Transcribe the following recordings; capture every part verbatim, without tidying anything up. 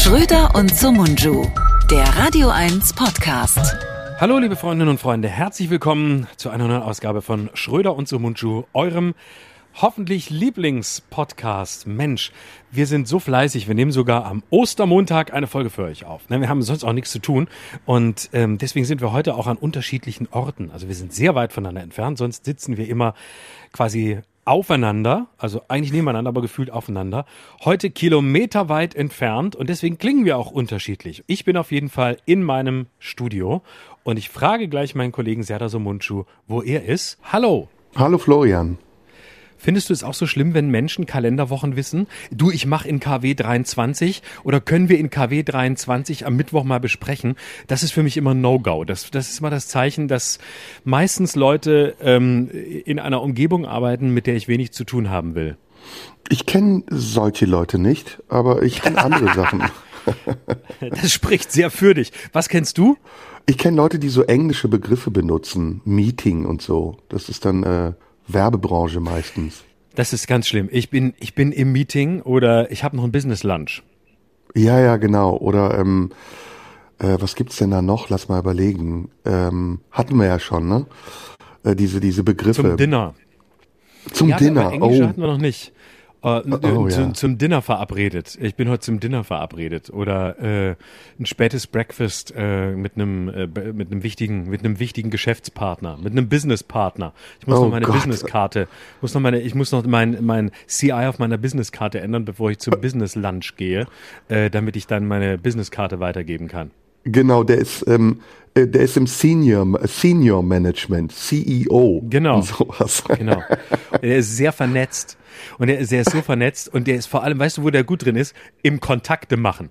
Schröder und Somunju, der Radio eins Podcast. Hallo liebe Freundinnen und Freunde, herzlich willkommen zu einer neuen Ausgabe von Schröder und Somunju, eurem hoffentlich Lieblingspodcast. Mensch, wir sind so fleißig, wir nehmen sogar am Ostermontag eine Folge für euch auf. Wir haben sonst auch nichts zu tun und ähm, deswegen sind wir heute auch an unterschiedlichen Orten. Also wir sind sehr weit voneinander entfernt, sonst sitzen wir immer quasi aufeinander, also eigentlich nebeneinander, aber gefühlt aufeinander. Heute kilometerweit entfernt und deswegen klingen wir auch unterschiedlich. Ich bin auf jeden Fall in meinem Studio und ich frage gleich meinen Kollegen Serdar Somunju, wo er ist. Hallo. Hallo Florian. Findest du es auch so schlimm, wenn Menschen Kalenderwochen wissen? Du, ich mache in K W dreiundzwanzig oder können wir in K W dreiundzwanzig am Mittwoch mal besprechen? Das ist für mich immer No-Go. Das, das ist immer das Zeichen, dass meistens Leute ähm, in einer Umgebung arbeiten, mit der ich wenig zu tun haben will. Ich kenne solche Leute nicht, aber ich kenne andere Sachen. Das spricht sehr für dich. Was kennst du? Ich kenne Leute, die so englische Begriffe benutzen, Meeting und so. Das ist dann äh, Werbebranche meistens. Das ist ganz schlimm. Ich bin, ich bin im Meeting oder ich habe noch ein Business Lunch. Ja, ja, genau. Oder ähm, äh, was gibt's denn da noch? Lass mal überlegen. Ähm, hatten wir ja schon, ne? Äh, diese, diese Begriffe. Zum Dinner. Zum ja, Dinner. Aber Englische oh. hatten wir noch nicht. Uh, oh, zum, ja. zum Dinner verabredet. Ich bin heute zum Dinner verabredet oder äh, ein spätes Breakfast äh, mit einem äh, mit einem wichtigen mit einem wichtigen Geschäftspartner, mit einem Businesspartner. Ich muss oh noch meine Gott. Businesskarte, muss noch meine, ich muss noch mein mein C I auf meiner Businesskarte ändern, bevor ich zum Business Lunch gehe, äh, damit ich dann meine Businesskarte weitergeben kann. Genau, der ist ähm, der ist im Senior Senior Management, C E O. Genau. Und sowas. Genau. Er ist sehr vernetzt. Und er ist, er ist so vernetzt und der ist vor allem, weißt du, wo der gut drin ist? Im Kontakte machen.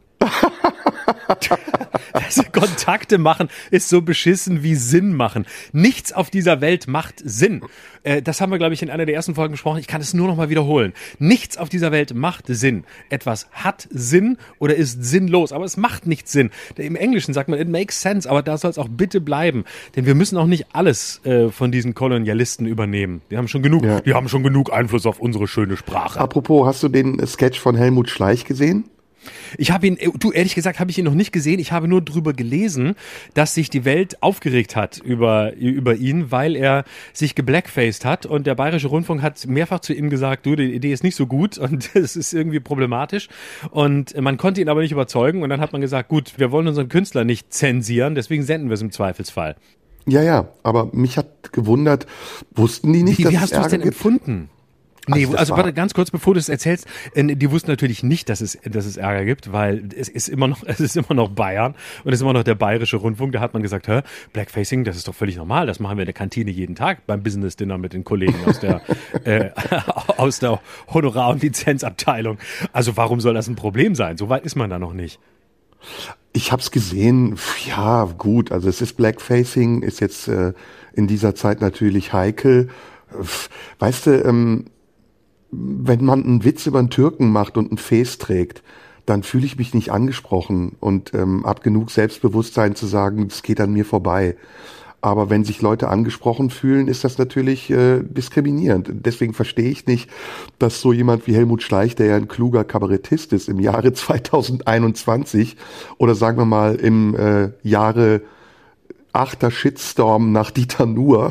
Also Kontakte machen ist so beschissen wie Sinn machen. Nichts auf dieser Welt macht Sinn. Äh, das haben wir, glaube ich, in einer der ersten Folgen gesprochen. Ich kann es nur noch mal wiederholen. Nichts auf dieser Welt macht Sinn. Etwas hat Sinn oder ist sinnlos, aber es macht nicht Sinn. Im Englischen sagt man, it makes sense, aber da soll es auch bitte bleiben. Denn wir müssen auch nicht alles äh, von diesen Kolonialisten übernehmen. Die haben schon genug, Ja. die haben schon genug Einfluss auf unsere schöne Sprache. Apropos, hast du den Sketch von Helmut Schleich gesehen? Ich habe ihn, du, ehrlich gesagt, habe ich ihn noch nicht gesehen. Ich habe nur drüber gelesen, dass sich die Welt aufgeregt hat über, über ihn, weil er sich geblackfaced hat und der Bayerische Rundfunk hat mehrfach zu ihm gesagt, du, die Idee ist nicht so gut und es ist irgendwie problematisch und man konnte ihn aber nicht überzeugen und dann hat man gesagt, gut, wir wollen unseren Künstler nicht zensieren, deswegen senden wir es im Zweifelsfall. Ja, ja, aber mich hat gewundert, wussten die nicht, Wie, dass wie es hast du es Ärger denn gibt? empfunden? Nee, Also das also war- warte, ganz kurz, bevor du es erzählst, äh, die wussten natürlich nicht, dass es, dass es Ärger gibt, weil es ist immer noch, es ist immer noch Bayern und es ist immer noch der Bayerische Rundfunk. Da hat man gesagt, hä, Blackfacing, das ist doch völlig normal, das machen wir in der Kantine jeden Tag beim Business Dinner mit den Kollegen aus der, äh, aus der Honorar- und Lizenzabteilung. Also warum soll das ein Problem sein? So weit ist man da noch nicht. Ich hab's gesehen, ja gut, also es ist Blackfacing, ist jetzt äh, in dieser Zeit natürlich heikel. Weißt du, ähm, wenn man einen Witz über einen Türken macht und ein Fes trägt, dann fühle ich mich nicht angesprochen und ähm, hab genug Selbstbewusstsein zu sagen, es geht an mir vorbei. Aber wenn sich Leute angesprochen fühlen, ist das natürlich äh, diskriminierend. Deswegen verstehe ich nicht, dass so jemand wie Helmut Schleich, der ja ein kluger Kabarettist ist, im Jahre zweitausendeinundzwanzig oder sagen wir mal im äh, Jahre achter Shitstorm nach Dieter Nuhr,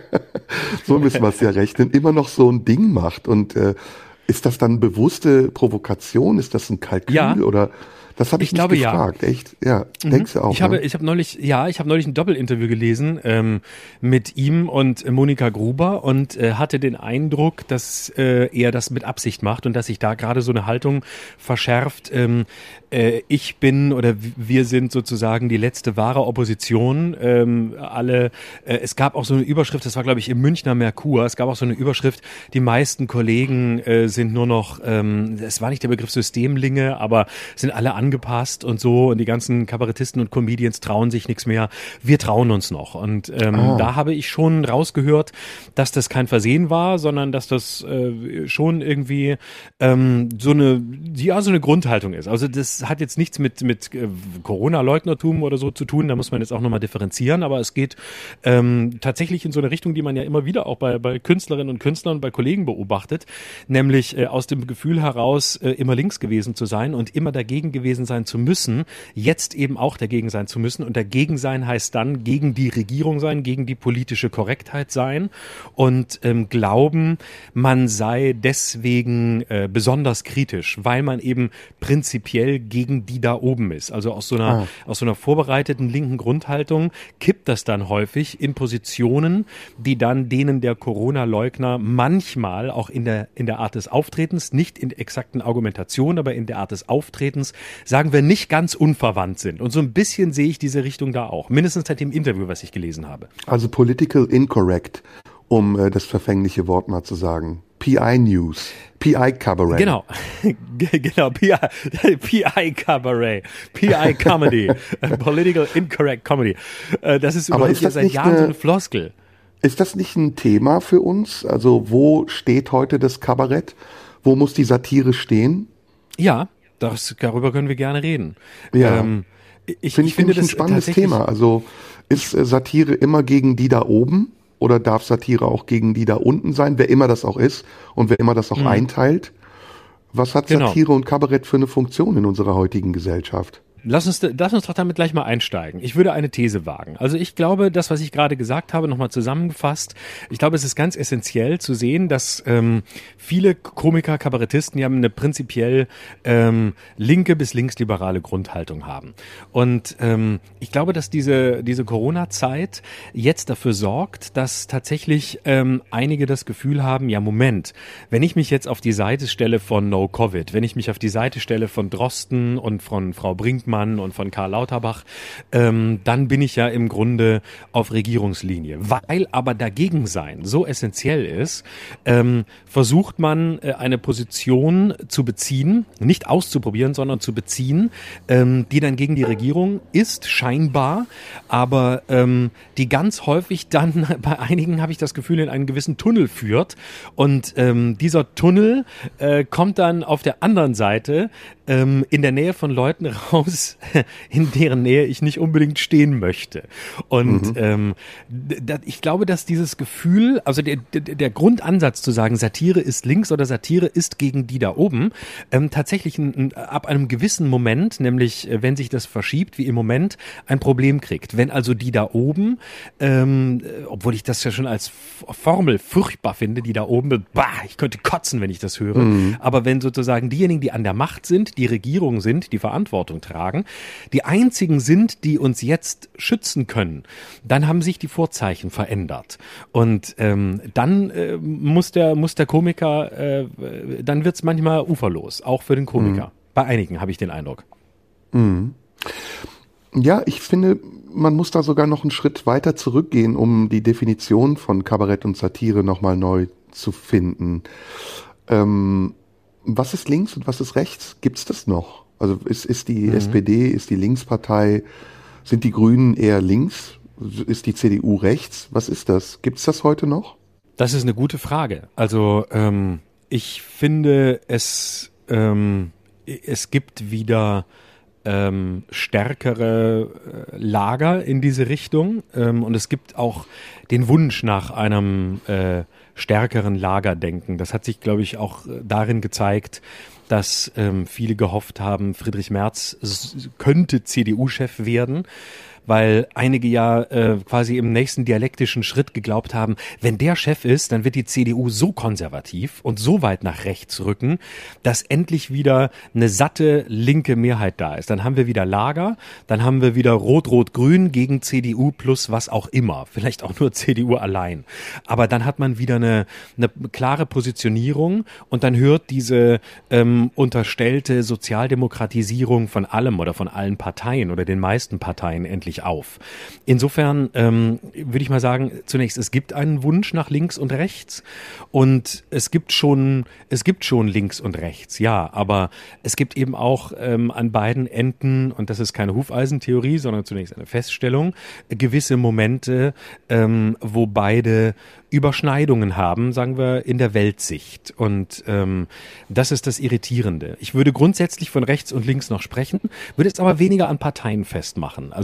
so müssen wir es ja rechnen, immer noch so ein Ding macht. Und äh, ist das dann bewusste Provokation? Ist das ein Kalkül? Ja. Oder das habe ich, Ich mich glaube, ja. gefragt. Echt? Ja, denkst du auch? Ich habe, ne? ich habe neulich, ja, ich habe neulich ein Doppelinterview gelesen ähm, mit ihm und Monika Gruber und äh, hatte den Eindruck, dass äh, er das mit Absicht macht und dass sich da gerade so eine Haltung verschärft. Ähm, äh, ich bin oder wir sind sozusagen die letzte wahre Opposition. Ähm, alle, äh, es gab auch so eine Überschrift, das war glaube ich im Münchner Merkur. Es gab auch so eine Überschrift: Die meisten Kollegen äh, sind nur noch, ähm, es war nicht der Begriff Systemlinge, aber sind alle angepasst und so und die ganzen Kabarettisten und Comedians trauen sich nichts mehr. Wir trauen uns noch. Und ähm, Ah. da habe ich schon rausgehört, dass das kein Versehen war, sondern dass das äh, schon irgendwie ähm, so eine, ja, so eine Grundhaltung ist. Also das hat jetzt nichts mit mit äh, Corona-Leugnertum oder so zu tun. Da muss man jetzt auch nochmal differenzieren. Aber es geht ähm, tatsächlich in so eine Richtung, die man ja immer wieder auch bei bei Künstlerinnen und Künstlern, bei Kollegen beobachtet, nämlich äh, aus dem Gefühl heraus, äh, immer links gewesen zu sein und immer dagegen gewesen gewesen sein zu müssen, jetzt eben auch dagegen sein zu müssen. Und dagegen sein heißt dann gegen die Regierung sein, gegen die politische Korrektheit sein und ähm, glauben, man sei deswegen äh, besonders kritisch, weil man eben prinzipiell gegen die da oben ist. Also aus so einer, ah. aus so einer vorbereiteten linken Grundhaltung kippt das dann häufig in Positionen, die dann denen der Corona-Leugner manchmal auch in der, in der Art des Auftretens, nicht in exakten Argumentationen, aber in der Art des Auftretens, sagen wir, nicht ganz unverwandt sind. Und so ein bisschen sehe ich diese Richtung da auch. Mindestens seit dem Interview, was ich gelesen habe. Also political incorrect, um äh, das verfängliche Wort mal zu sagen. P I News, P I Cabaret. Genau, genau, P I, P I Cabaret, P I Comedy, Political Incorrect Comedy. Das ist Aber überhaupt ist das ja seit nicht Jahren eine, so eine Floskel. Ist das nicht ein Thema für uns? Also wo steht heute das Kabarett? Wo muss die Satire stehen? Ja, das, darüber können wir gerne reden. Ja, ähm, ich, Find ich finde das ein spannendes tatsächlich Thema. Also ist Satire immer gegen die da oben? Oder darf Satire auch gegen die da unten sein, wer immer das auch ist und wer immer das auch mhm. einteilt? Was hat Satire genau. und Kabarett für eine Funktion in unserer heutigen Gesellschaft? Lass uns, lass uns doch damit gleich mal einsteigen. Ich würde eine These wagen. Also ich glaube, das, was ich gerade gesagt habe, nochmal zusammengefasst, ich glaube, es ist ganz essentiell zu sehen, dass ähm, viele Komiker, Kabarettisten, die haben eine prinzipiell ähm, linke bis linksliberale Grundhaltung haben. Und ähm, ich glaube, dass diese, diese Corona-Zeit jetzt dafür sorgt, dass tatsächlich ähm, einige das Gefühl haben, ja Moment, wenn ich mich jetzt auf die Seite stelle von No Covid, wenn ich mich auf die Seite stelle von Drosten und von Frau Brinkmann und von Karl Lauterbach, ähm, dann bin ich ja im Grunde auf Regierungslinie. Weil aber dagegen sein so essentiell ist, ähm, versucht man äh, eine Position zu beziehen, nicht auszuprobieren, sondern zu beziehen, ähm, die dann gegen die Regierung ist, scheinbar, aber ähm, die ganz häufig dann, bei einigen habe ich das Gefühl, in einen gewissen Tunnel führt und ähm, dieser Tunnel äh, kommt dann auf der anderen Seite ähm, in der Nähe von Leuten raus, in deren Nähe ich nicht unbedingt stehen möchte. Und mhm. ähm, da, ich glaube, dass dieses Gefühl, also der, der, der Grundansatz zu sagen, Satire ist links oder Satire ist gegen die da oben, ähm, tatsächlich ein, ein, ab einem gewissen Moment, nämlich wenn sich das verschiebt, wie im Moment, ein Problem kriegt. Wenn also die da oben, ähm, obwohl ich das ja schon als Formel furchtbar finde, die da oben, bah, ich könnte kotzen, wenn ich das höre, mhm. aber wenn sozusagen diejenigen, die an der Macht sind, die Regierung sind, die Verantwortung tragen, die einzigen sind, die uns jetzt schützen können, dann haben sich die Vorzeichen verändert. Und ähm, dann äh, muss der muss der Komiker, äh, dann wird's manchmal uferlos, auch für den Komiker. Mhm. Bei einigen habe ich den Eindruck. Mhm. Ja, ich finde, man muss da sogar noch einen Schritt weiter zurückgehen, um die Definition von Kabarett und Satire nochmal neu zu finden. Ähm, was ist links und was ist rechts? Gibt's das noch? Also ist, ist die mhm. S P D, ist die Linkspartei, sind die Grünen eher links? Ist die C D U rechts? Was ist das? Gibt's das heute noch? Das ist eine gute Frage. Also ähm, ich finde, es, ähm, es gibt wieder ähm, stärkere äh, Lager in diese Richtung ähm, und es gibt auch den Wunsch nach einem äh, stärkeren Lagerdenken. Das hat sich, glaube ich, auch darin gezeigt, dass ähm, viele gehofft haben, Friedrich Merz s- könnte C D U-Chef werden, weil einige ja äh, quasi im nächsten dialektischen Schritt geglaubt haben, wenn der Chef ist, dann wird die C D U so konservativ und so weit nach rechts rücken, dass endlich wieder eine satte linke Mehrheit da ist. Dann haben wir wieder Lager, dann haben wir wieder Rot-Rot-Grün gegen C D U plus was auch immer, vielleicht auch nur C D U allein. Aber dann hat man wieder eine, eine klare Positionierung und dann hört diese ähm, unterstellte Sozialdemokratisierung von allem oder von allen Parteien oder den meisten Parteien endlich auf. Insofern ähm, würde ich mal sagen, zunächst, es gibt einen Wunsch nach links und rechts und es gibt schon, es gibt schon links und rechts, ja, aber es gibt eben auch ähm, an beiden Enden, und das ist keine Hufeisentheorie, sondern zunächst eine Feststellung, gewisse Momente, ähm, wo beide Überschneidungen haben, sagen wir, in der Weltsicht. Und ähm, das ist das Irritierende. Ich würde grundsätzlich von rechts und links noch sprechen, würde es aber weniger an Parteien festmachen. Also wenn,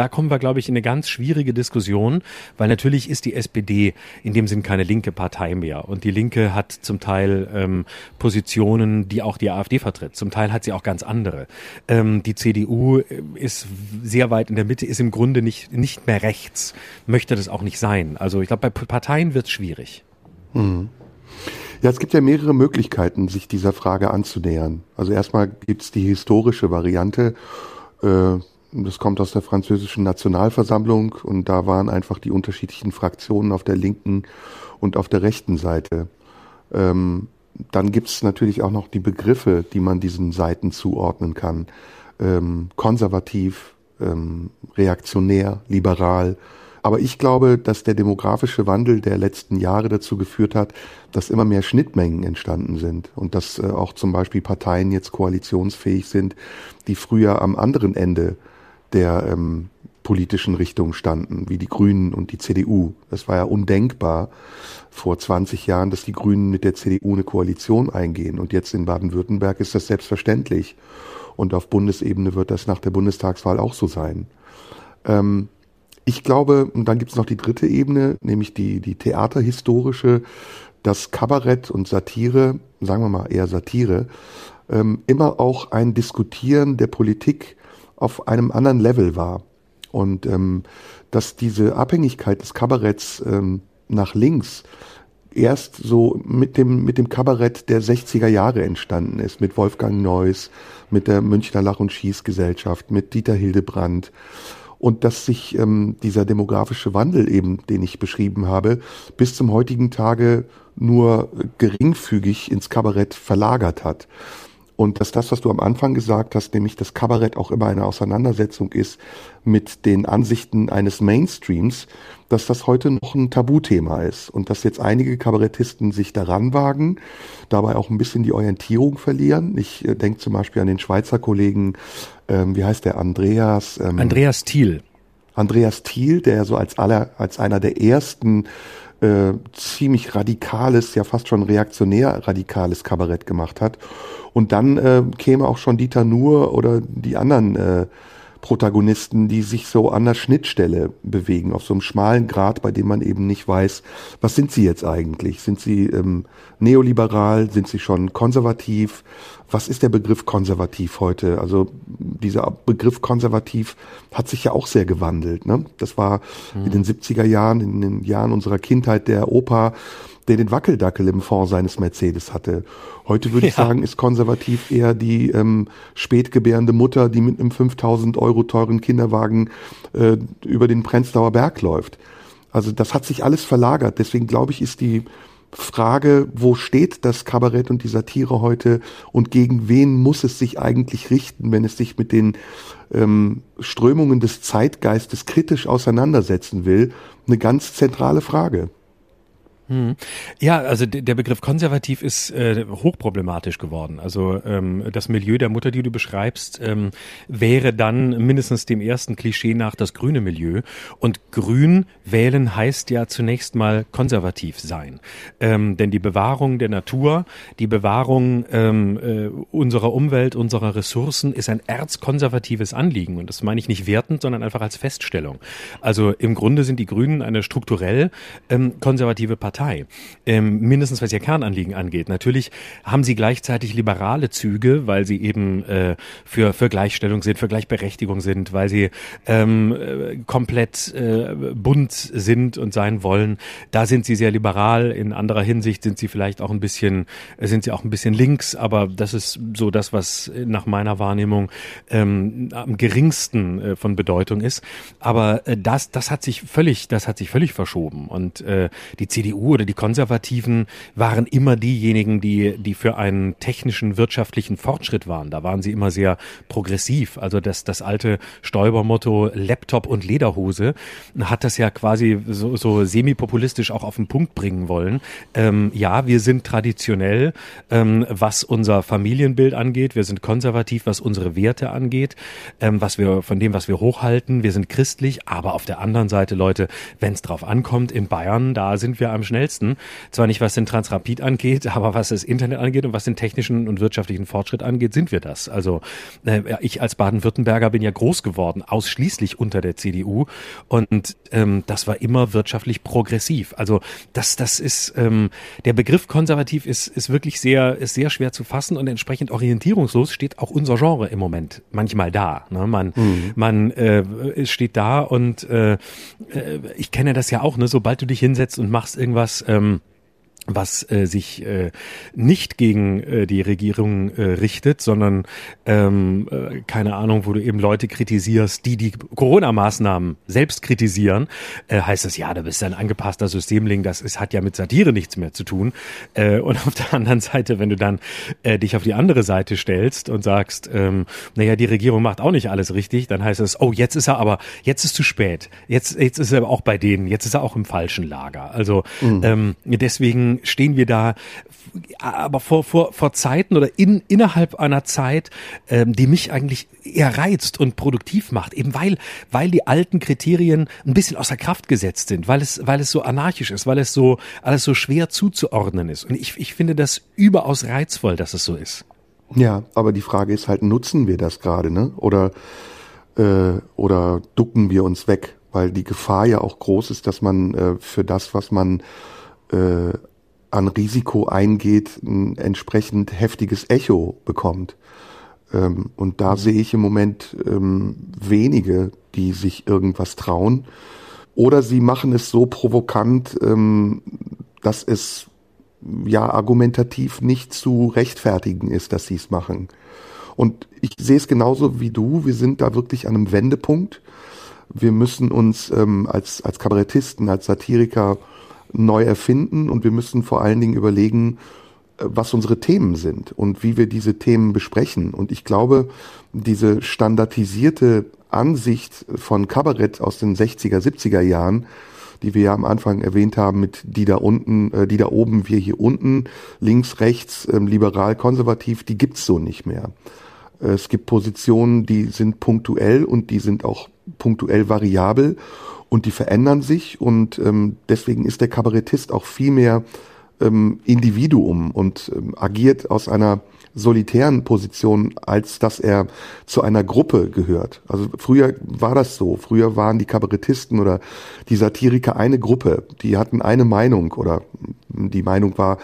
da kommen wir, glaube ich, in eine ganz schwierige Diskussion, weil natürlich ist die S P D in dem Sinn keine linke Partei mehr. Und die Linke hat zum Teil ähm, Positionen, die auch die AfD vertritt. Zum Teil hat sie auch ganz andere. Ähm, die C D U ist sehr weit in der Mitte, ist im Grunde nicht, nicht mehr rechts, möchte das auch nicht sein. Also ich glaube, bei Parteien wird es schwierig. Hm. Ja, es gibt ja mehrere Möglichkeiten, sich dieser Frage anzunähern. Also erstmal gibt's die historische Variante. Äh, das kommt aus der französischen Nationalversammlung und da waren einfach die unterschiedlichen Fraktionen auf der linken und auf der rechten Seite. Ähm, dann gibt's natürlich auch noch die Begriffe, die man diesen Seiten zuordnen kann. Ähm, konservativ, ähm, reaktionär, liberal. Aber ich glaube, dass der demografische Wandel der letzten Jahre dazu geführt hat, dass immer mehr Schnittmengen entstanden sind und dass äh, auch zum Beispiel Parteien jetzt koalitionsfähig sind, die früher am anderen Ende der ähm, politischen Richtung standen, wie die Grünen und die C D U. Das war ja undenkbar vor zwanzig Jahren, dass die Grünen mit der C D U eine Koalition eingehen. Und jetzt in Baden-Württemberg ist das selbstverständlich. Und auf Bundesebene wird das nach der Bundestagswahl auch so sein. Ähm, Ich glaube, und dann gibt es noch die dritte Ebene, nämlich die, die theaterhistorische, dass Kabarett und Satire, sagen wir mal eher Satire, ähm, immer auch ein Diskutieren der Politik auf einem anderen Level war. Und ähm, dass diese Abhängigkeit des Kabaretts ähm, nach links erst so mit dem, mit dem Kabarett der sechziger Jahre entstanden ist, mit Wolfgang Neuss, mit der Münchner Lach- und Schießgesellschaft, mit Dieter Hildebrandt. Und dass sich ähm, dieser demografische Wandel eben, den ich beschrieben habe, bis zum heutigen Tage nur geringfügig ins Kabarett verlagert hat. Und dass das, was du am Anfang gesagt hast, nämlich das Kabarett auch immer eine Auseinandersetzung ist mit den Ansichten eines Mainstreams, dass das heute noch ein Tabuthema ist. Und dass jetzt einige Kabarettisten sich daran wagen, dabei auch ein bisschen die Orientierung verlieren. Ich äh, denke zum Beispiel an den Schweizer Kollegen, ähm, wie heißt der, Andreas? Ähm, Andreas Thiel. Andreas Thiel, der so als aller, als einer der ersten äh, ziemlich radikales, ja fast schon reaktionär radikales Kabarett gemacht hat. Und dann äh, käme auch schon Dieter Nuhr oder die anderen äh, Protagonisten, die sich so an der Schnittstelle bewegen, auf so einem schmalen Grat, bei dem man eben nicht weiß, was sind sie jetzt eigentlich? Sind sie ähm, neoliberal? Sind sie schon konservativ? Was ist der Begriff konservativ heute? Also dieser Begriff konservativ hat sich ja auch sehr gewandelt, ne? Das war mhm. in den siebziger Jahren, in den Jahren unserer Kindheit der Opa, der den Wackeldackel im Fond seines Mercedes hatte. Heute würde ja. ich sagen, ist konservativ eher die ähm, spätgebärende Mutter, die mit einem fünftausend Euro teuren Kinderwagen äh, über den Prenzlauer Berg läuft. Also das hat sich alles verlagert. Deswegen glaube ich, ist die Frage, wo steht das Kabarett und die Satire heute und gegen wen muss es sich eigentlich richten, wenn es sich mit den ähm, Strömungen des Zeitgeistes kritisch auseinandersetzen will, eine ganz zentrale Frage. Ja, also der Begriff konservativ ist äh, hochproblematisch geworden. Also ähm, das Milieu der Mutter, die du beschreibst, ähm, wäre dann mindestens dem ersten Klischee nach das grüne Milieu. Und grün wählen heißt ja zunächst mal konservativ sein. Ähm, denn die Bewahrung der Natur, die Bewahrung ähm, äh, unserer Umwelt, unserer Ressourcen ist ein erzkonservatives Anliegen. Und das meine ich nicht wertend, sondern einfach als Feststellung. Also im Grunde sind die Grünen eine strukturell ähm, konservative Partei. Ähm, mindestens was ihr Kernanliegen angeht. Natürlich haben sie gleichzeitig liberale Züge, weil sie eben äh, für für Gleichstellung sind, für Gleichberechtigung sind, weil sie ähm, äh, komplett äh, bunt sind und sein wollen. Da sind sie sehr liberal. In anderer Hinsicht sind sie vielleicht auch ein bisschen äh, sind sie auch ein bisschen links, aber das ist so das, was nach meiner Wahrnehmung ähm, am geringsten äh, von Bedeutung ist. Aber äh, das das hat sich völlig das hat sich völlig verschoben und äh, die C D U oder die Konservativen waren immer diejenigen, die die für einen technischen, wirtschaftlichen Fortschritt waren. Da waren sie immer sehr progressiv. Also das das alte Stoiber-Motto Laptop und Lederhose hat das ja quasi so, so semi-populistisch auch auf den Punkt bringen wollen. Ähm, ja, wir sind traditionell, ähm, was unser Familienbild angeht. Wir sind konservativ, was unsere Werte angeht, ähm, was wir von dem, was wir hochhalten. Wir sind christlich, aber auf der anderen Seite, Leute, wenn es drauf ankommt, in Bayern, da sind wir am schnellsten. Zwar nicht, was den Transrapid angeht, aber was das Internet angeht und was den technischen und wirtschaftlichen Fortschritt angeht, sind wir das. Also äh, ich als Baden-Württemberger bin ja groß geworden, ausschließlich unter der C D U. Und ähm, das war immer wirtschaftlich progressiv. Also das, das ist ähm, der Begriff konservativ ist, ist wirklich sehr, ist sehr schwer zu fassen und entsprechend orientierungslos steht auch unser Genre im Moment manchmal da. Ne? Man, mhm. man äh, steht da und äh, ich kenne das ja auch, ne? Sobald du dich hinsetzt und machst irgendwas, ähm, was äh, sich äh, nicht gegen äh, die Regierung äh, richtet, sondern ähm, äh, keine Ahnung, wo du eben Leute kritisierst, die die Corona-Maßnahmen selbst kritisieren, äh, heißt das, ja, du bist ein angepasster Systemling, das ist, hat ja mit Satire nichts mehr zu tun. Äh, und auf der anderen Seite, wenn du dann äh, dich auf die andere Seite stellst und sagst, ähm, naja, die Regierung macht auch nicht alles richtig, dann heißt es, oh, jetzt ist er aber, jetzt ist zu spät, jetzt, jetzt ist er auch bei denen, jetzt ist er auch im falschen Lager. Also mhm. ähm, deswegen stehen wir da, aber vor vor vor Zeiten oder in innerhalb einer Zeit, ähm, die mich eigentlich eher reizt und produktiv macht, eben weil weil die alten Kriterien ein bisschen außer Kraft gesetzt sind, weil es weil es so anarchisch ist, weil es so alles so schwer zuzuordnen ist. Und ich ich finde das überaus reizvoll, dass es so ist. Ja, aber die Frage ist halt, nutzen wir das gerade, ne? Oder äh, oder ducken wir uns weg, weil die Gefahr ja auch groß ist, dass man äh, für das, was man äh, an Risiko eingeht, ein entsprechend heftiges Echo bekommt. Ähm, und da sehe ich im Moment ähm, wenige, die sich irgendwas trauen. Oder sie machen es so provokant, ähm, dass es ja argumentativ nicht zu rechtfertigen ist, dass sie es machen. Und ich sehe es genauso wie du. Wir sind da wirklich an einem Wendepunkt. Wir müssen uns ähm, als als Kabarettisten, als Satiriker neu erfinden und wir müssen vor allen Dingen überlegen, was unsere Themen sind und wie wir diese Themen besprechen. Und ich glaube, diese standardisierte Ansicht von Kabarett aus den sechziger, siebziger Jahren, die wir ja am Anfang erwähnt haben mit die da unten, äh, die da oben, wir hier unten, links, rechts, äh, liberal, konservativ, die gibt's so nicht mehr. Äh, es gibt Positionen, die sind punktuell und die sind auch punktuell variabel. Und die verändern sich und ähm, deswegen ist der Kabarettist auch viel mehr ähm, Individuum und ähm, agiert aus einer solitären Position, als dass er zu einer Gruppe gehört. Also früher war das so. Früher waren die Kabarettisten oder die Satiriker eine Gruppe. Die hatten eine Meinung oder die Meinung war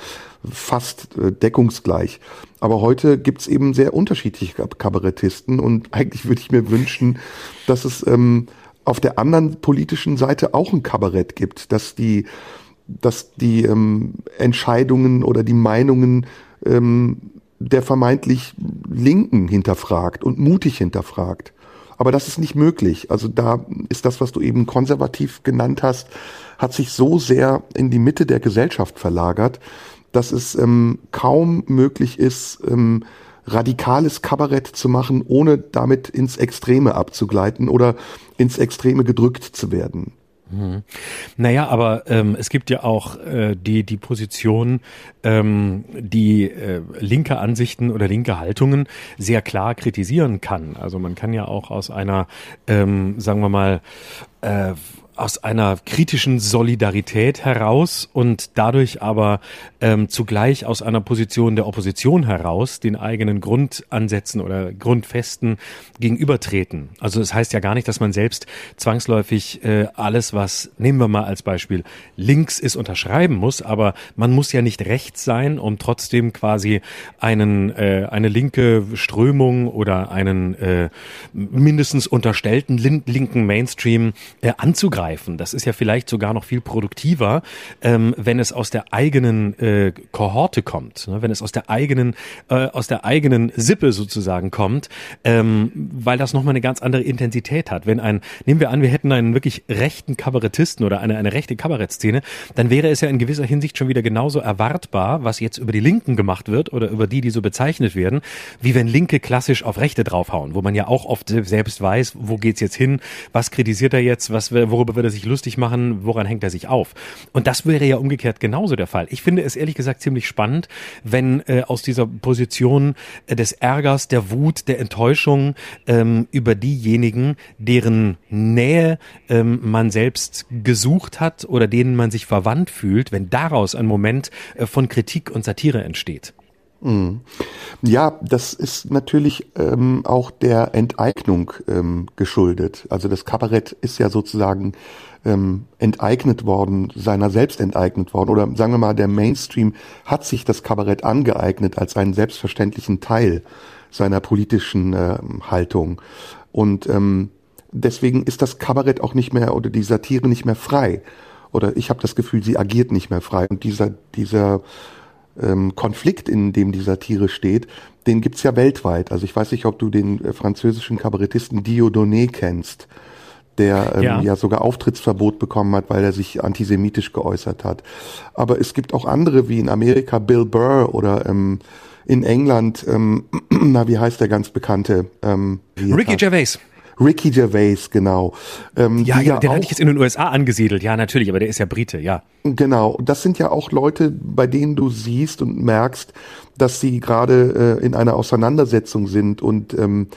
fast äh, deckungsgleich. Aber heute gibt's eben sehr unterschiedliche Kabarettisten und eigentlich würde ich mir wünschen, dass es ähm, auf der anderen politischen Seite auch ein Kabarett gibt, dass die, dass die ähm, Entscheidungen oder die Meinungen ähm, der vermeintlich Linken hinterfragt und mutig hinterfragt. Aber das ist nicht möglich. Also da ist das, was du eben konservativ genannt hast, hat sich so sehr in die Mitte der Gesellschaft verlagert, dass es ähm, kaum möglich ist, ähm, radikales Kabarett zu machen, ohne damit ins Extreme abzugleiten oder ins Extreme gedrückt zu werden. Hm. Naja, aber ähm, es gibt ja auch äh, die die Position, ähm, die äh, linke Ansichten oder linke Haltungen sehr klar kritisieren kann. Also man kann ja auch aus einer, ähm, sagen wir mal, äh, aus einer kritischen Solidarität heraus und dadurch aber ähm, zugleich aus einer Position der Opposition heraus den eigenen Grundansätzen oder Grundfesten gegenübertreten. Also das heißt ja gar nicht, dass man selbst zwangsläufig äh, alles, was, nehmen wir mal als Beispiel, links ist, unterschreiben muss, aber man muss ja nicht rechts sein, um trotzdem quasi einen äh, eine linke Strömung oder einen äh, mindestens unterstellten lin- linken Mainstream äh, anzugreifen. Das ist ja vielleicht sogar noch viel produktiver, ähm, wenn es aus der eigenen äh, Kohorte kommt, ne? Wenn es aus der eigenen äh, aus der eigenen Sippe sozusagen kommt, ähm, weil das nochmal eine ganz andere Intensität hat. Wenn ein, nehmen wir an, wir hätten einen wirklich rechten Kabarettisten oder eine eine rechte Kabarettszene, dann wäre es ja in gewisser Hinsicht schon wieder genauso erwartbar, was jetzt über die Linken gemacht wird oder über die, die so bezeichnet werden, wie wenn Linke klassisch auf Rechte draufhauen, wo man ja auch oft selbst weiß, wo geht's jetzt hin, was kritisiert er jetzt, was worüber wird er sich lustig machen, woran hängt er sich auf? Und das wäre ja umgekehrt genauso der Fall. Ich finde es ehrlich gesagt ziemlich spannend, wenn äh, aus dieser Position äh, des Ärgers, der Wut, der Enttäuschung ähm, über diejenigen, deren Nähe ähm, man selbst gesucht hat oder denen man sich verwandt fühlt, wenn daraus ein Moment äh, von Kritik und Satire entsteht. Ja, das ist natürlich ähm, auch der Enteignung ähm, geschuldet. Also das Kabarett ist ja sozusagen ähm, enteignet worden, seiner selbst enteignet worden. Oder sagen wir mal, der Mainstream hat sich das Kabarett angeeignet als einen selbstverständlichen Teil seiner politischen äh, Haltung. Und ähm, deswegen ist das Kabarett auch nicht mehr oder die Satire nicht mehr frei. Oder ich habe das Gefühl, sie agiert nicht mehr frei. Und dieser dieser ähm, Konflikt, in dem die Satire steht, den gibt's ja weltweit. Also ich weiß nicht, ob du den äh, französischen Kabarettisten Dieudonné kennst, der ähm, ja. ja sogar Auftrittsverbot bekommen hat, weil er sich antisemitisch geäußert hat. Aber es gibt auch andere, wie in Amerika Bill Burr oder ähm, in England, ähm, na wie heißt der ganz bekannte? Ähm, Ricky Gervais. Ricky Gervais, genau. Ähm, ja, ja, ja den auch, hatte ich jetzt in den U S A angesiedelt. Ja, natürlich, aber der ist ja Brite, ja. Genau, das sind ja auch Leute, bei denen du siehst und merkst, dass sie gerade äh, in einer Auseinandersetzung sind und ähm,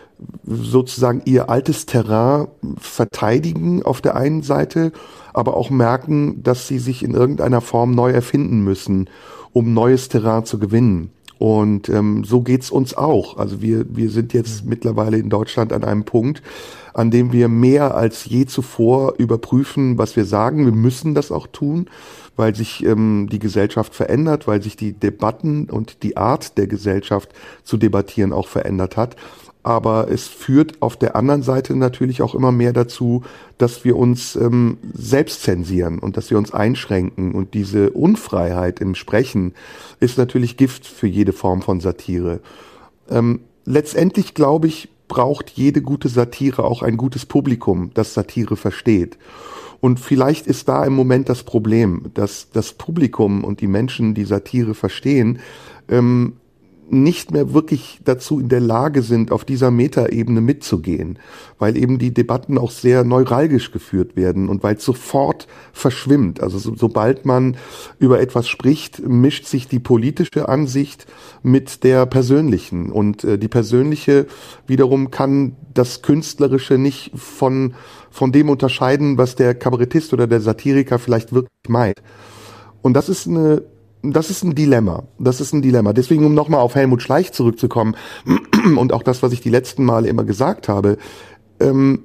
sozusagen ihr altes Terrain verteidigen auf der einen Seite, aber auch merken, dass sie sich in irgendeiner Form neu erfinden müssen, um neues Terrain zu gewinnen. Und ähm, so geht's uns auch. Also wir wir sind jetzt mhm. mittlerweile in Deutschland an einem Punkt, an dem wir mehr als je zuvor überprüfen, was wir sagen. Wir müssen das auch tun, weil sich ähm, die Gesellschaft verändert, weil sich die Debatten und die Art der Gesellschaft zu debattieren auch verändert hat. Aber es führt auf der anderen Seite natürlich auch immer mehr dazu, dass wir uns ähm, selbst zensieren und dass wir uns einschränken. Und diese Unfreiheit im Sprechen ist natürlich Gift für jede Form von Satire. Ähm, letztendlich, glaube ich, braucht jede gute Satire auch ein gutes Publikum, das Satire versteht. Und vielleicht ist da im Moment das Problem, dass das Publikum und die Menschen, die Satire verstehen, ähm, nicht mehr wirklich dazu in der Lage sind, auf dieser Metaebene mitzugehen, weil eben die Debatten auch sehr neuralgisch geführt werden und weil es sofort verschwimmt. Also so, sobald man über etwas spricht, mischt sich die politische Ansicht mit der persönlichen und äh, die persönliche wiederum kann das Künstlerische nicht von von dem unterscheiden, was der Kabarettist oder der Satiriker vielleicht wirklich meint. Und das ist eine Das ist ein Dilemma. Das ist ein Dilemma. Deswegen, um nochmal auf Helmut Schleich zurückzukommen und auch das, was ich die letzten Male immer gesagt habe, ähm,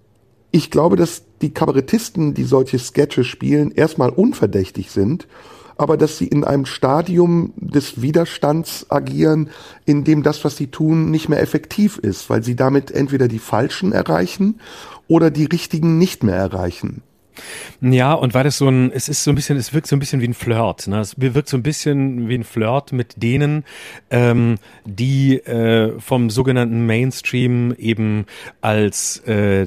ich glaube, dass die Kabarettisten, die solche Sketche spielen, erstmal unverdächtig sind, aber dass sie in einem Stadium des Widerstands agieren, in dem das, was sie tun, nicht mehr effektiv ist, weil sie damit entweder die Falschen erreichen oder die Richtigen nicht mehr erreichen. Ja, und weil das so ein, es ist so ein bisschen, es wirkt so ein bisschen wie ein Flirt, ne? Es wirkt so ein bisschen wie ein Flirt mit denen, ähm, die äh, vom sogenannten Mainstream eben als äh,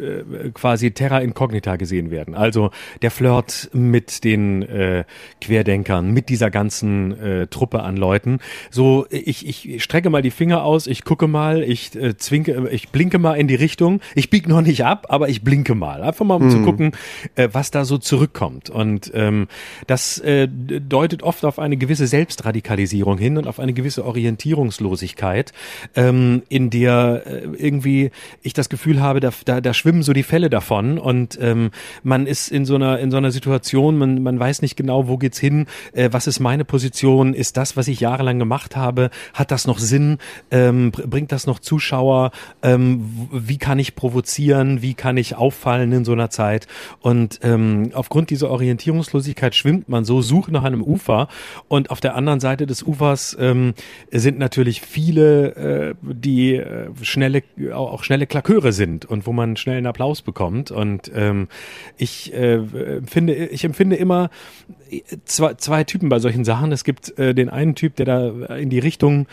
quasi Terra Incognita gesehen werden. Also der Flirt mit den äh, Querdenkern, mit dieser ganzen äh, Truppe an Leuten. So, ich, ich strecke mal die Finger aus, ich gucke mal, ich äh, zwinke, ich blinke mal in die Richtung. Ich biege noch nicht ab, aber ich blinke mal. Einfach mal, um hm. zu gucken, äh, was da so zurückkommt. Und ähm, das äh, deutet oft auf eine gewisse Selbstradikalisierung hin und auf eine gewisse Orientierungslosigkeit, ähm, in der äh, irgendwie ich das Gefühl habe, da, da, da schwimmen so die Fälle davon und ähm, man ist in so einer in so einer Situation, man man weiß nicht genau, wo geht's hin, äh, was ist meine Position, ist das, was ich jahrelang gemacht habe, hat das noch Sinn, ähm, bringt das noch Zuschauer, ähm, wie kann ich provozieren, wie kann ich auffallen in so einer Zeit und ähm, aufgrund dieser Orientierungslosigkeit schwimmt man so, sucht nach einem Ufer und auf der anderen Seite des Ufers ähm, sind natürlich viele, äh, die äh, schnelle, auch schnelle Klaköre sind und wo man schnell einen Applaus bekommt und ähm, ich äh, finde, ich empfinde immer zwei, zwei Typen bei solchen Sachen. Es gibt äh, den einen Typ, der da in die Richtung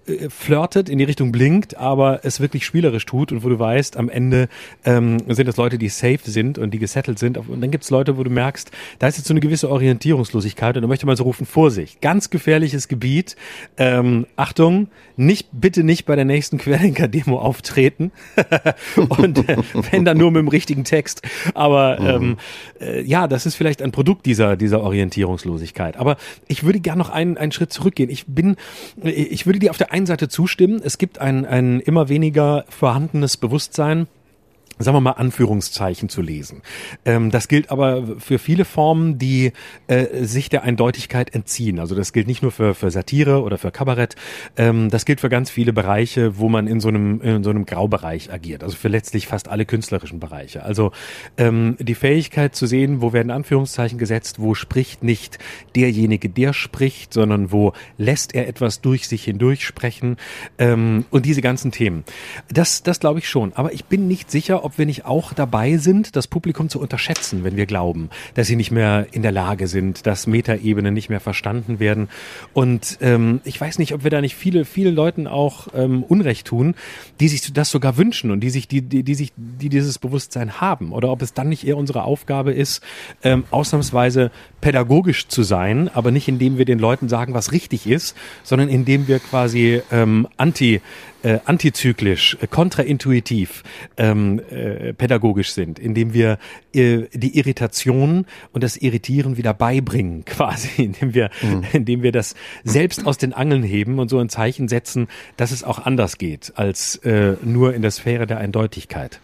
äh, flirtet, in die Richtung blinkt, aber es wirklich spielerisch tut und wo du weißt, am Ende ähm, sind das Leute, die safe sind und die gesettelt sind. Und dann gibt es Leute, wo du merkst, da ist jetzt so eine gewisse Orientierungslosigkeit und da möchte man so rufen, Vorsicht, ganz gefährliches Gebiet, ähm, Achtung, nicht, bitte nicht bei der nächsten Querdenker-Demo auftreten und äh, wenn dann nur mit dem richtigen Text. Aber ähm, äh, ja, das ist vielleicht ein Produkt dieser dieser Orientierungslosigkeit. Aber ich würde gerne noch einen einen Schritt zurückgehen. Ich bin, ich würde dir auf der einen Seite zustimmen. Es gibt ein ein immer weniger vorhandenes Bewusstsein, sagen wir mal, Anführungszeichen zu lesen. Ähm, das gilt aber für viele Formen, die äh, sich der Eindeutigkeit entziehen. Also das gilt nicht nur für, für Satire oder für Kabarett. Ähm, das gilt für ganz viele Bereiche, wo man in so einem in so einem Graubereich agiert. Also für letztlich fast alle künstlerischen Bereiche. Also ähm, die Fähigkeit zu sehen, wo werden Anführungszeichen gesetzt, wo spricht nicht derjenige, der spricht, sondern wo lässt er etwas durch sich hindurch sprechen. Ähm, und diese ganzen Themen. Das, das glaube ich schon. Aber ich bin nicht sicher, ob wir nicht auch dabei sind, das Publikum zu unterschätzen, wenn wir glauben, dass sie nicht mehr in der Lage sind, dass Metaebenen nicht mehr verstanden werden. Und ähm, ich weiß nicht, ob wir da nicht viele, viele Leuten auch ähm, Unrecht tun, die sich das sogar wünschen und die sich, die, die, die sich, die dieses Bewusstsein haben. Oder ob es dann nicht eher unsere Aufgabe ist, ähm, ausnahmsweise pädagogisch zu sein, aber nicht indem wir den Leuten sagen, was richtig ist, sondern indem wir quasi ähm, anti Äh, antizyklisch, äh, kontraintuitiv ähm, äh, pädagogisch sind, indem wir äh, die Irritation und das Irritieren wieder beibringen, quasi, indem wir, mhm. indem wir das selbst aus den Angeln heben und so ein Zeichen setzen, dass es auch anders geht, als äh, nur in der Sphäre der Eindeutigkeit.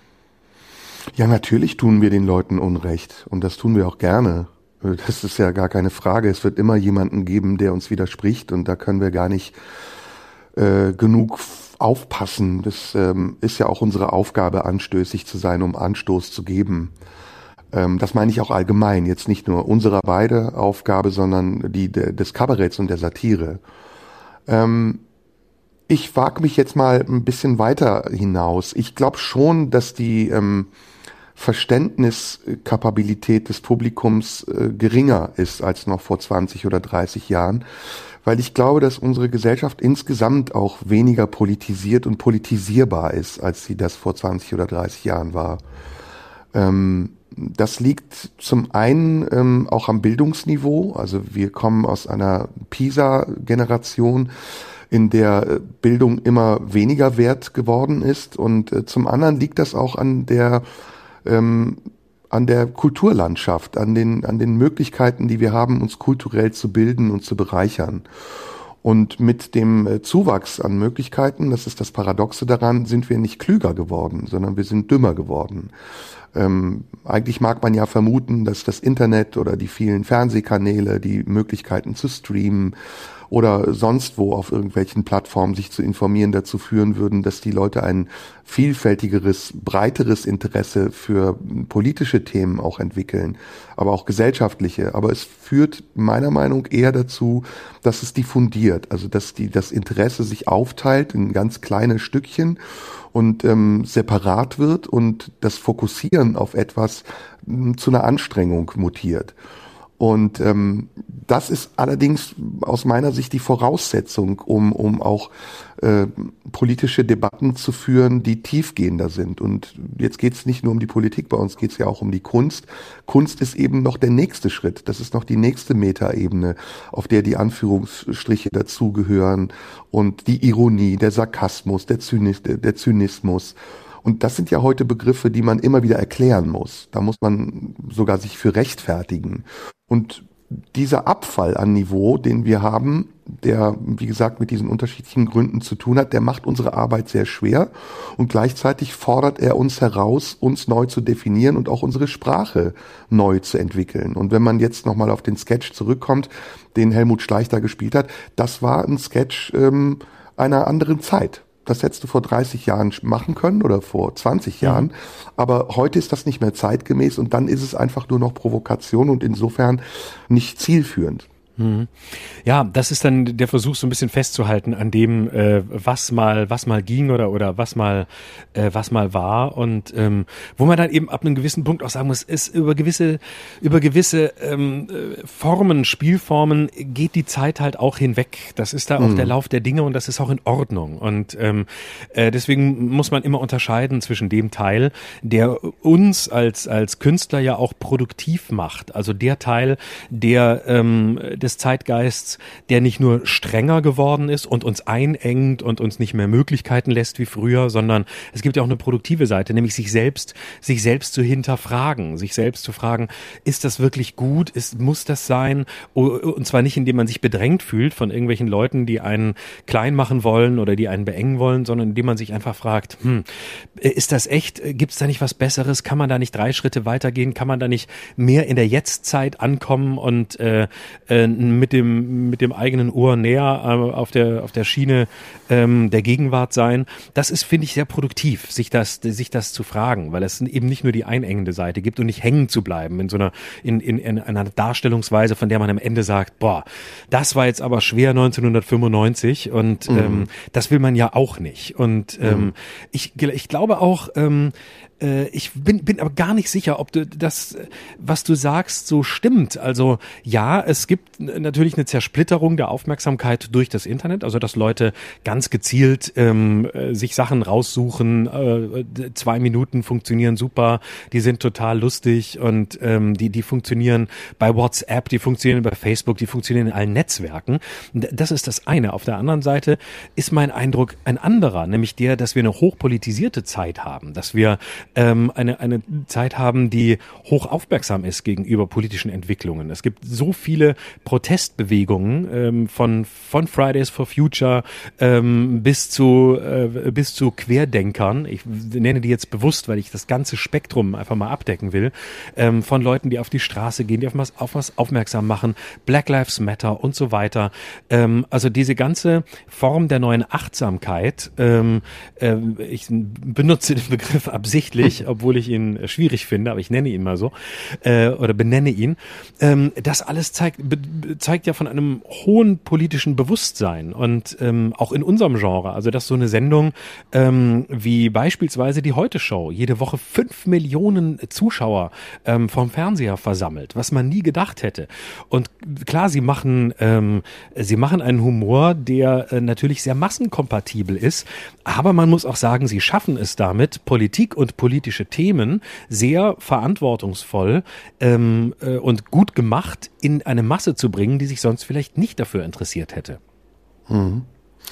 Ja, natürlich tun wir den Leuten Unrecht und das tun wir auch gerne. Das ist ja gar keine Frage. Es wird immer jemanden geben, der uns widerspricht und da können wir gar nicht Äh, genug aufpassen. Das ähm, ist ja auch unsere Aufgabe, anstößig zu sein, um Anstoß zu geben. Ähm, das meine ich auch allgemein, jetzt nicht nur unsere beide Aufgabe, sondern die de, des Kabaretts und der Satire. Ähm, ich wage mich jetzt mal ein bisschen weiter hinaus. Ich glaube schon, dass die ähm, Verständniskapabilität des Publikums äh, geringer ist als noch vor zwanzig oder dreißig Jahren. Weil ich glaube, dass unsere Gesellschaft insgesamt auch weniger politisiert und politisierbar ist, als sie das vor zwanzig oder dreißig Jahren war. Ähm, das liegt zum einen ähm, auch am Bildungsniveau. Also wir kommen aus einer PISA-Generation, in der Bildung immer weniger wert geworden ist. Und äh, zum anderen liegt das auch an der ähm, an der Kulturlandschaft, an den, an den Möglichkeiten, die wir haben, uns kulturell zu bilden und zu bereichern. Und mit dem Zuwachs an Möglichkeiten, das ist das Paradoxe daran, sind wir nicht klüger geworden, sondern wir sind dümmer geworden. Ähm, eigentlich mag man ja vermuten, dass das Internet oder die vielen Fernsehkanäle, die Möglichkeiten zu streamen oder sonst wo auf irgendwelchen Plattformen sich zu informieren, dazu führen würden, dass die Leute ein vielfältigeres, breiteres Interesse für politische Themen auch entwickeln, aber auch gesellschaftliche. Aber es führt meiner Meinung nach eher dazu, dass es diffundiert, also dass die, das Interesse sich aufteilt in ganz kleine Stückchen und ähm, separat wird und das Fokussieren auf etwas m, zu einer Anstrengung mutiert. Und ähm, das ist allerdings aus meiner Sicht die Voraussetzung, um um auch äh, politische Debatten zu führen, die tiefgehender sind. Und jetzt geht es nicht nur um die Politik, bei uns geht es ja auch um die Kunst. Kunst ist eben noch der nächste Schritt. Das ist noch die nächste Metaebene, auf der die Anführungsstriche dazugehören und die Ironie, der Sarkasmus, der, Zynis, der Zynismus. Und das sind ja heute Begriffe, die man immer wieder erklären muss. Da muss man sogar sich für rechtfertigen. Und dieser Abfall an Niveau, den wir haben, der, wie gesagt, mit diesen unterschiedlichen Gründen zu tun hat, der macht unsere Arbeit sehr schwer. Und gleichzeitig fordert er uns heraus, uns neu zu definieren und auch unsere Sprache neu zu entwickeln. Und wenn man jetzt nochmal auf den Sketch zurückkommt, den Helmut Schleich da gespielt hat, das war ein Sketch ähm, einer anderen Zeit. Das hättest du vor dreißig Jahren machen können oder vor zwanzig Jahren. Mhm. Aber heute ist das nicht mehr zeitgemäß und dann ist es einfach nur noch Provokation und insofern nicht zielführend. Ja, das ist dann der Versuch, so ein bisschen festzuhalten an dem, äh, was mal, was mal ging oder oder was mal, äh, was mal war und ähm, wo man dann eben ab einem gewissen Punkt auch sagen muss, ist über gewisse, über gewisse ähm, Formen, Spielformen geht die Zeit halt auch hinweg. Das ist da auch mhm. der Lauf der Dinge und das ist auch in Ordnung. Und ähm, äh, deswegen muss man immer unterscheiden zwischen dem Teil, der uns als als Künstler ja auch produktiv macht, also der Teil, der ähm, des Zeitgeists, der nicht nur strenger geworden ist und uns einengt und uns nicht mehr Möglichkeiten lässt wie früher, sondern es gibt ja auch eine produktive Seite, nämlich sich selbst, sich selbst zu hinterfragen, sich selbst zu fragen, ist das wirklich gut, ist, muss das sein? Und zwar nicht, indem man sich bedrängt fühlt von irgendwelchen Leuten, die einen klein machen wollen oder die einen beengen wollen, sondern indem man sich einfach fragt, hm, ist das echt? Gibt es da nicht was Besseres? Kann man da nicht drei Schritte weitergehen? Kann man da nicht mehr in der Jetztzeit ankommen und äh, äh, mit dem mit dem eigenen Ohr näher äh, auf der auf der Schiene ähm, der Gegenwart sein. Das ist, finde ich, sehr produktiv, sich das sich das zu fragen, weil es eben nicht nur die einengende Seite gibt und nicht hängen zu bleiben in so einer in in, in einer Darstellungsweise, von der man am Ende sagt, boah, das war jetzt aber schwer neunzehnhundertfünfundneunzig und mhm. ähm, das will man ja auch nicht. Und ähm, mhm. ich ich glaube auch ähm, Ich bin, bin aber gar nicht sicher, ob du das, was du sagst, so stimmt. Also ja, es gibt natürlich eine Zersplitterung der Aufmerksamkeit durch das Internet, also dass Leute ganz gezielt ähm, sich Sachen raussuchen, äh, zwei Minuten funktionieren super, die sind total lustig und ähm, die die funktionieren bei WhatsApp, die funktionieren bei Facebook, die funktionieren in allen Netzwerken. Das ist das eine. Auf der anderen Seite ist mein Eindruck ein anderer, nämlich der, dass wir eine hochpolitisierte Zeit haben, dass wir ähm, eine eine Zeit haben, die hoch aufmerksam ist gegenüber politischen Entwicklungen. Es gibt so viele Protestbewegungen ähm, von von Fridays for Future ähm, bis zu äh, bis zu Querdenkern. Ich nenne die jetzt bewusst, weil ich das ganze Spektrum einfach mal abdecken will, ähm, von Leuten, die auf die Straße gehen, die auf was auf was aufmerksam machen, Black Lives Matter und so weiter. Ähm, also diese ganze Form der neuen Achtsamkeit, ähm, äh, ich benutze den Begriff absichtlich, obwohl ich ihn schwierig finde, aber ich nenne ihn mal so, äh, oder benenne ihn. Ähm, das alles zeigt, be- zeigt ja von einem hohen politischen Bewusstsein und ähm, auch in unserem Genre, also dass so eine Sendung ähm, wie beispielsweise die Heute-Show jede Woche fünf Millionen Zuschauer ähm, vom Fernseher versammelt, was man nie gedacht hätte. Und klar, sie machen ähm, sie machen einen Humor, der äh, natürlich sehr massenkompatibel ist, aber man muss auch sagen, sie schaffen es damit, Politik und politische Themen sehr verantwortungsvoll ähm, äh, und gut gemacht in eine Masse zu bringen, die sich sonst vielleicht nicht dafür interessiert hätte. Mhm.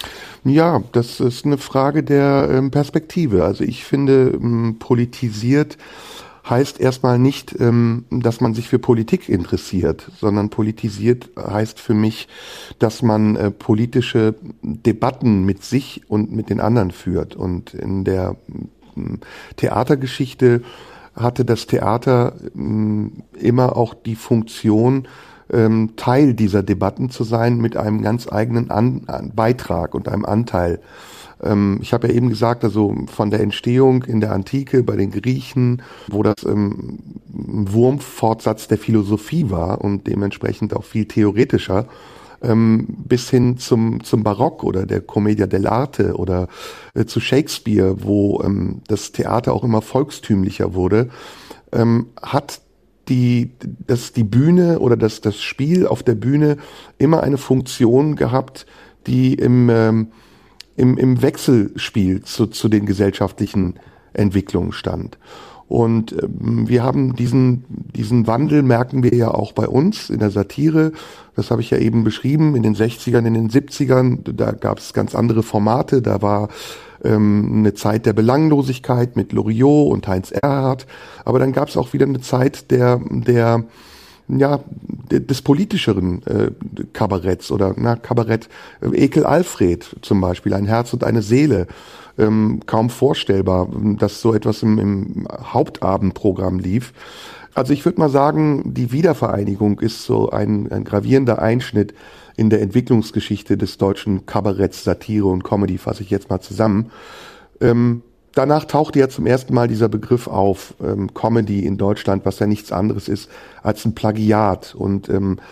Ja, das ist eine Frage der ähm, Perspektive. Also ich finde, ähm, politisiert heißt erstmal nicht, ähm, dass man sich für Politik interessiert, sondern politisiert heißt für mich, dass man äh, politische Debatten mit sich und mit den anderen führt. Und in der ähm, Theatergeschichte hatte das Theater ähm, immer auch die Funktion, ähm, Teil dieser Debatten zu sein mit einem ganz eigenen An- An- Beitrag und einem Anteil. Ähm, ich habe ja eben gesagt, also von der Entstehung in der Antike bei den Griechen, wo das ähm, ein Wurmfortsatz der Philosophie war und dementsprechend auch viel theoretischer, ähm, bis hin zum zum Barock oder der Commedia dell'arte oder äh, zu Shakespeare, wo ähm, das Theater auch immer volkstümlicher wurde, ähm, hat die das die Bühne oder das das Spiel auf der Bühne immer eine Funktion gehabt, die im ähm, im im Wechselspiel zu zu den gesellschaftlichen Entwicklungen stand. Und ähm, wir haben diesen diesen Wandel, merken wir ja auch bei uns in der Satire. Das habe ich ja eben beschrieben, in den sechzigern, in den siebzigern, da gab es ganz andere Formate, da war ähm, eine Zeit der Belanglosigkeit mit Loriot und Heinz Erhardt, aber dann gab es auch wieder eine Zeit der der ja, des politischeren äh, Kabaretts oder na, Kabarett, äh, Ekel Alfred zum Beispiel, ein Herz und eine Seele, ähm, kaum vorstellbar, dass so etwas im, im Hauptabendprogramm lief. Also ich würde mal sagen, die Wiedervereinigung ist so ein, ein gravierender Einschnitt in der Entwicklungsgeschichte des deutschen Kabaretts, Satire und Comedy, fasse ich jetzt mal zusammen. Ähm, Danach tauchte ja zum ersten Mal dieser Begriff auf, ähm, Comedy in Deutschland, was ja nichts anderes ist als ein Plagiat. Und ähm,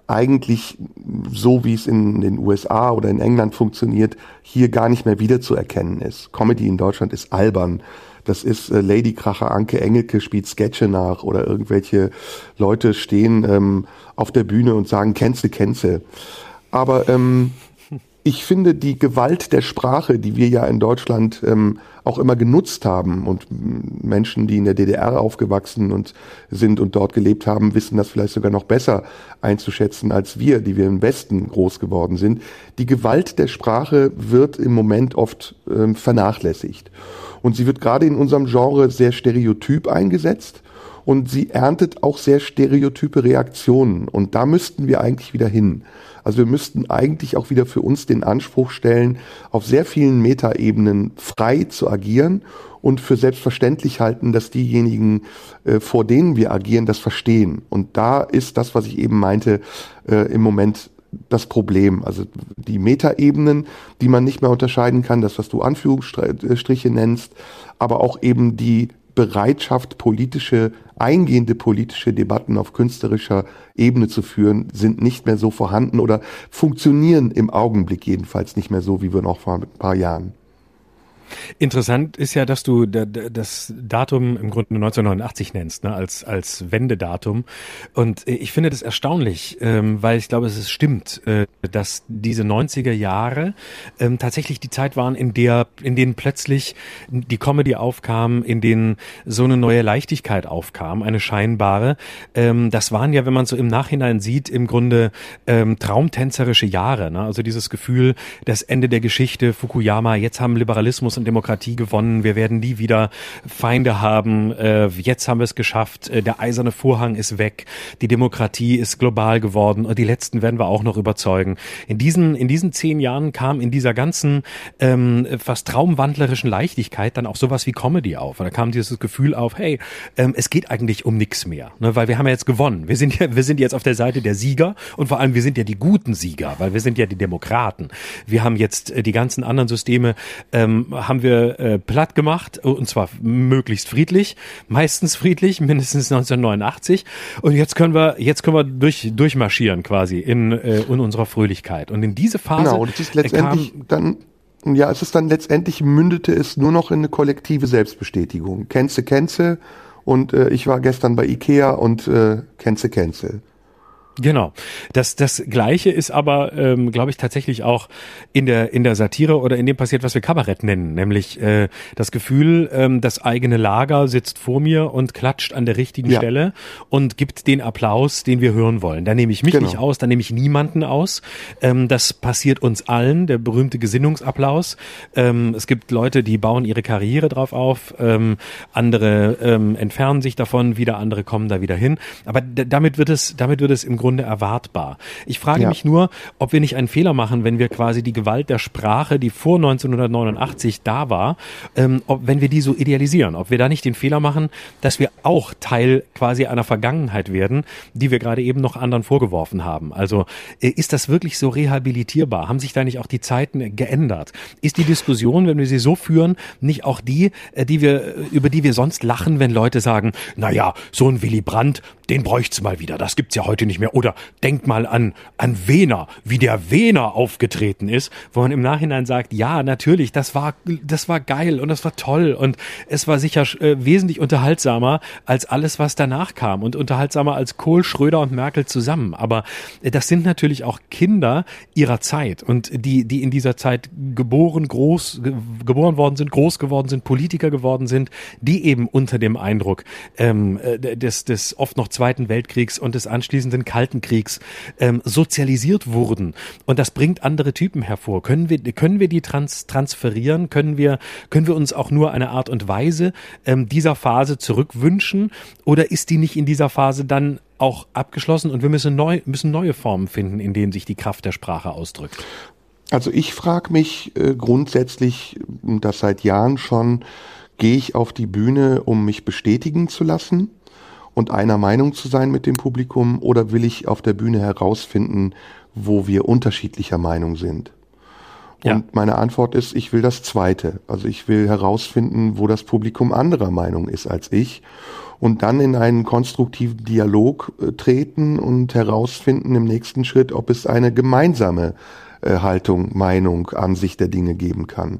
eigentlich so, wie es in den U S A oder in England funktioniert, hier gar nicht mehr wiederzuerkennen ist. Comedy in Deutschland ist albern. Das ist äh, Ladykracher, Anke Engelke spielt Sketche nach oder irgendwelche Leute stehen ähm, auf der Bühne und sagen, kennste, kennste. Aber ähm, ich finde, die Gewalt der Sprache, die wir ja in Deutschland ähm, auch immer genutzt haben und Menschen, die in der D D R aufgewachsen und sind und dort gelebt haben, wissen das vielleicht sogar noch besser einzuschätzen als wir, die wir im Westen groß geworden sind. Die Gewalt der Sprache wird im Moment oft ähm, vernachlässigt. Und sie wird gerade in unserem Genre sehr stereotyp eingesetzt und sie erntet auch sehr stereotype Reaktionen. Und da müssten wir eigentlich wieder hin. Also wir müssten eigentlich auch wieder für uns den Anspruch stellen, auf sehr vielen Metaebenen frei zu agieren und für selbstverständlich halten, dass diejenigen, äh, vor denen wir agieren, das verstehen. Und da ist das, was ich eben meinte, äh, im Moment das Problem. Also die Metaebenen, die man nicht mehr unterscheiden kann, das, was du Anführungsstriche nennst, aber auch eben die Bereitschaft, politische, eingehende politische Debatten auf künstlerischer Ebene zu führen, sind nicht mehr so vorhanden oder funktionieren im Augenblick jedenfalls nicht mehr so, wie wir noch vor ein paar Jahren. Interessant ist ja, dass du das Datum im Grunde neunzehnhundertneunundachtzig nennst, ne, als als Wendedatum. Und ich finde das erstaunlich, ähm, weil ich glaube, es ist stimmt, äh, dass diese neunziger Jahre ähm, tatsächlich die Zeit waren, in der, in denen plötzlich die Comedy aufkam, in denen so eine neue Leichtigkeit aufkam, eine scheinbare. Ähm, das waren ja, wenn man so im Nachhinein sieht, im Grunde ähm, traumtänzerische Jahre. Ne? Also dieses Gefühl, das Ende der Geschichte, Fukuyama, jetzt haben Liberalismus und Demokratie gewonnen, wir werden nie wieder Feinde haben, äh, jetzt haben wir es geschafft, äh, der eiserne Vorhang ist weg, die Demokratie ist global geworden und die Letzten werden wir auch noch überzeugen. In diesen, in diesen zehn Jahren kam in dieser ganzen ähm, fast traumwandlerischen Leichtigkeit dann auch sowas wie Comedy auf. Und da kam dieses Gefühl auf, hey, ähm, es geht eigentlich um nichts mehr, ne? Weil wir haben ja jetzt gewonnen. Wir sind ja, wir sind jetzt auf der Seite der Sieger und vor allem wir sind ja die guten Sieger, weil wir sind ja die Demokraten. Wir haben jetzt äh, die ganzen anderen Systeme ähm, haben wir äh, platt gemacht, und zwar möglichst friedlich, meistens friedlich, mindestens neunzehnhundertneunundachtzig. Und jetzt können wir, jetzt können wir durch, durchmarschieren quasi in, äh, in unserer Fröhlichkeit. Und in diese Phase genau, und es ist letztendlich kam, dann, ja, es ist dann letztendlich mündete es nur noch in eine kollektive Selbstbestätigung. Kennste, kennste, und äh, ich war gestern bei Ikea und äh, kennste, kennste. Genau. Das das Gleiche ist aber, ähm, glaube ich, tatsächlich auch in der in der Satire oder in dem passiert, was wir Kabarett nennen, nämlich äh, das Gefühl, ähm, das eigene Lager sitzt vor mir und klatscht an der richtigen ja. Stelle und gibt den Applaus, den wir hören wollen. Da nehme ich mich genau. nicht aus, da nehme ich niemanden aus. Ähm, das passiert uns allen, der berühmte Gesinnungsapplaus. Ähm, es gibt Leute, die bauen ihre Karriere drauf auf, ähm, andere ähm, entfernen sich davon, wieder andere kommen da wieder hin. Aber d- damit wird es damit wird es im Grunde erwartbar. Ich frage ja. mich nur, ob wir nicht einen Fehler machen, wenn wir quasi die Gewalt der Sprache, die vor neunzehnhundertneunundachtzig da war, ähm, ob, wenn wir die so idealisieren, ob wir da nicht den Fehler machen, dass wir auch Teil quasi einer Vergangenheit werden, die wir gerade eben noch anderen vorgeworfen haben. Also äh, ist das wirklich so rehabilitierbar? Haben sich da nicht auch die Zeiten geändert? Ist die Diskussion, wenn wir sie so führen, nicht auch die, äh, die wir, über die wir sonst lachen, wenn Leute sagen, naja, so ein Willy Brandt, den bräucht's mal wieder, das gibt's ja heute nicht mehr. Oder denkt mal an, an Wehner, wie der Wehner aufgetreten ist, wo man im Nachhinein sagt, ja, natürlich, das war, das war geil und das war toll und es war sicher äh, wesentlich unterhaltsamer als alles, was danach kam und unterhaltsamer als Kohl, Schröder und Merkel zusammen. Aber äh, das sind natürlich auch Kinder ihrer Zeit und die, die in dieser Zeit geboren, groß, ge- geboren worden sind, groß geworden sind, Politiker geworden sind, die eben unter dem Eindruck ähm, des, des oft noch Zweiten Weltkriegs und des anschließenden Kalten Kriegs ähm, sozialisiert wurden. Und das bringt andere Typen hervor. Können wir, können wir die trans- transferieren? Können wir, können wir uns auch nur eine Art und Weise ähm, dieser Phase zurückwünschen? Oder ist die nicht in dieser Phase dann auch abgeschlossen und wir müssen, neu, müssen neue Formen finden, in denen sich die Kraft der Sprache ausdrückt? Also ich frage mich äh, grundsätzlich, und das seit Jahren schon, gehe ich auf die Bühne, um mich bestätigen zu lassen und einer Meinung zu sein mit dem Publikum, oder will ich auf der Bühne herausfinden, wo wir unterschiedlicher Meinung sind? Und ja. meine Antwort ist, ich will das Zweite. Also ich will herausfinden, wo das Publikum anderer Meinung ist als ich. und dann in einen konstruktiven Dialog äh, treten und herausfinden im nächsten Schritt, ob es eine gemeinsame äh, Haltung, Meinung, Ansicht der Dinge geben kann.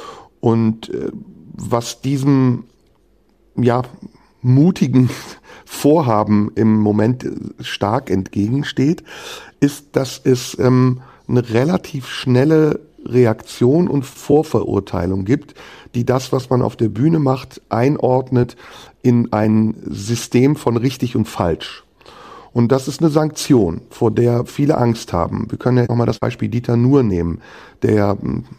Und äh, was diesem ja mutigen Vorhaben im Moment stark entgegensteht, ist, dass es ähm, eine relativ schnelle Reaktion und Vorverurteilung gibt, die das, was man auf der Bühne macht, einordnet in ein System von richtig und falsch. Und das ist eine Sanktion, vor der viele Angst haben. Wir können ja nochmal das Beispiel Dieter Nuhr nehmen, der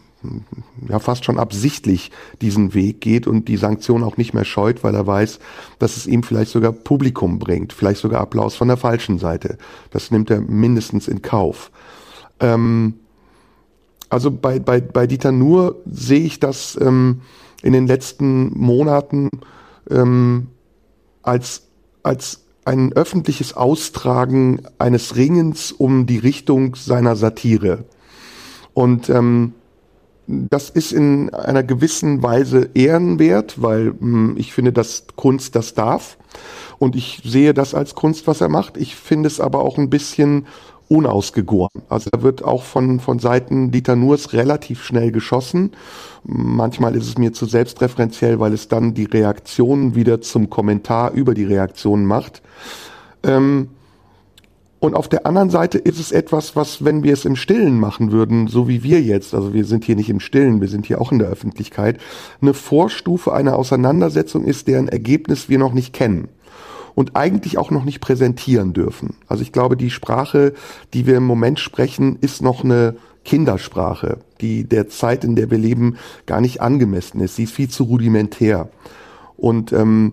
ja fast schon absichtlich diesen Weg geht und die Sanktion auch nicht mehr scheut, weil er weiß, dass es ihm vielleicht sogar Publikum bringt, vielleicht sogar Applaus von der falschen Seite. Das nimmt er mindestens in Kauf. Ähm, also bei, bei, bei Dieter Nuhr sehe ich das ähm, in den letzten Monaten ähm, als, als ein öffentliches Austragen eines Ringens um die Richtung seiner Satire. Und ähm, das ist in einer gewissen Weise ehrenwert, weil mh, ich finde, dass Kunst das darf. Und ich sehe das als Kunst, was er macht. Ich finde es aber auch ein bisschen unausgegoren. Also er wird auch von, von Seiten Dieter Nuhrs relativ schnell geschossen. Manchmal ist es mir zu selbstreferenziell, weil es dann die Reaktionen wieder zum Kommentar über die Reaktionen macht. Ähm, Und auf der anderen Seite ist es etwas, was, wenn wir es im Stillen machen würden, so wie wir jetzt, also wir sind hier nicht im Stillen, wir sind hier auch in der Öffentlichkeit, eine Vorstufe einer Auseinandersetzung ist, deren Ergebnis wir noch nicht kennen und eigentlich auch noch nicht präsentieren dürfen. Also ich glaube, die Sprache, die wir im Moment sprechen, ist noch eine Kindersprache, die der Zeit, in der wir leben, gar nicht angemessen ist. Sie ist viel zu rudimentär. Und ähm,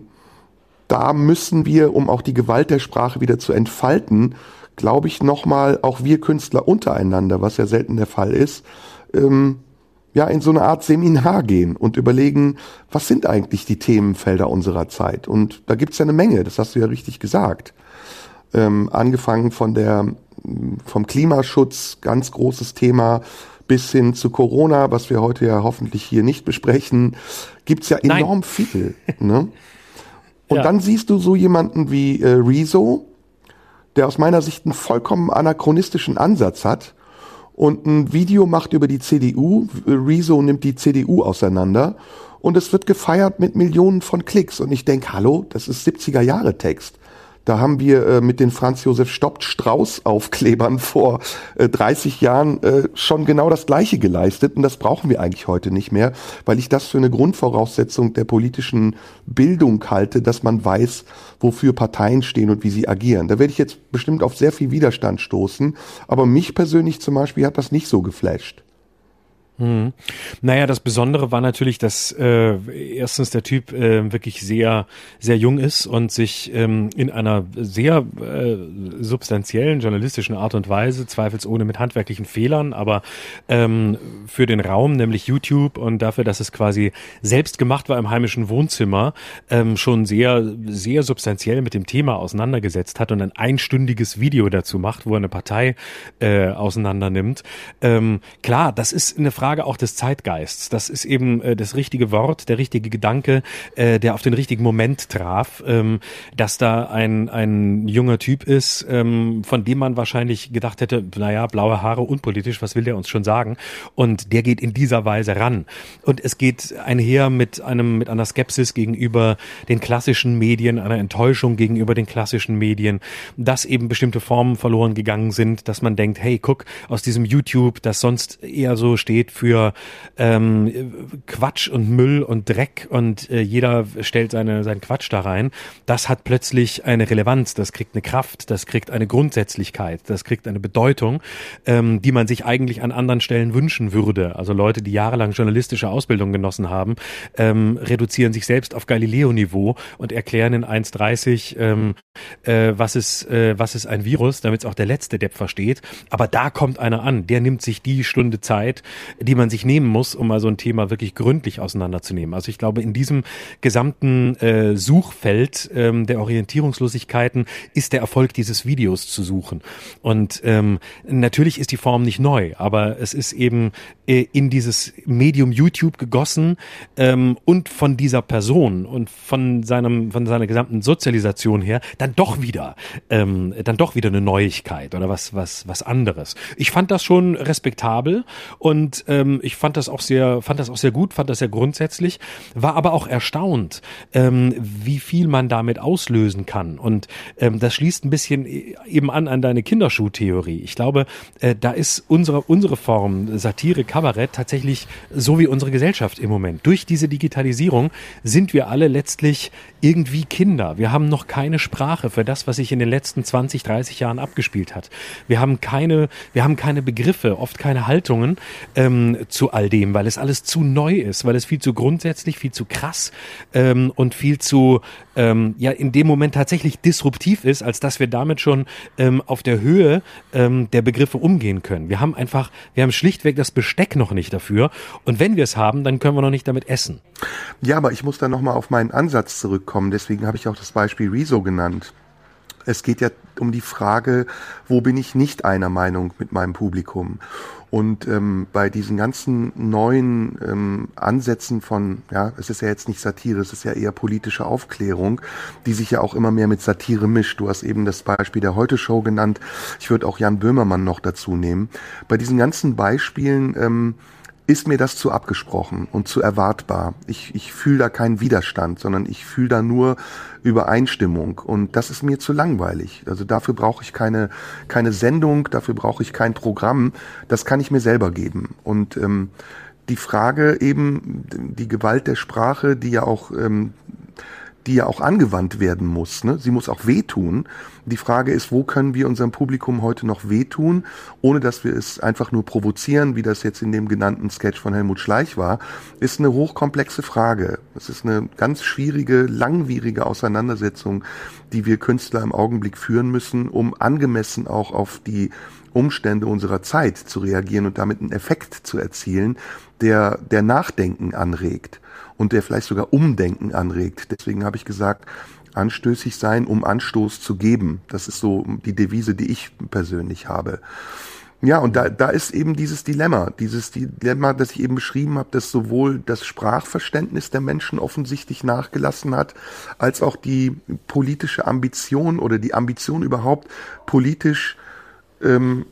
da müssen wir, um auch die Gewalt der Sprache wieder zu entfalten, glaube ich, nochmal auch wir Künstler untereinander, was ja selten der Fall ist, ähm, ja, in so eine Art Seminar gehen und überlegen, was sind eigentlich die Themenfelder unserer Zeit? Und da gibt's ja eine Menge, das hast du ja richtig gesagt. Ähm, angefangen von der, vom Klimaschutz, ganz großes Thema, bis hin zu Corona, was wir heute ja hoffentlich hier nicht besprechen, gibt's ja enorm Nein. viel, ne? Und ja. Dann siehst du so jemanden wie äh, Rezo, der aus meiner Sicht einen vollkommen anachronistischen Ansatz hat und ein Video macht über die C D U. Rezo nimmt die C D U auseinander und es wird gefeiert mit Millionen von Klicks. Und ich denke, hallo, das ist siebziger-Jahre-Text. Da haben wir äh, mit den Franz Josef Stoppt Strauß Aufklebern vor äh, dreißig Jahren äh, schon genau das Gleiche geleistet. Und das brauchen wir eigentlich heute nicht mehr, weil ich das für eine Grundvoraussetzung der politischen Bildung halte, dass man weiß, wofür Parteien stehen und wie sie agieren. Da werde ich jetzt bestimmt auf sehr viel Widerstand stoßen. Aber mich persönlich zum Beispiel hat das nicht so geflasht. Hm. Naja, das Besondere war natürlich, dass äh, erstens der Typ äh, wirklich sehr, sehr jung ist und sich ähm, in einer sehr äh, substanziellen journalistischen Art und Weise, zweifelsohne mit handwerklichen Fehlern, aber ähm, für den Raum, nämlich YouTube und dafür, dass es quasi selbst gemacht war im heimischen Wohnzimmer, ähm, schon sehr, sehr substanziell mit dem Thema auseinandergesetzt hat und ein einstündiges Video dazu macht, wo er eine Partei äh, auseinander nimmt. Ähm, klar, das ist eine Frage Frage auch des Zeitgeists. Das ist eben äh, das richtige Wort, der richtige Gedanke, äh, der auf den richtigen Moment traf, ähm, dass da ein ein junger Typ ist, ähm, von dem man wahrscheinlich gedacht hätte, naja, blaue Haare, unpolitisch, was will der uns schon sagen? Und der geht in dieser Weise ran. Und es geht einher mit einem mit einer Skepsis gegenüber den klassischen Medien, einer Enttäuschung gegenüber den klassischen Medien, dass eben bestimmte Formen verloren gegangen sind, dass man denkt, hey, guck, aus diesem YouTube, das sonst eher so steht für ähm, Quatsch und Müll und Dreck und äh, jeder stellt seine seinen Quatsch da rein. Das hat plötzlich eine Relevanz, das kriegt eine Kraft, das kriegt eine Grundsätzlichkeit, das kriegt eine Bedeutung, ähm, die man sich eigentlich an anderen Stellen wünschen würde. Also Leute, die jahrelang journalistische Ausbildung genossen haben, ähm, reduzieren sich selbst auf Galileo-Niveau und erklären in eins dreißig, ähm, äh, was ist äh, was ist ein Virus, damit es auch der letzte Depp versteht. Aber da kommt einer an, der nimmt sich die Stunde Zeit, die man sich nehmen muss, um mal so ein Thema wirklich gründlich auseinanderzunehmen. Also ich glaube, in diesem gesamten äh, Suchfeld ähm, der Orientierungslosigkeiten ist der Erfolg dieses Videos zu suchen. Und ähm, natürlich ist die Form nicht neu, aber es ist eben äh, in dieses Medium YouTube gegossen ähm, und von dieser Person und von seinem von seiner gesamten Sozialisation her dann doch wieder ähm, dann doch wieder eine Neuigkeit oder was was was anderes. Ich fand das schon respektabel und ähm, ich fand das auch sehr fand das auch sehr gut, fand das sehr grundsätzlich, war aber auch erstaunt, ähm, wie viel man damit auslösen kann. Und ähm, das schließt ein bisschen eben an an deine Kinderschuhtheorie. Ich glaube, äh, da ist unsere unsere Form Satire, Kabarett tatsächlich so wie unsere Gesellschaft im Moment. Durch diese Digitalisierung sind wir alle letztlich irgendwie Kinder. Wir haben noch keine Sprache für das, was sich in den letzten zwanzig, dreißig Jahren abgespielt hat. Wir haben keine, wir haben keine Begriffe, oft keine Haltungen ähm, zu all dem, weil es alles zu neu ist, weil es viel zu grundsätzlich, viel zu krass ähm, und viel zu ähm, ja in dem Moment tatsächlich disruptiv ist, als dass wir damit schon ähm, auf der Höhe ähm, der Begriffe umgehen können. Wir haben einfach, wir haben schlichtweg das Besteck noch nicht dafür und wenn wir es haben, dann können wir noch nicht damit essen. Ja, aber ich muss da nochmal auf meinen Ansatz zurückkommen, deswegen habe ich auch das Beispiel Rezo genannt. Es geht ja um die Frage, wo bin ich nicht einer Meinung mit meinem Publikum? Und ähm, bei diesen ganzen neuen ähm, Ansätzen von, ja, es ist ja jetzt nicht Satire, es ist ja eher politische Aufklärung, die sich ja auch immer mehr mit Satire mischt. Du hast eben das Beispiel der Heute-Show genannt. Ich würde auch Jan Böhmermann noch dazu nehmen. Bei diesen ganzen Beispielen ähm, ist mir das zu abgesprochen und zu erwartbar. Ich, ich fühle da keinen Widerstand, sondern ich fühle da nur Übereinstimmung und das ist mir zu langweilig. Also dafür brauche ich keine keine Sendung, dafür brauche ich kein Programm. Das kann ich mir selber geben. Und ähm, die Frage eben, die Gewalt der Sprache, die ja auch ähm, die ja auch angewandt werden muss. Ne? Sie muss auch wehtun. Die Frage ist, wo können wir unserem Publikum heute noch wehtun, ohne dass wir es einfach nur provozieren, wie das jetzt in dem genannten Sketch von Helmut Schleich war, ist eine hochkomplexe Frage. Es ist eine ganz schwierige, langwierige Auseinandersetzung, die wir Künstler im Augenblick führen müssen, um angemessen auch auf die Umstände unserer Zeit zu reagieren und damit einen Effekt zu erzielen, der, der Nachdenken anregt. Und der vielleicht sogar Umdenken anregt. Deswegen habe ich gesagt, anstößig sein, um Anstoß zu geben. Das ist so die Devise, die ich persönlich habe. Ja, und da, da ist eben dieses Dilemma, dieses Dilemma, das ich eben beschrieben habe, dass sowohl das Sprachverständnis der Menschen offensichtlich nachgelassen hat, als auch die politische Ambition oder die Ambition überhaupt politisch ähm,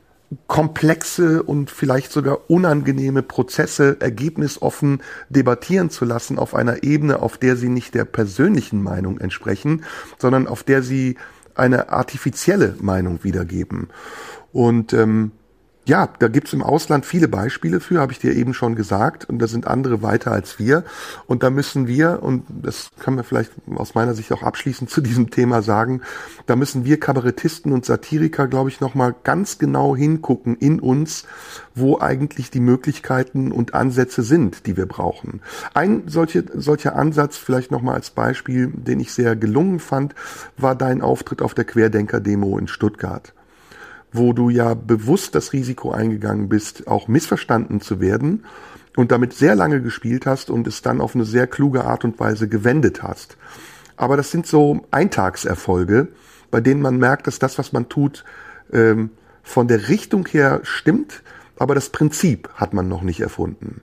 komplexe und vielleicht sogar unangenehme Prozesse ergebnisoffen debattieren zu lassen auf einer Ebene, auf der sie nicht der persönlichen Meinung entsprechen, sondern auf der sie eine artifizielle Meinung wiedergeben. Und ähm, ja, da gibt's im Ausland viele Beispiele für, habe ich dir eben schon gesagt, und da sind andere weiter als wir. Und da müssen wir, und das kann man vielleicht aus meiner Sicht auch abschließend zu diesem Thema sagen, da müssen wir Kabarettisten und Satiriker, glaube ich, nochmal ganz genau hingucken in uns, wo eigentlich die Möglichkeiten und Ansätze sind, die wir brauchen. Ein solche, solcher Ansatz, vielleicht nochmal als Beispiel, den ich sehr gelungen fand, war dein Auftritt auf der Querdenker-Demo in Stuttgart, wo du ja bewusst das Risiko eingegangen bist, auch missverstanden zu werden und damit sehr lange gespielt hast und es dann auf eine sehr kluge Art und Weise gewendet hast. Aber das sind so Eintagserfolge, bei denen man merkt, dass das, was man tut, ähm, von der Richtung her stimmt, aber das Prinzip hat man noch nicht erfunden.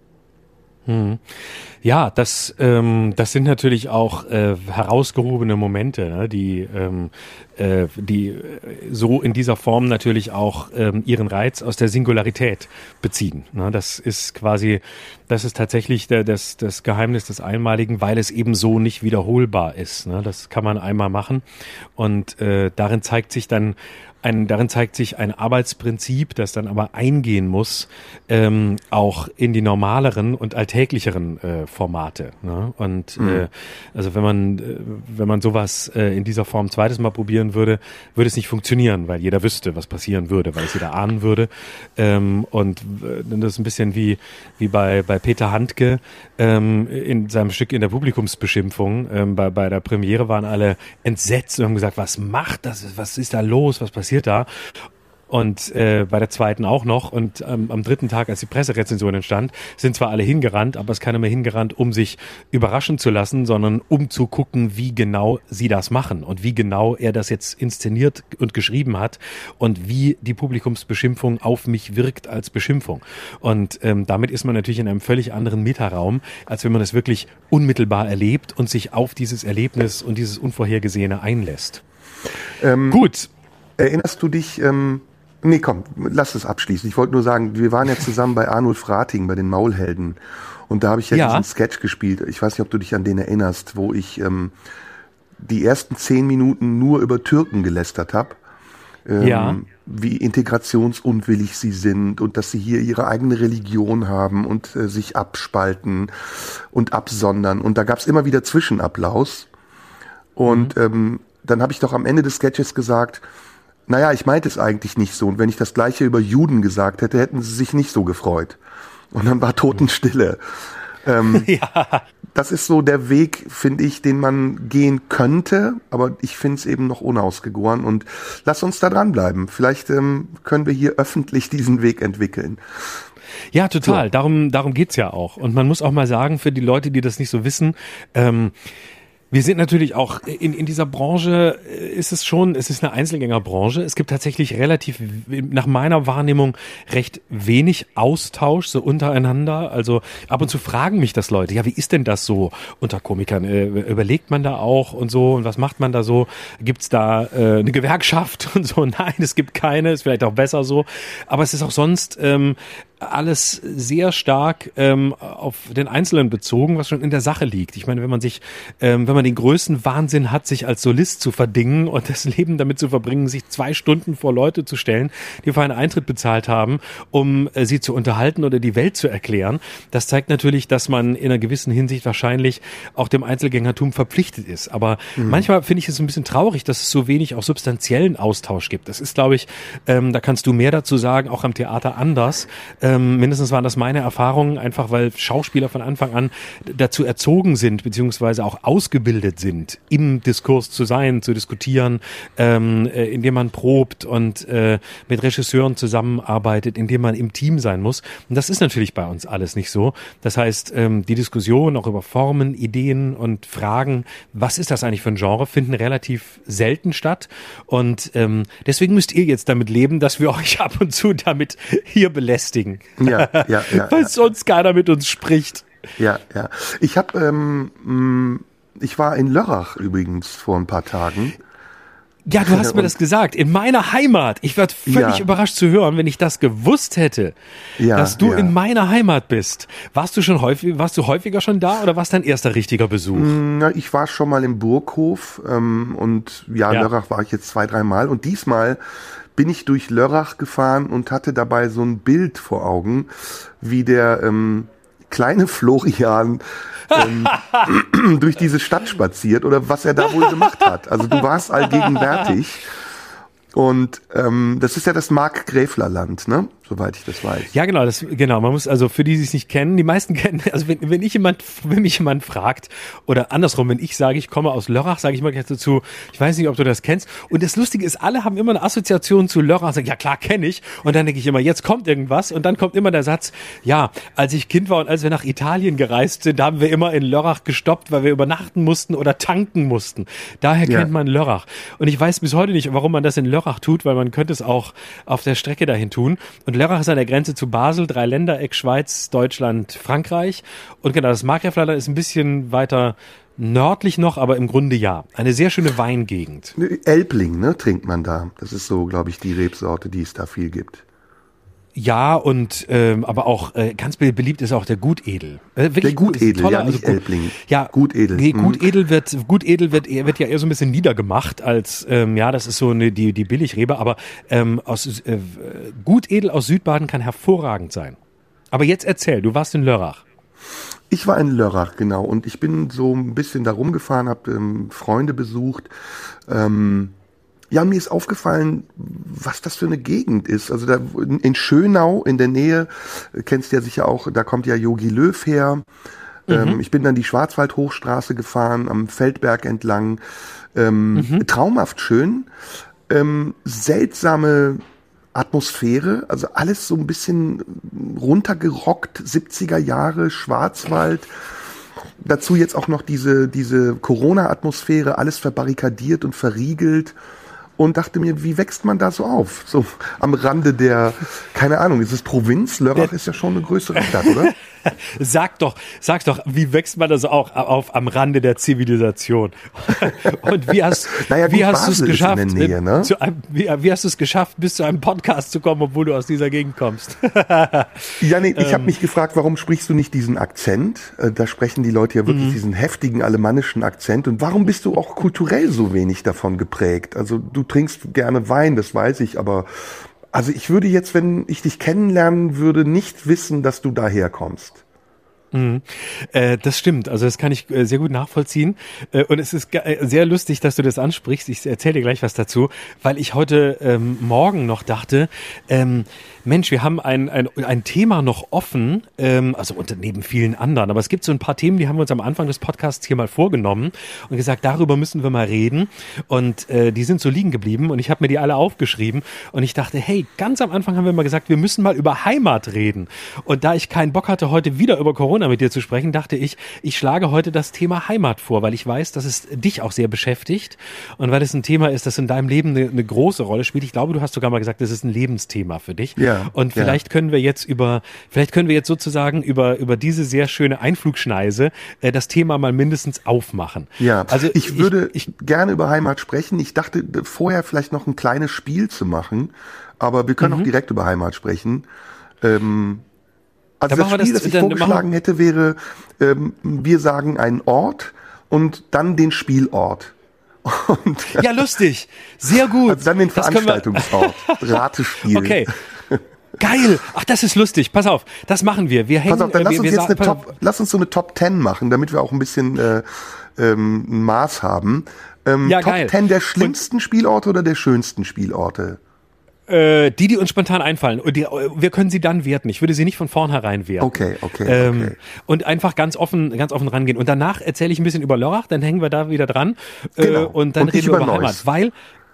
Hm. Ja, das ähm, das sind natürlich auch äh, herausgehobene Momente, ne, die ähm, äh, die so in dieser Form natürlich auch ähm, ihren Reiz aus der Singularität beziehen. Ne, das ist quasi, das ist tatsächlich der, das das Geheimnis des Einmaligen, weil es eben so nicht wiederholbar ist. Ne, das kann man einmal machen und äh, darin zeigt sich dann Ein, darin zeigt sich ein Arbeitsprinzip, das dann aber eingehen muss, ähm, auch in die normaleren und alltäglicheren äh, Formate. Ne? Und mhm. äh, also wenn man äh, wenn man sowas äh, in dieser Form zweites Mal probieren würde, würde es nicht funktionieren, weil jeder wüsste, was passieren würde, weil es jeder ahnen würde. Ähm, und äh, das ist ein bisschen wie wie bei bei Peter Handke ähm, in seinem Stück in der Publikumsbeschimpfung. Ähm, bei bei der Premiere waren alle entsetzt und haben gesagt, was macht das? Was ist da los? Was passiert da? und äh, bei der zweiten auch noch. Und ähm, am dritten Tag, als die Presserezension entstand, sind zwar alle hingerannt, aber es ist keiner mehr hingerannt, um sich überraschen zu lassen, sondern um zu gucken, wie genau sie das machen und wie genau er das jetzt inszeniert und geschrieben hat und wie die Publikumsbeschimpfung auf mich wirkt als Beschimpfung. Und ähm, damit ist man natürlich in einem völlig anderen Metaraum, als wenn man es wirklich unmittelbar erlebt und sich auf dieses Erlebnis und dieses Unvorhergesehene einlässt. Ähm, Gut. Erinnerst du dich, ähm, nee komm, lass es abschließen. Ich wollte nur sagen, wir waren ja zusammen bei Arnulf Rating, bei den Maulhelden. Und da habe ich ja, ja diesen Sketch gespielt. Ich weiß nicht, ob du dich an den erinnerst, wo ich ähm, die ersten zehn Minuten nur über Türken gelästert habe. Ähm, ja. Wie integrationsunwillig sie sind und dass sie hier ihre eigene Religion haben und äh, sich abspalten und absondern. Und da gab es immer wieder Zwischenapplaus. Und mhm. ähm, dann habe ich doch am Ende des Sketches gesagt, naja, ich meinte es eigentlich nicht so. Und wenn ich das Gleiche über Juden gesagt hätte, hätten sie sich nicht so gefreut. Und dann war Totenstille. Ähm, ja. Das ist so der Weg, finde ich, den man gehen könnte. Aber ich finde es eben noch unausgegoren. Und lass uns da dranbleiben. Vielleicht ähm, können wir hier öffentlich diesen Weg entwickeln. Ja, total. So. Darum, darum geht's ja auch. Und man muss auch mal sagen, für die Leute, die das nicht so wissen, ähm, wir sind natürlich auch in, in dieser Branche, ist es schon, es ist eine Einzelgängerbranche. Es gibt tatsächlich relativ, nach meiner Wahrnehmung, recht wenig Austausch so untereinander. Also ab und zu fragen mich das Leute, ja, wie ist denn das so unter Komikern? Äh, überlegt man da auch und so und was macht man da so? Gibt's da äh, eine Gewerkschaft und so? Nein, es gibt keine, ist vielleicht auch besser so. Aber es ist auch sonst ähm, alles sehr stark ähm, auf den Einzelnen bezogen, was schon in der Sache liegt. Ich meine, wenn man sich, ähm, wenn man den größten Wahnsinn hat, sich als Solist zu verdingen und das Leben damit zu verbringen, sich zwei Stunden vor Leute zu stellen, die für einen Eintritt bezahlt haben, um äh, sie zu unterhalten oder die Welt zu erklären, das zeigt natürlich, dass man in einer gewissen Hinsicht wahrscheinlich auch dem Einzelgängertum verpflichtet ist. Aber mhm. manchmal finde ich es ein bisschen traurig, dass es so wenig auch substanziellen Austausch gibt. Das ist, glaube ich, ähm, da kannst du mehr dazu sagen, auch am Theater anders. Ähm, mindestens waren das meine Erfahrungen, einfach weil Schauspieler von Anfang an dazu erzogen sind, beziehungsweise auch ausgebildet sind, im Diskurs zu sein, zu diskutieren, ähm, äh, indem man probt und äh, mit Regisseuren zusammenarbeitet, indem man im Team sein muss. Und das ist natürlich bei uns alles nicht so. Das heißt, ähm, die Diskussion auch über Formen, Ideen und Fragen, was ist das eigentlich für ein Genre, finden relativ selten statt. Und ähm, deswegen müsst ihr jetzt damit leben, dass wir euch ab und zu damit hier belästigen. Ja, ja, ja. Weil ja. sonst keiner mit uns spricht. Ja, ja. Ich habe, ähm, ich war in Lörrach übrigens vor ein paar Tagen. Ja, du hast mir das gesagt. In meiner Heimat. Ich werde völlig ja. überrascht zu hören, wenn ich das gewusst hätte, ja, dass du ja. in meiner Heimat bist. Warst du schon häufig, warst du häufiger schon da oder war es dein erster richtiger Besuch? Na, ich war schon mal im Burghof ähm, und ja, ja, Lörrach war ich jetzt zwei, drei Mal und diesmal bin ich durch Lörrach gefahren und hatte dabei so ein Bild vor Augen, wie der ähm, kleine Florian ähm, durch diese Stadt spaziert oder was er da wohl gemacht hat. Also du warst allgegenwärtig. Und ähm, das ist ja das Markgräflerland, ne? Soweit ich das weiß. Ja, genau, das, genau. Man muss also für die, die es nicht kennen, die meisten kennen, also wenn, wenn ich jemand, wenn mich jemand fragt oder andersrum, wenn ich sage, ich komme aus Lörrach, sage ich mal gleich dazu, ich weiß nicht, ob du das kennst. Und das Lustige ist, alle haben immer eine Assoziation zu Lörrach, sagen, ja klar, kenne ich. Und dann denke ich immer, jetzt kommt irgendwas. Und dann kommt immer der Satz, ja, als ich Kind war und als wir nach Italien gereist sind, da haben wir immer in Lörrach gestoppt, weil wir übernachten mussten oder tanken mussten. Daher ja. kennt man Lörrach. Und ich weiß bis heute nicht, warum man das in Lörrach tut, weil man könnte es auch auf der Strecke dahin tun. Und Lörrach ist an der Grenze zu Basel, Dreiländereck, Schweiz, Deutschland, Frankreich. Und genau, das Markgräflerland ist ein bisschen weiter nördlich noch, aber im Grunde ja. Eine sehr schöne Weingegend. Elbling, ne, trinkt man da. Das ist so, glaube ich, die Rebsorte, die es da viel gibt. Ja, und ähm, aber auch äh, ganz beliebt ist auch der Gutedel. Äh, der Gutedel, toller, ja, nicht also, Elbling. Ja, Gutedel. Nee, Gutedel wird Gutedel wird wird ja eher so ein bisschen niedergemacht als ähm, ja, das ist so eine die die Billigrebe, aber ähm, aus äh, Gutedel aus Südbaden kann hervorragend sein. Aber jetzt erzähl, du warst in Lörrach. Ich war in Lörrach, genau, und ich bin so ein bisschen da rumgefahren, habe ähm, Freunde besucht. Ähm, Ja, mir ist aufgefallen, was das für eine Gegend ist. Also da in Schönau in der Nähe, kennst du ja sicher auch, da kommt ja Jogi Löw her. Mhm. Ähm, ich bin dann die Schwarzwald-Hochstraße gefahren, am Feldberg entlang. Ähm, mhm. Traumhaft schön. Ähm, seltsame Atmosphäre, also alles so ein bisschen runtergerockt, siebziger Jahre, Schwarzwald. Dazu jetzt auch noch diese, diese Corona-Atmosphäre, alles verbarrikadiert und verriegelt. Und dachte mir, wie wächst man da so auf? So am Rande der, keine Ahnung, ist es Provinz? Lörrach ist ja schon eine größere Stadt, oder? Sag doch, sag doch, wie wächst man das auch auf am Rande der Zivilisation? Und wie hast, naja, wie gut, hast du es geschafft, in der Nähe, ne? zu einem, wie, wie hast du es geschafft, bis zu einem Podcast zu kommen, obwohl du aus dieser Gegend kommst? Ja, nee, ich ähm. habe mich gefragt, warum sprichst du nicht diesen Akzent? Da sprechen die Leute ja wirklich mhm. diesen heftigen alemannischen Akzent. Und warum bist du auch kulturell so wenig davon geprägt? Also du trinkst gerne Wein, das weiß ich, aber also ich würde jetzt, wenn ich dich kennenlernen würde, nicht wissen, dass du daher kommst. Mhm. Äh, das stimmt, also das kann ich äh, sehr gut nachvollziehen äh, und es ist äh, sehr lustig, dass du das ansprichst. Ich erzähle dir gleich was dazu, weil ich heute ähm, Morgen noch dachte, ähm, Mensch, wir haben ein, ein, ein Thema noch offen, ähm, also unter, neben vielen anderen, aber es gibt so ein paar Themen, die haben wir uns am Anfang des Podcasts hier mal vorgenommen und gesagt, darüber müssen wir mal reden und äh, die sind so liegen geblieben und ich habe mir die alle aufgeschrieben und ich dachte, hey, ganz am Anfang haben wir mal gesagt, wir müssen mal über Heimat reden und da ich keinen Bock hatte, heute wieder über Corona mit dir zu sprechen, dachte ich, ich schlage heute das Thema Heimat vor, weil ich weiß, dass es dich auch sehr beschäftigt und weil es ein Thema ist, das in deinem Leben eine, eine große Rolle spielt. Ich glaube, du hast sogar mal gesagt, das ist ein Lebensthema für dich. Ja. Und vielleicht ja. können wir jetzt über, vielleicht können wir jetzt sozusagen über über diese sehr schöne Einflugschneise äh, das Thema mal mindestens aufmachen. Ja, also ich, ich würde ich, gerne über Heimat sprechen. Ich dachte vorher vielleicht noch ein kleines Spiel zu machen, aber wir können mhm. auch direkt über Heimat sprechen. Ähm, also das Spiel, das, das ich vorgeschlagen hätte, wäre, ähm, wir sagen einen Ort und dann den Spielort. Und, ja, lustig. Sehr gut. Also dann den Veranstaltungsort. Ratespiel. Okay. Geil. Ach, das ist lustig. Pass auf, das machen wir. Wir hängen, Pass auf, dann äh, lass wir, uns wir jetzt eine Top, lass uns so eine Top Ten machen, damit wir auch ein bisschen äh, ähm, ein Maß haben. Ähm, ja, Top geil. Ten der schlimmsten Und, Spielorte oder der schönsten Spielorte? Äh, die, die uns spontan einfallen. Und die, wir können sie dann werten. Ich würde sie nicht von vornherein werten. Okay, okay, ähm, okay. Und einfach ganz offen, ganz offen rangehen. Und danach erzähle ich ein bisschen über Lörrach, dann hängen wir da wieder dran. Genau. Äh, und dann und reden wir über Neuss. Heimat. Weil,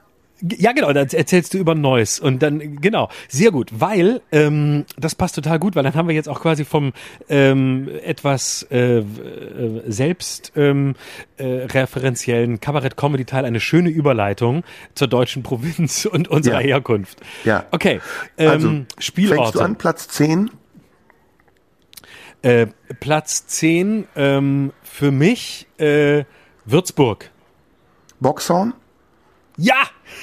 ja genau, dann erzählst du über Neuss. Und dann, genau, sehr gut. Weil, ähm, das passt total gut, weil dann haben wir jetzt auch quasi vom ähm, etwas äh, äh, selbst ähm, äh, referenziellen Kabarett-Comedy-Teil eine schöne Überleitung zur deutschen Provinz und unserer ja. Herkunft. Ja. Okay, ähm, also, Spielorte. Fängst du an, Platz zehn? Äh, Platz zehn ähm, für mich äh, Würzburg. Boxhorn? Ja!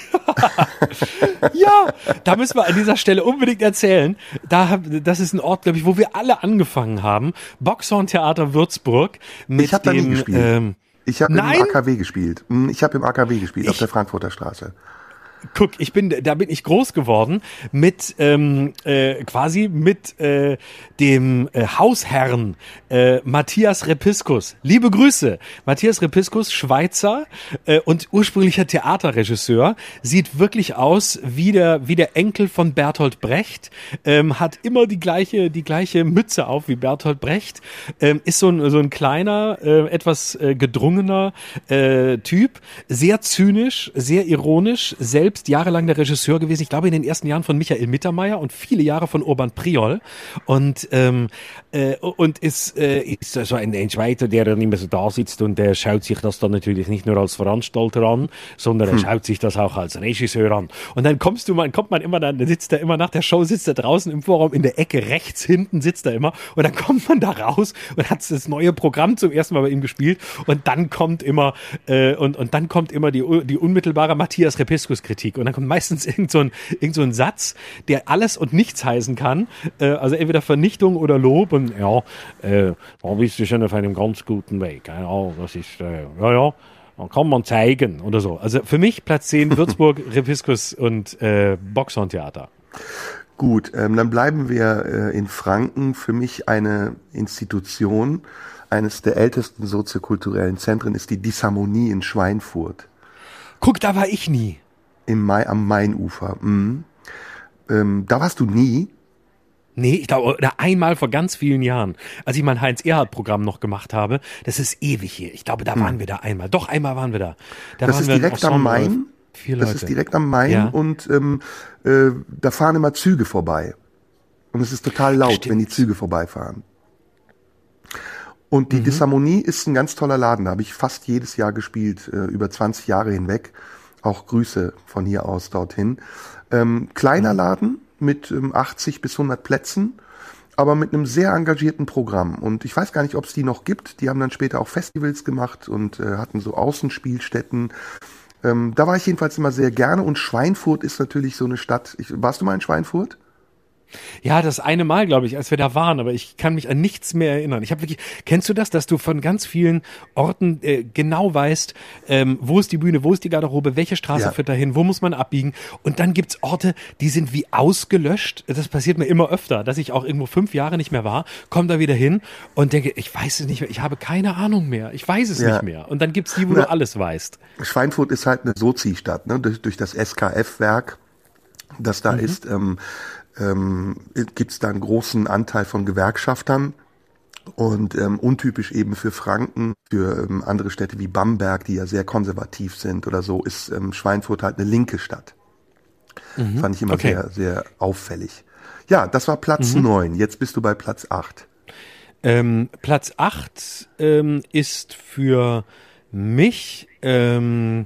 Ja! Da müssen wir an dieser Stelle unbedingt erzählen. Da, das ist ein Ort, glaube ich, wo wir alle angefangen haben. Boxhorn-Theater Würzburg. Mit ich habe da nie gespielt. Ähm, ich habe im A K W gespielt. Ich habe im A K W gespielt, ich, auf der Frankfurter Straße. Guck, ich bin, da bin ich groß geworden mit ähm, äh, quasi mit äh, dem äh, Hausherrn äh, Matthias Repiskus. Liebe Grüße, Matthias Repiskus, Schweizer äh, und ursprünglicher Theaterregisseur, sieht wirklich aus wie der wie der Enkel von Bertolt Brecht, ähm, hat immer die gleiche die gleiche Mütze auf wie Bertolt Brecht, ähm, ist so ein so ein kleiner, äh, etwas äh, gedrungener äh, Typ, sehr zynisch, sehr ironisch, selbst jahrelang der Regisseur gewesen, ich glaube in den ersten Jahren von Michael Mittermeier und viele Jahre von Urban Priol und ähm, äh, und ist, äh, ist so ein, ein Schweizer, der dann immer so da sitzt und der schaut sich das dann natürlich nicht nur als Veranstalter an, sondern er hm. schaut sich das auch als Regisseur an. Und dann kommst du mal, kommt man immer dann, sitzt er immer nach der Show, sitzt er draußen im Vorraum in der Ecke rechts hinten sitzt er immer und dann kommt man da raus und hat das neue Programm zum ersten Mal bei ihm gespielt und dann kommt immer äh, und und dann kommt immer die die unmittelbare Matthias Repiskus Kritik. Und dann kommt meistens irgend so ein, irgend so ein Satz, der alles und nichts heißen kann. Äh, also entweder Vernichtung oder Lob. Und ja, äh, da bist du schon auf einem ganz guten Weg. Ja, das ist, äh, ja, ja, dann kann man zeigen oder so. Also für mich Platz zehn, Würzburg, Repiskus und äh, Boxhorn-Theater. Gut, ähm, dann bleiben wir äh, in Franken. Für mich eine Institution, eines der ältesten soziokulturellen Zentren ist die Disharmonie in Schweinfurt. Guck, da war ich nie. Im Mai, am Mainufer. Mhm. Ähm, da warst du nie? Nee, ich glaube, oder einmal vor ganz vielen Jahren, als ich mein Heinz-Erhardt-Programm noch gemacht habe. Das ist ewig hier. Ich glaube, da waren hm. wir da einmal. Doch, einmal waren wir da. da das waren ist wir direkt am Main? Vier Leute. Das ist direkt am Main ja. und ähm, äh, da fahren immer Züge vorbei. Und es ist total laut, Stimmt. wenn die Züge vorbeifahren. Und die Mhm. Disharmonie ist ein ganz toller Laden. Da habe ich fast jedes Jahr gespielt, äh, über zwanzig Jahre hinweg. Auch Grüße von hier aus dorthin. Ähm, kleiner Laden mit ähm, achtzig bis hundert Plätzen, aber mit einem sehr engagierten Programm. Und ich weiß gar nicht, ob es die noch gibt. Die haben dann später auch Festivals gemacht und äh, hatten so Außenspielstätten. Ähm, da war ich jedenfalls immer sehr gerne. Und Schweinfurt ist natürlich so eine Stadt. Ich, warst du mal in Schweinfurt? Ja, das eine Mal, glaube ich, als wir da waren, aber ich kann mich an nichts mehr erinnern. Ich habe wirklich, kennst du das, dass du von ganz vielen Orten äh, genau weißt, ähm, wo ist die Bühne, wo ist die Garderobe, welche Straße Ja. führt dahin, wo muss man abbiegen? Und dann gibt's Orte, die sind wie ausgelöscht. Das passiert mir immer öfter, dass ich auch irgendwo fünf Jahre nicht mehr war, komme da wieder hin und denke, ich weiß es nicht mehr, ich habe keine Ahnung mehr, ich weiß es Ja. nicht mehr. Und dann gibt's die, wo Na, du alles weißt. Schweinfurt ist halt eine Sozi-Stadt, ne? durch, durch das S K F-Werk, das da Mhm. ist. Ähm, ähm, gibt es da einen großen Anteil von Gewerkschaftern und ähm, untypisch eben für Franken, für ähm, andere Städte wie Bamberg, die ja sehr konservativ sind oder so, ist ähm, Schweinfurt halt eine linke Stadt. Mhm. Fand ich immer Okay. sehr, sehr auffällig. Ja, das war Platz Mhm. neun. Jetzt bist du bei Platz acht. Ähm, Platz acht ähm, ist für mich ähm,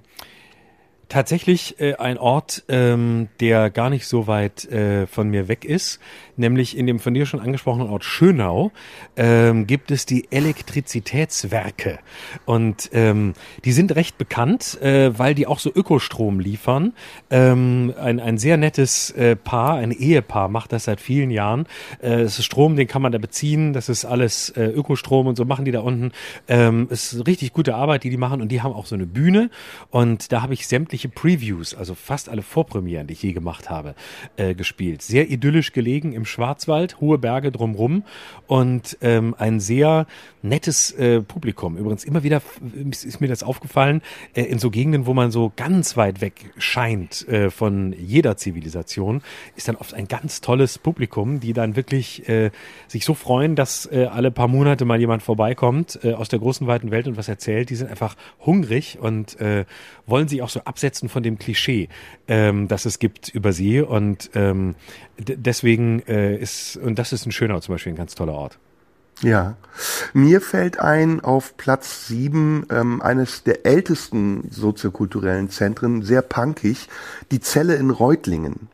tatsächlich äh, ein Ort, ähm, der gar nicht so weit äh, von mir weg ist, nämlich in dem von dir schon angesprochenen Ort Schönau ähm, gibt es die Elektrizitätswerke und ähm, die sind recht bekannt, äh, weil die auch so Ökostrom liefern. Ähm, ein, ein sehr nettes äh, Paar, ein Ehepaar macht das seit vielen Jahren. Äh, das ist Strom, den kann man da beziehen, das ist alles äh, Ökostrom und so machen die da unten. Ähm, es ist richtig gute Arbeit, die die machen und die haben auch so eine Bühne und da habe ich sämtliche Previews, also fast alle Vorpremieren, die ich je gemacht habe, äh, gespielt. Sehr idyllisch gelegen im Schwarzwald, hohe Berge drumrum und ähm, ein sehr nettes äh, Publikum. Übrigens immer wieder ist mir das aufgefallen, äh, in so Gegenden, wo man so ganz weit weg scheint äh, von jeder Zivilisation, ist dann oft ein ganz tolles Publikum, die dann wirklich äh, sich so freuen, dass äh, alle paar Monate mal jemand vorbeikommt äh, aus der großen, weiten Welt und was erzählt. Die sind einfach hungrig und äh, wollen sich auch so absetzen von dem Klischee, ähm, das es gibt über sie. Und ähm, d- deswegen äh, ist, und das ist in Schönau zum Beispiel ein ganz toller Ort. Ja, mir fällt ein auf Platz sieben ähm, eines der ältesten soziokulturellen Zentren, sehr punkig, die Zelle in Reutlingen.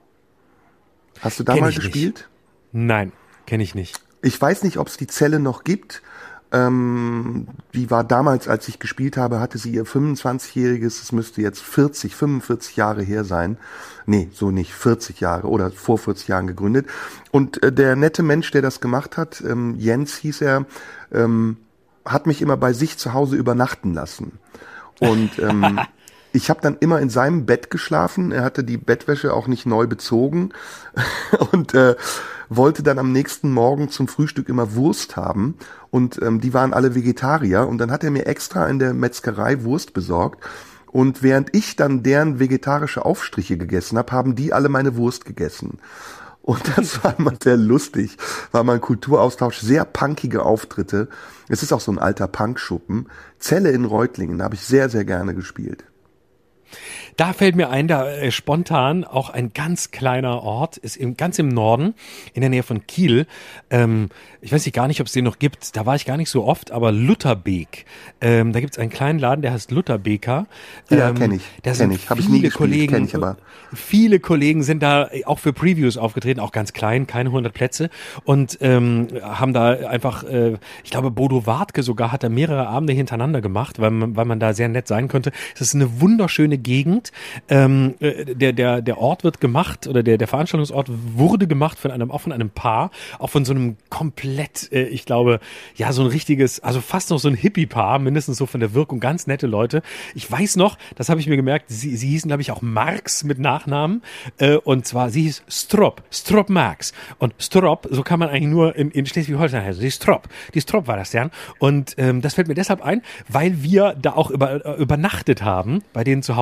Hast du da Kenn mal ich nicht. gespielt? Nein, kenne ich nicht. Ich weiß nicht, ob es die Zelle noch gibt. Ähm, die war damals, als ich gespielt habe, hatte sie ihr fünfundzwanzigjähriges, es müsste jetzt vierzig, fünfundvierzig Jahre her sein. Nee, so nicht, vierzig Jahre oder vor vierzig Jahren gegründet. Und äh, der nette Mensch, der das gemacht hat, ähm, Jens hieß er, ähm, hat mich immer bei sich zu Hause übernachten lassen. Und ähm, ich habe dann immer in seinem Bett geschlafen. Er hatte die Bettwäsche auch nicht neu bezogen und äh, wollte dann am nächsten Morgen zum Frühstück immer Wurst haben. Und ähm, die waren alle Vegetarier. Und dann hat er mir extra in der Metzgerei Wurst besorgt. Und während ich dann deren vegetarische Aufstriche gegessen habe, haben die alle meine Wurst gegessen. Und das war immer sehr lustig, war mal ein Kulturaustausch, sehr punkige Auftritte. Es ist auch so ein alter Punkschuppen. Zelle in Reutlingen, da habe ich sehr, sehr gerne gespielt. Da fällt mir ein, da äh, spontan auch ein ganz kleiner Ort, ist im, ganz im Norden, in der Nähe von Kiel. Ähm, ich weiß nicht gar nicht, ob es den noch gibt. Da war ich gar nicht so oft, aber Lutherbeek. Ähm, da gibt es einen kleinen Laden, der heißt Lutherbeker. Ja, ähm, kenne ich. Da Kenn sind ich. Hab ich viele nie gespielt, Kollegen, kenn ich aber. Viele Kollegen sind da auch für Previews aufgetreten, auch ganz klein, keine hundert Plätze und ähm, haben da einfach, äh, ich glaube, Bodo Wartke sogar hat da mehrere Abende hintereinander gemacht, weil man, weil man da sehr nett sein konnte. Es ist eine wunderschöne Gegend. Ähm, der, der, der Ort wird gemacht oder der, der Veranstaltungsort wurde gemacht von einem, auch von einem Paar, auch von so einem komplett, äh, ich glaube, ja, so ein richtiges, also fast noch so ein Hippie-Paar, mindestens so von der Wirkung, ganz nette Leute. Ich weiß noch, das habe ich mir gemerkt, sie, sie hießen, glaube ich, auch Marx mit Nachnamen, äh, und zwar, sie hieß Strop, Strop Marx. Und Strop, so kann man eigentlich nur in, in Schleswig-Holstein heißen, die Strop, die Strop war das ja. Und ähm, das fällt mir deshalb ein, weil wir da auch über, äh, übernachtet haben, bei denen zu Hause.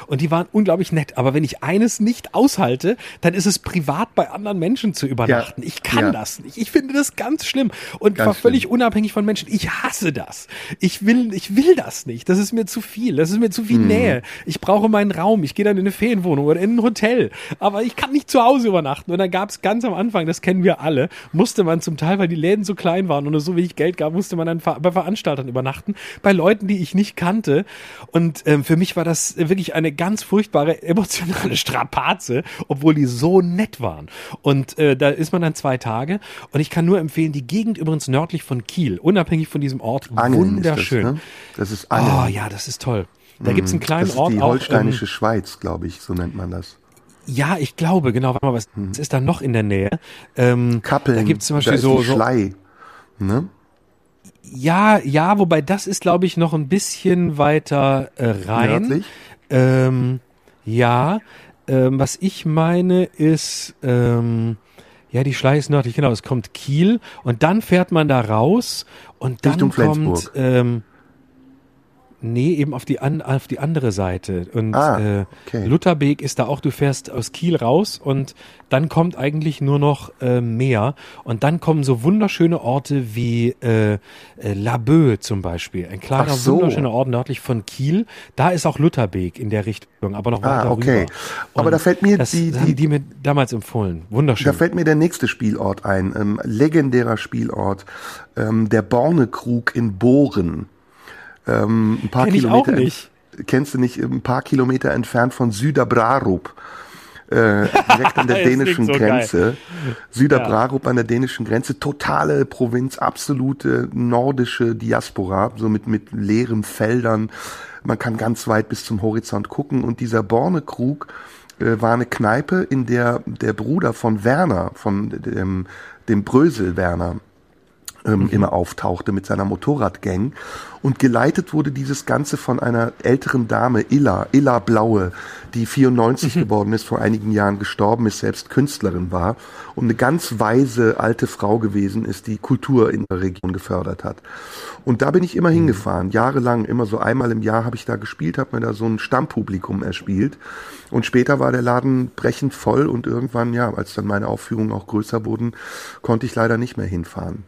und die waren unglaublich nett. Aber wenn ich eines nicht aushalte, dann ist es privat bei anderen Menschen zu übernachten. Ja. Ich kann ja. das nicht. Ich finde das ganz schlimm und ganz war völlig schlimm. Unabhängig von Menschen. Ich hasse das. Ich will, ich will das nicht. Das ist mir zu viel. Das ist mir zu viel mhm. Nähe. Ich brauche meinen Raum. Ich gehe dann in eine Ferienwohnung oder in ein Hotel. Aber ich kann nicht zu Hause übernachten. Und dann gab es ganz am Anfang, das kennen wir alle, musste man zum Teil, weil die Läden so klein waren und es so wenig Geld gab, musste man dann bei Veranstaltern übernachten, bei Leuten, die ich nicht kannte. Und ähm, für mich war das wirklich eine ganz furchtbare emotionale Strapaze, obwohl die so nett waren. Und äh, da ist man dann zwei Tage. Und ich kann nur empfehlen, die Gegend übrigens nördlich von Kiel, unabhängig von diesem Ort, Angeln wunderschön. Ist das, ne? Das ist Angeln. Oh ja, das ist toll. Da gibt's einen kleinen das ist Ort die auch. Holsteinische ähm, Schweiz, glaube ich, so nennt man das. Ja, ich glaube, genau. Warte mal, was hm. ist da noch in der Nähe? Ähm, Kappeln. Da gibt's zum Beispiel da ist so, die Schlei, ne? Ja, ja, wobei das ist, glaube ich, noch ein bisschen weiter äh, rein. Nördlich? Ähm, ja, ähm, was ich meine ist, ähm, ja, die Schlei ist nördlich, genau, es kommt Kiel und dann fährt man da raus und dann Richtung kommt, Flensburg. ähm, nee, eben auf die, an, auf die andere Seite. Und ah, äh, okay. Lutherbeek ist da auch, du fährst aus Kiel raus und dann kommt eigentlich nur noch äh, Meer. Und dann kommen so wunderschöne Orte wie äh, äh, Laboe zum Beispiel. Ein kleiner, Ach so. wunderschöner Ort nördlich von Kiel. Da ist auch Lutherbeek in der Richtung, aber noch weiter Ah, okay. rüber. Aber Und da fällt mir das die, haben die, die mir damals empfohlen. Wunderschön. Da fällt mir der nächste Spielort ein. Ähm, legendärer Spielort. Ähm, der Bornekrug in Bohren. Ähm, ein paar Kenn ich Kilometer auch nicht. Ent, kennst du nicht, ein paar Kilometer entfernt von Süderbrarup. Äh, direkt an der dänischen so Grenze. Süderbrarup ja. an der dänischen Grenze. Totale Provinz, absolute nordische Diaspora, so mit, mit leeren Feldern. Man kann ganz weit bis zum Horizont gucken. Und dieser Bornekrug äh, war eine Kneipe, in der der Bruder von Werner, von dem, dem Brösel Werner, ähm, mhm. immer auftauchte mit seiner Motorradgang. Und geleitet wurde dieses Ganze von einer älteren Dame, Illa, Illa Blaue, die vierundneunzig mhm. geworden ist, vor einigen Jahren gestorben ist, selbst Künstlerin war und eine ganz weise alte Frau gewesen ist, die Kultur in der Region gefördert hat. Und da bin ich immer mhm. hingefahren, jahrelang, immer so einmal im Jahr habe ich da gespielt, habe mir da so ein Stammpublikum erspielt und später war der Laden brechend voll und irgendwann, ja, als dann meine Aufführungen auch größer wurden, konnte ich leider nicht mehr hinfahren.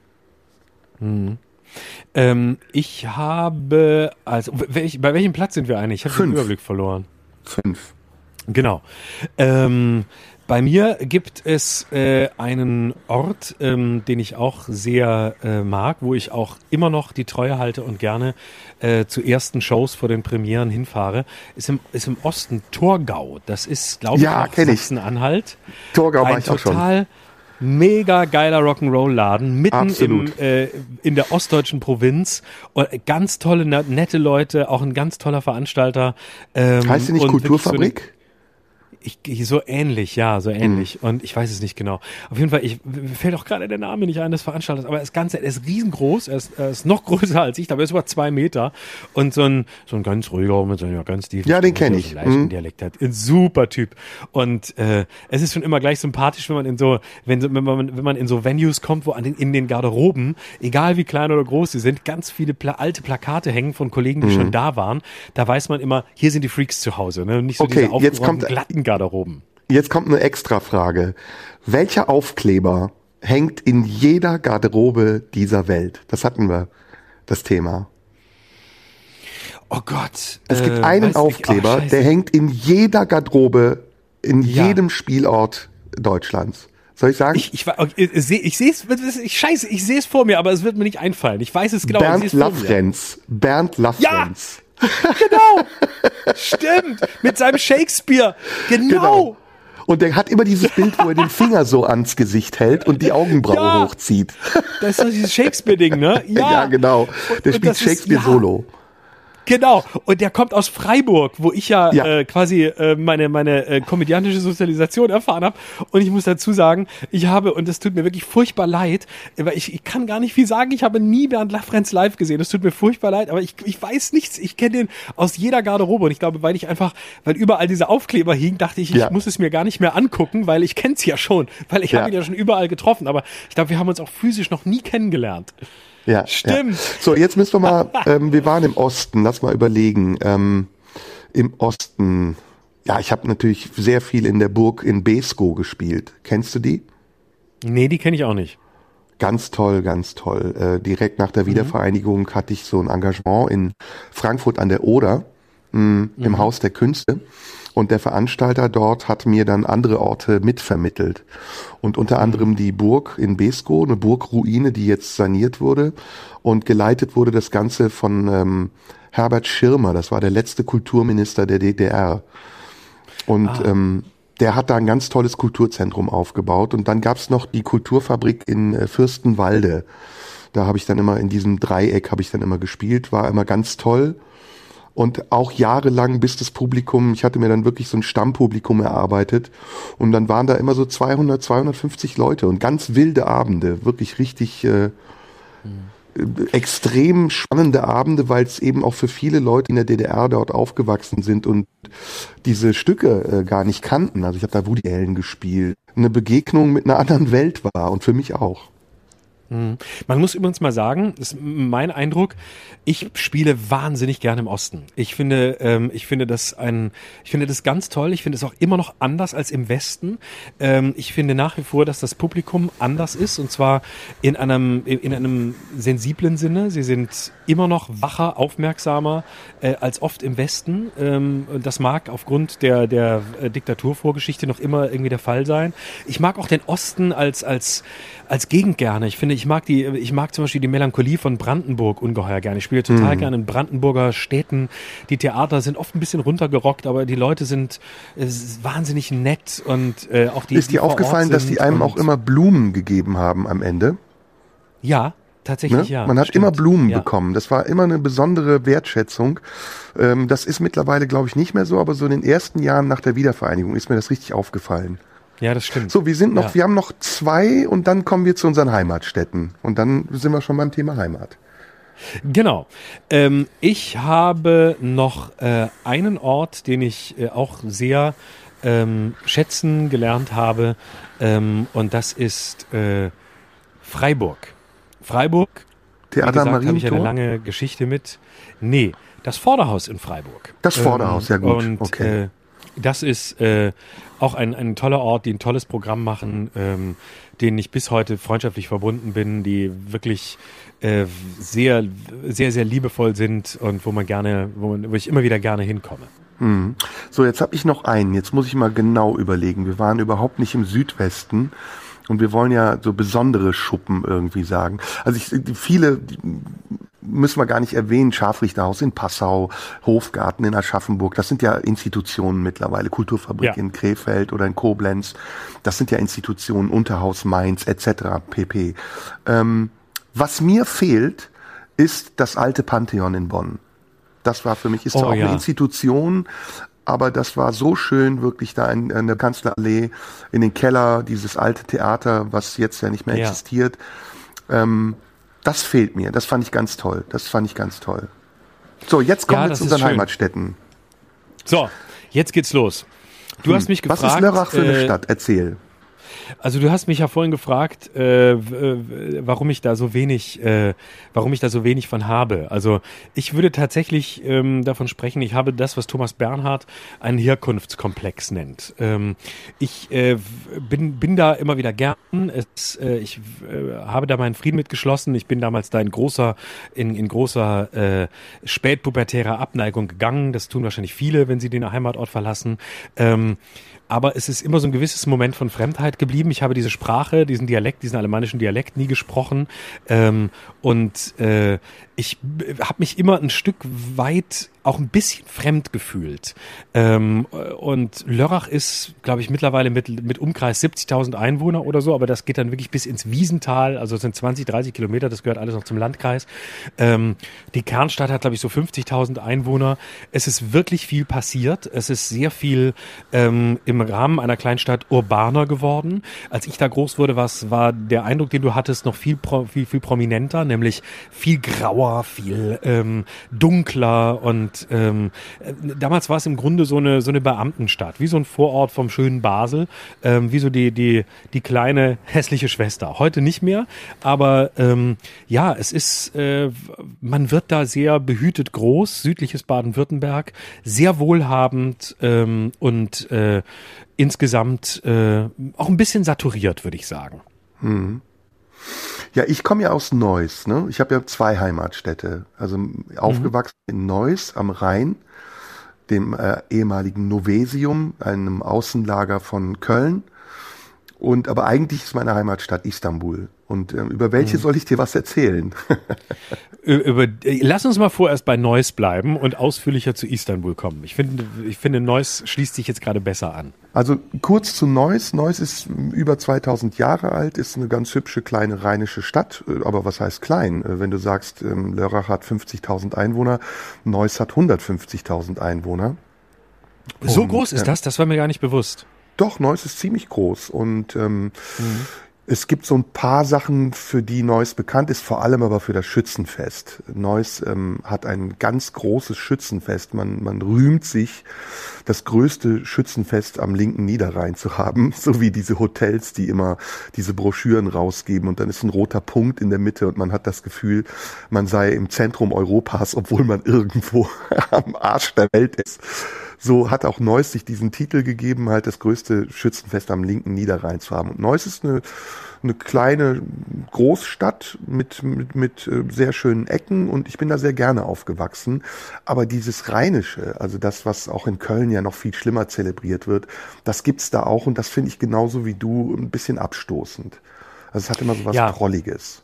Mhm. Ähm, ich habe, also welch, bei welchem Platz sind wir eigentlich? Ich habe den Überblick verloren. Fünf. Genau. Ähm, bei mir gibt es äh, einen Ort, ähm, den ich auch sehr äh, mag, wo ich auch immer noch die Treue halte und gerne äh, zu ersten Shows vor den Premieren hinfahre. Ist im, ist im Osten Torgau. Das ist, glaube ja, ich, Sachsen-Anhalt. Torgau war ein ich auch schon. Total mega geiler Rock'n'Roll-Laden, mitten im, äh, in der ostdeutschen Provinz. Und ganz tolle, nette Leute, auch ein ganz toller Veranstalter. Ähm, heißt die nicht Kulturfabrik? Ich, ich, so ähnlich, ja, so ähnlich. Mhm. Und ich weiß es nicht genau. Auf jeden Fall, ich, mir fällt auch gerade der Name nicht ein des Veranstalters, aber er ist ganz, er ist riesengroß, er ist, er ist noch größer als ich, aber er ist über zwei Meter. Und so ein, so ein ganz ruhiger, mit so einem ganz tiefen, ja, den kenne ich. So leichten mhm. Dialekt hat. Ein super Typ. Und, äh, es ist schon immer gleich sympathisch, wenn man in so, wenn, wenn man, wenn man in so Venues kommt, wo an den, in den Garderoben, egal wie klein oder groß sie sind, ganz viele Pla- alte Plakate hängen von Kollegen, die mhm. schon da waren. Da weiß man immer, hier sind die Freaks zu Hause, ne? Nicht so okay, diese aufgeräumten, glatten Garderoben. Jetzt kommt eine Extra-Frage. Welcher Aufkleber hängt in jeder Garderobe dieser Welt? Das hatten wir, das Thema. Oh Gott. Es gibt äh, einen Aufkleber, oh, der hängt in jeder Garderobe, in ja. jedem Spielort Deutschlands. Soll ich sagen? Ich, ich, ich, ich sehe ich es, ich scheiße, ich sehe es vor mir, aber es wird mir nicht einfallen. Ich weiß es genau. Bernd Lafrenz. Bernd Lafrenz. Ja! Genau! Stimmt! Mit seinem Shakespeare! Genau! genau. Und der hat immer dieses Bild, wo er den Finger so ans Gesicht hält und die Augenbraue ja. hochzieht. Das ist doch dieses Shakespeare-Ding, ne? Ja, ja genau. Der und, spielt und Shakespeare ist, ja. Solo. Genau, und der kommt aus Freiburg, wo ich ja, ja. Äh, quasi äh, meine meine äh, komödiantische Sozialisation erfahren habe. Und ich muss dazu sagen, ich habe, und das tut mir wirklich furchtbar leid, weil ich, ich kann gar nicht viel sagen, ich habe nie Bernd Lafrenz live gesehen, das tut mir furchtbar leid, aber ich, ich weiß nichts, ich kenne den aus jeder Garderobe und ich glaube, weil ich einfach, weil überall diese Aufkleber hingen, dachte ich, ja. ich muss es mir gar nicht mehr angucken, weil ich kenn's ja schon, weil ich ja. habe ihn ja schon überall getroffen, aber ich glaube, wir haben uns auch physisch noch nie kennengelernt. Ja, stimmt. Ja. So, jetzt müssen wir mal, ähm, wir waren im Osten, lass mal überlegen. Ähm, Im Osten, ja, ich habe natürlich sehr viel in der Burg in Beeskow gespielt. Kennst du die? Nee, die kenne ich auch nicht. Ganz toll, ganz toll. Äh, direkt nach der Wiedervereinigung hatte ich so ein Engagement in Frankfurt an der Oder, mh, im mhm. Haus der Künste. Und der Veranstalter dort hat mir dann andere Orte mitvermittelt. Und unter anderem die Burg in Beeskow, eine Burgruine, die jetzt saniert wurde. Und geleitet wurde das Ganze von ähm, Herbert Schirmer. Das war der letzte Kulturminister der D D R. Und ah. ähm, der hat da ein ganz tolles Kulturzentrum aufgebaut. Und dann gab's noch die Kulturfabrik in äh, Fürstenwalde. Da habe ich dann immer in diesem Dreieck habe ich dann immer gespielt. War immer ganz toll. Und auch jahrelang, bis das Publikum, ich hatte mir dann wirklich so ein Stammpublikum erarbeitet. Und dann waren da immer so zweihundert, zweihundertfünfzig Leute und ganz wilde Abende. Wirklich richtig äh, mhm. extrem spannende Abende, weil es eben auch für viele Leute in der D D R dort aufgewachsen sind und diese Stücke äh, gar nicht kannten. Also ich habe da Woody Allen gespielt. Eine Begegnung mit einer anderen Welt war und für mich auch. Man muss übrigens mal sagen, das ist mein Eindruck, ich spiele wahnsinnig gerne im Osten. Ich finde, ähm, ich finde das ein, ich finde das ganz toll. Ich finde es auch immer noch anders als im Westen. Ähm, ich finde nach wie vor, dass das Publikum anders ist und zwar in einem, in einem sensiblen Sinne. Sie sind immer noch wacher, aufmerksamer äh, als oft im Westen. Ähm, das mag aufgrund der der äh, Diktaturvorgeschichte noch immer irgendwie der Fall sein. Ich mag auch den Osten als als als Gegend gerne. Ich finde, ich mag die, ich mag zum Beispiel die Melancholie von Brandenburg ungeheuer gerne. Ich spiele total mhm. gerne in Brandenburger Städten. Die Theater sind oft ein bisschen runtergerockt, aber die Leute sind äh, wahnsinnig nett und äh, auch die. Ist dir aufgefallen, dass die einem auch immer Blumen gegeben haben am Ende? Ja. Tatsächlich, ne? ja. Man hat stimmt. immer Blumen ja. bekommen. Das war immer eine besondere Wertschätzung. Ähm, das ist mittlerweile, glaube ich, nicht mehr so, aber so in den ersten Jahren nach der Wiedervereinigung ist mir das richtig aufgefallen. Ja, das stimmt. So, wir sind noch, ja. wir haben noch zwei und dann kommen wir zu unseren Heimatstädten. Und dann sind wir schon beim Thema Heimat. Genau. Ähm, ich habe noch äh, einen Ort, den ich äh, auch sehr ähm, schätzen gelernt habe. Ähm, und das ist äh, Freiburg. Freiburg, Theater wie gesagt, Marientor? habe ich eine lange Geschichte mit. Nee, das Vorderhaus in Freiburg. Das Vorderhaus, ähm, ja gut. Und okay. äh, das ist äh, auch ein, ein toller Ort, die ein tolles Programm machen, ähm, denen ich bis heute freundschaftlich verbunden bin, die wirklich äh, sehr, sehr, sehr liebevoll sind und wo man gerne, wo, man, wo ich immer wieder gerne hinkomme. Mhm. So, jetzt habe ich noch einen. Jetzt muss ich mal genau überlegen. Wir waren überhaupt nicht im Südwesten. Und wir wollen ja so besondere Schuppen irgendwie sagen. Also ich, viele die müssen wir gar nicht erwähnen. Scharfrichterhaus in Passau, Hofgarten in Aschaffenburg. Das sind ja Institutionen mittlerweile. Kulturfabrik ja. in Krefeld oder in Koblenz. Das sind ja Institutionen. Unterhaus Mainz et cetera pp. Ähm, was mir fehlt, ist das alte Pantheon in Bonn. Das war für mich, ist oh, zwar auch ja. eine Institution, aber das war so schön, wirklich da in, in der Kanzlerallee, in den Keller, dieses alte Theater, was jetzt ja nicht mehr ja. existiert. Ähm, das fehlt mir. Das fand ich ganz toll. Das fand ich ganz toll. So, jetzt kommen ja, wir zu unseren Heimatstädten. So, jetzt geht's los. Du hm. hast mich gefragt. Was ist Lörrach für eine äh, Stadt? Erzähl. Also du hast mich ja vorhin gefragt, äh, warum ich da so wenig, äh, warum ich da so wenig von habe. Also ich würde tatsächlich ähm, davon sprechen. Ich habe das, was Thomas Bernhard einen Herkunftskomplex nennt. Ähm, ich äh, bin bin da immer wieder gern. Es, äh, ich äh, habe da meinen Frieden mitgeschlossen. Ich bin damals da in großer, in, in großer äh, spätpubertärer Abneigung gegangen. Das tun wahrscheinlich viele, wenn sie den Heimatort verlassen. Ähm, Aber es ist immer so ein gewisses Moment von Fremdheit geblieben. Ich habe diese Sprache, diesen Dialekt, diesen alemannischen Dialekt nie gesprochen. Ähm, und äh, ich habe mich immer ein Stück weit auch ein bisschen fremd gefühlt. Ähm, und Lörrach ist, glaube ich, mittlerweile mit, mit Umkreis siebzigtausend Einwohner oder so, aber das geht dann wirklich bis ins Wiesental, also es sind zwanzig, dreißig Kilometer, das gehört alles noch zum Landkreis. Ähm, die Kernstadt hat, glaube ich, so fünfzigtausend Einwohner. Es ist wirklich viel passiert. Es ist sehr viel ähm, im Rahmen einer Kleinstadt urbaner geworden. Als ich da groß wurde, was war der Eindruck, den du hattest, noch viel, viel, viel prominenter, nämlich viel grauer grauer, viel ähm, dunkler und ähm, damals war es im Grunde so eine so eine Beamtenstadt, wie so ein Vorort vom schönen Basel, ähm, wie so die die die kleine hässliche Schwester. Heute nicht mehr, aber ähm, ja, es ist, äh, man wird da sehr behütet groß, südliches Baden-Württemberg, sehr wohlhabend ähm, und äh, insgesamt äh, auch ein bisschen saturiert, würde ich sagen. Hm. Ja, ich komme ja aus Neuss, ne? Ich habe ja zwei Heimatstädte. Also mhm. aufgewachsen in Neuss am Rhein, dem äh, ehemaligen Novesium, einem Außenlager von Köln. Und aber eigentlich ist meine Heimatstadt Istanbul. Und ähm, über welche mhm. soll ich dir was erzählen? über, lass uns mal vorerst bei Neuss bleiben und ausführlicher zu Istanbul kommen. Ich finde, ich finde, Neuss schließt sich jetzt gerade besser an. Also kurz zu Neuss. Neuss ist über zweitausend Jahre alt, ist eine ganz hübsche kleine rheinische Stadt. Aber was heißt klein? Wenn du sagst, ähm, Lörrach hat fünfzigtausend Einwohner, Neuss hat hundertfünfzigtausend Einwohner. So und, groß ist äh, das? Das war mir gar nicht bewusst. Doch, Neuss ist ziemlich groß und ähm, Mhm. es gibt so ein paar Sachen, für die Neuss bekannt ist, vor allem aber für das Schützenfest. Neuss ähm, hat ein ganz großes Schützenfest. Man, man rühmt sich, das größte Schützenfest am linken Niederrhein zu haben, so wie diese Hotels, die immer diese Broschüren rausgeben und dann ist ein roter Punkt in der Mitte und man hat das Gefühl, man sei im Zentrum Europas, obwohl man irgendwo am Arsch der Welt ist. So hat auch Neuss sich diesen Titel gegeben, halt das größte Schützenfest am linken Niederrhein zu haben. Und Neuss ist eine, eine kleine Großstadt mit, mit, mit sehr schönen Ecken und ich bin da sehr gerne aufgewachsen. Aber dieses Rheinische, also das, was auch in Köln ja noch viel schlimmer zelebriert wird, das gibt's da auch und das finde ich genauso wie du ein bisschen abstoßend. Also es hat immer so was ja. Trolliges.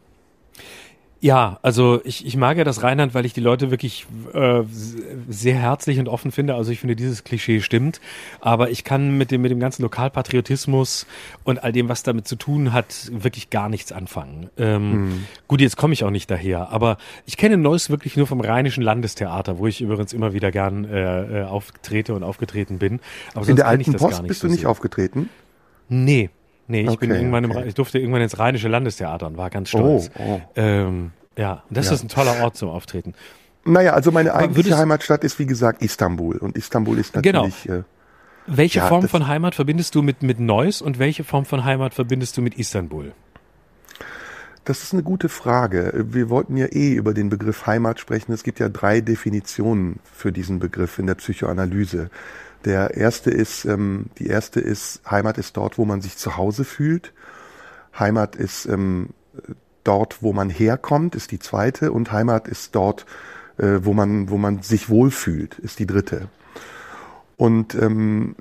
Ja, also ich, ich mag ja das Rheinland, weil ich die Leute wirklich äh, sehr herzlich und offen finde. Also ich finde, dieses Klischee stimmt. Aber ich kann mit dem mit dem ganzen Lokalpatriotismus und all dem, was damit zu tun hat, wirklich gar nichts anfangen. Ähm, hm. Gut, jetzt komme ich auch nicht daher. Aber ich kenne Neuss wirklich nur vom Rheinischen Landestheater, wo ich übrigens immer wieder gern äh, auftrete und aufgetreten bin. Aber in der Alten ich das Post gar nicht bist so du nicht sehr. aufgetreten? Nee. Nee, ich okay, bin irgendwann okay. im, ich durfte irgendwann ins Rheinische Landestheater und war ganz stolz. Oh, oh. Ähm, ja, das ja. ist ein toller Ort zum Auftreten. Naja, also meine eigentliche würdest, Heimatstadt ist wie gesagt Istanbul und Istanbul ist natürlich... Genau. Äh, welche ja, Form von Heimat verbindest du mit, mit Neuss und welche Form von Heimat verbindest du mit Istanbul? Das ist eine gute Frage. Wir wollten ja eh über den Begriff Heimat sprechen. Es gibt ja drei Definitionen für diesen Begriff in der Psychoanalyse. Der erste ist, ähm, die erste ist, Heimat ist dort, wo man sich zu Hause fühlt. Heimat ist ähm, dort, wo man herkommt, ist die zweite. Und Heimat ist dort, äh, wo man, wo man sich wohlfühlt, ist die dritte. Und ähm,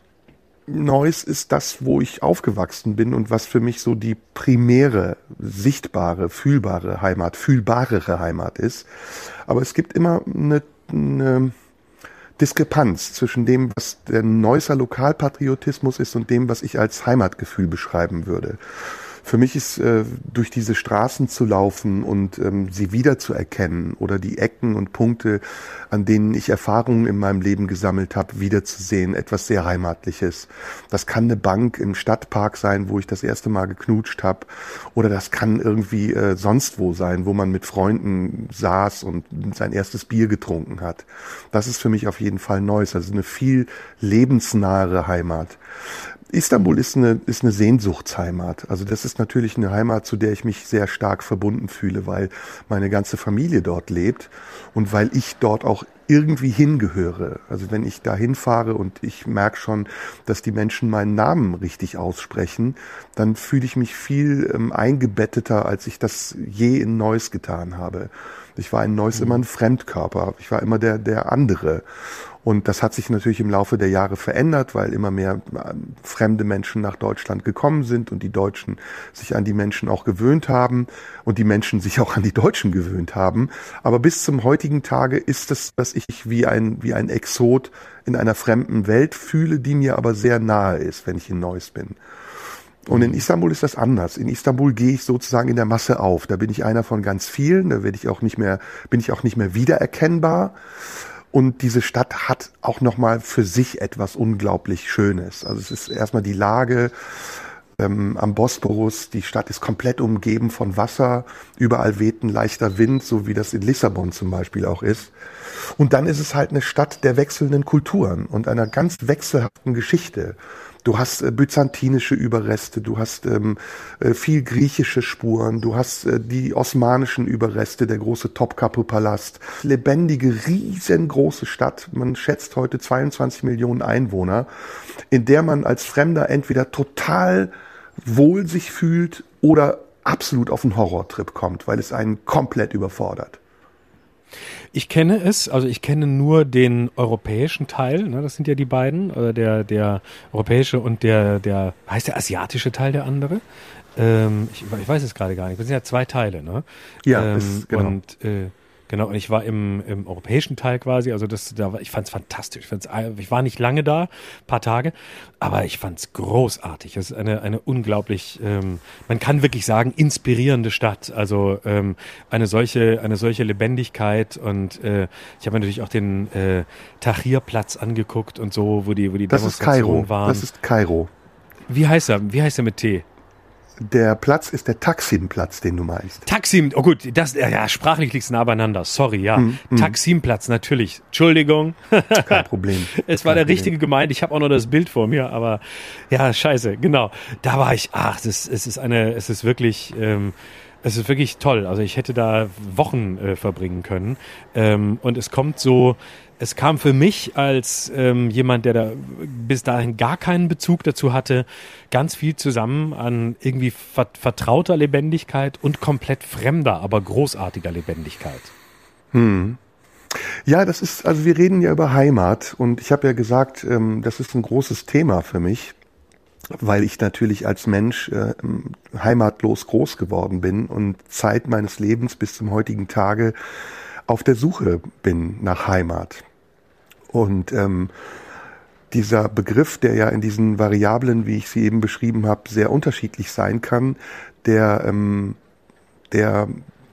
Neuss ist das, wo ich aufgewachsen bin und was für mich so die primäre, sichtbare, fühlbare Heimat, fühlbarere Heimat ist. Aber es gibt immer eine, eine Diskrepanz zwischen dem, was der Neusser Lokalpatriotismus ist und dem, was ich als Heimatgefühl beschreiben würde. Für mich ist äh, durch diese Straßen zu laufen und ähm, sie wiederzuerkennen oder die Ecken und Punkte, an denen ich Erfahrungen in meinem Leben gesammelt habe, wiederzusehen, etwas sehr Heimatliches. Das kann eine Bank im Stadtpark sein, wo ich das erste Mal geknutscht habe, oder das kann irgendwie äh, sonst wo sein, wo man mit Freunden saß und sein erstes Bier getrunken hat. Das ist für mich auf jeden Fall Neuss, also eine viel lebensnahere Heimat. Istanbul ist eine, ist eine Sehnsuchtsheimat. Also das ist natürlich eine Heimat, zu der ich mich sehr stark verbunden fühle, weil meine ganze Familie dort lebt und weil ich dort auch irgendwie hingehöre. Also wenn ich da hinfahre und ich merke schon, dass die Menschen meinen Namen richtig aussprechen, dann fühle ich mich viel ähm, eingebetteter, als ich das je in Neuss getan habe. Ich war in Neuss mhm. immer ein Fremdkörper. Ich war immer der, der andere. Und das hat sich natürlich im Laufe der Jahre verändert, weil immer mehr fremde Menschen nach Deutschland gekommen sind und die Deutschen sich an die Menschen auch gewöhnt haben und die Menschen sich auch an die Deutschen gewöhnt haben. Aber bis zum heutigen Tage ist es, dass ich wie ein, wie ein Exot in einer fremden Welt fühle, die mir aber sehr nahe ist, wenn ich in Neuss bin. Und in Istanbul ist das anders. In Istanbul gehe ich sozusagen in der Masse auf. Da bin ich einer von ganz vielen. Da werde ich auch nicht mehr, bin ich auch nicht mehr wiedererkennbar. Und diese Stadt hat auch nochmal für sich etwas unglaublich Schönes. Also es ist erstmal die Lage, ähm, am Bosporus. Die Stadt ist komplett umgeben von Wasser. Überall weht ein leichter Wind, so wie das in Lissabon zum Beispiel auch ist. Und dann ist es halt eine Stadt der wechselnden Kulturen und einer ganz wechselhaften Geschichte. Du hast äh, byzantinische Überreste, du hast ähm, äh, viel griechische Spuren, du hast äh, die osmanischen Überreste, der große Topkapi-Palast. Lebendige, riesengroße Stadt. Man schätzt heute zweiundzwanzig Millionen Einwohner, in der man als Fremder entweder total wohl sich fühlt oder absolut auf einen Horrortrip kommt, weil es einen komplett überfordert. Ich kenne es, also ich kenne nur den europäischen Teil, ne, das sind ja die beiden, oder der der europäische und der der heißt der asiatische Teil der andere. Ähm, ich, ich weiß es gerade gar nicht. Das sind ja zwei Teile, ne? Ja, ähm, ist, genau. Und äh, genau. Und ich war im im europäischen Teil quasi. Also das, da war, ich fand's fantastisch. Ich fand's, ich war nicht lange da, paar Tage, aber ich fand's großartig. Es ist eine eine unglaublich, ähm, man kann wirklich sagen, inspirierende Stadt. Also ähm, eine solche eine solche Lebendigkeit und äh, ich habe natürlich auch den äh, Tahrir-Platz angeguckt und so, wo die wo die das Demonstrationen ist Kairo. waren. Das ist Kairo. Wie heißt er? Wie heißt er mit T? Der Platz ist der Taksim-Platz, den du meinst. Taksim, oh gut, das, ja, sprachlich liegt's nah beieinander, sorry, ja. Mm, mm. Taksim-Platz, natürlich. Entschuldigung. Kein Problem. Es war Kein der Problem. richtige gemeint, ich habe auch noch das Bild vor mir, aber ja, scheiße, genau. Da war ich, ach, das, es ist eine, es ist wirklich, ähm, es ist wirklich toll. Also ich hätte da Wochen äh, verbringen können. Ähm, und es kommt so, es kam für mich als ähm, jemand, der da bis dahin gar keinen Bezug dazu hatte, ganz viel zusammen an irgendwie vert- vertrauter Lebendigkeit und komplett fremder, aber großartiger Lebendigkeit. Hm. Ja, das ist, also wir reden ja über Heimat und ich habe ja gesagt, ähm, das ist ein großes Thema für mich, weil ich natürlich als Mensch äh, heimatlos groß geworden bin und Zeit meines Lebens bis zum heutigen Tage auf der Suche bin nach Heimat. Und ähm, dieser Begriff, der ja in diesen Variablen, wie ich sie eben beschrieben habe, sehr unterschiedlich sein kann, der, ähm, der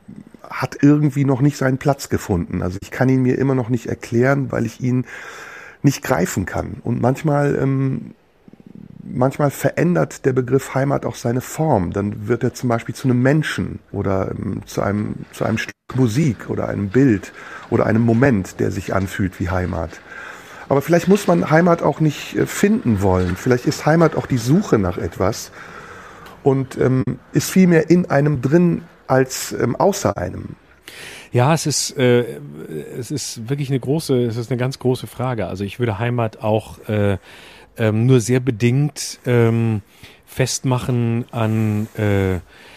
hat irgendwie noch nicht seinen Platz gefunden. Also ich kann ihn mir immer noch nicht erklären, weil ich ihn nicht greifen kann. Und manchmal, ähm, manchmal verändert der Begriff Heimat auch seine Form. Dann wird er zum Beispiel zu einem Menschen oder ähm, zu einem, zu einem Stück Musik oder einem Bild oder einem Moment, der sich anfühlt wie Heimat. Aber vielleicht muss man Heimat auch nicht äh, finden wollen. Vielleicht ist Heimat auch die Suche nach etwas und ähm, ist vielmehr in einem drin als ähm, außer einem. Ja, es ist äh, es ist wirklich eine große, es ist eine ganz große Frage. Also ich würde Heimat auch äh, ähm, nur sehr bedingt ähm, festmachen an äh,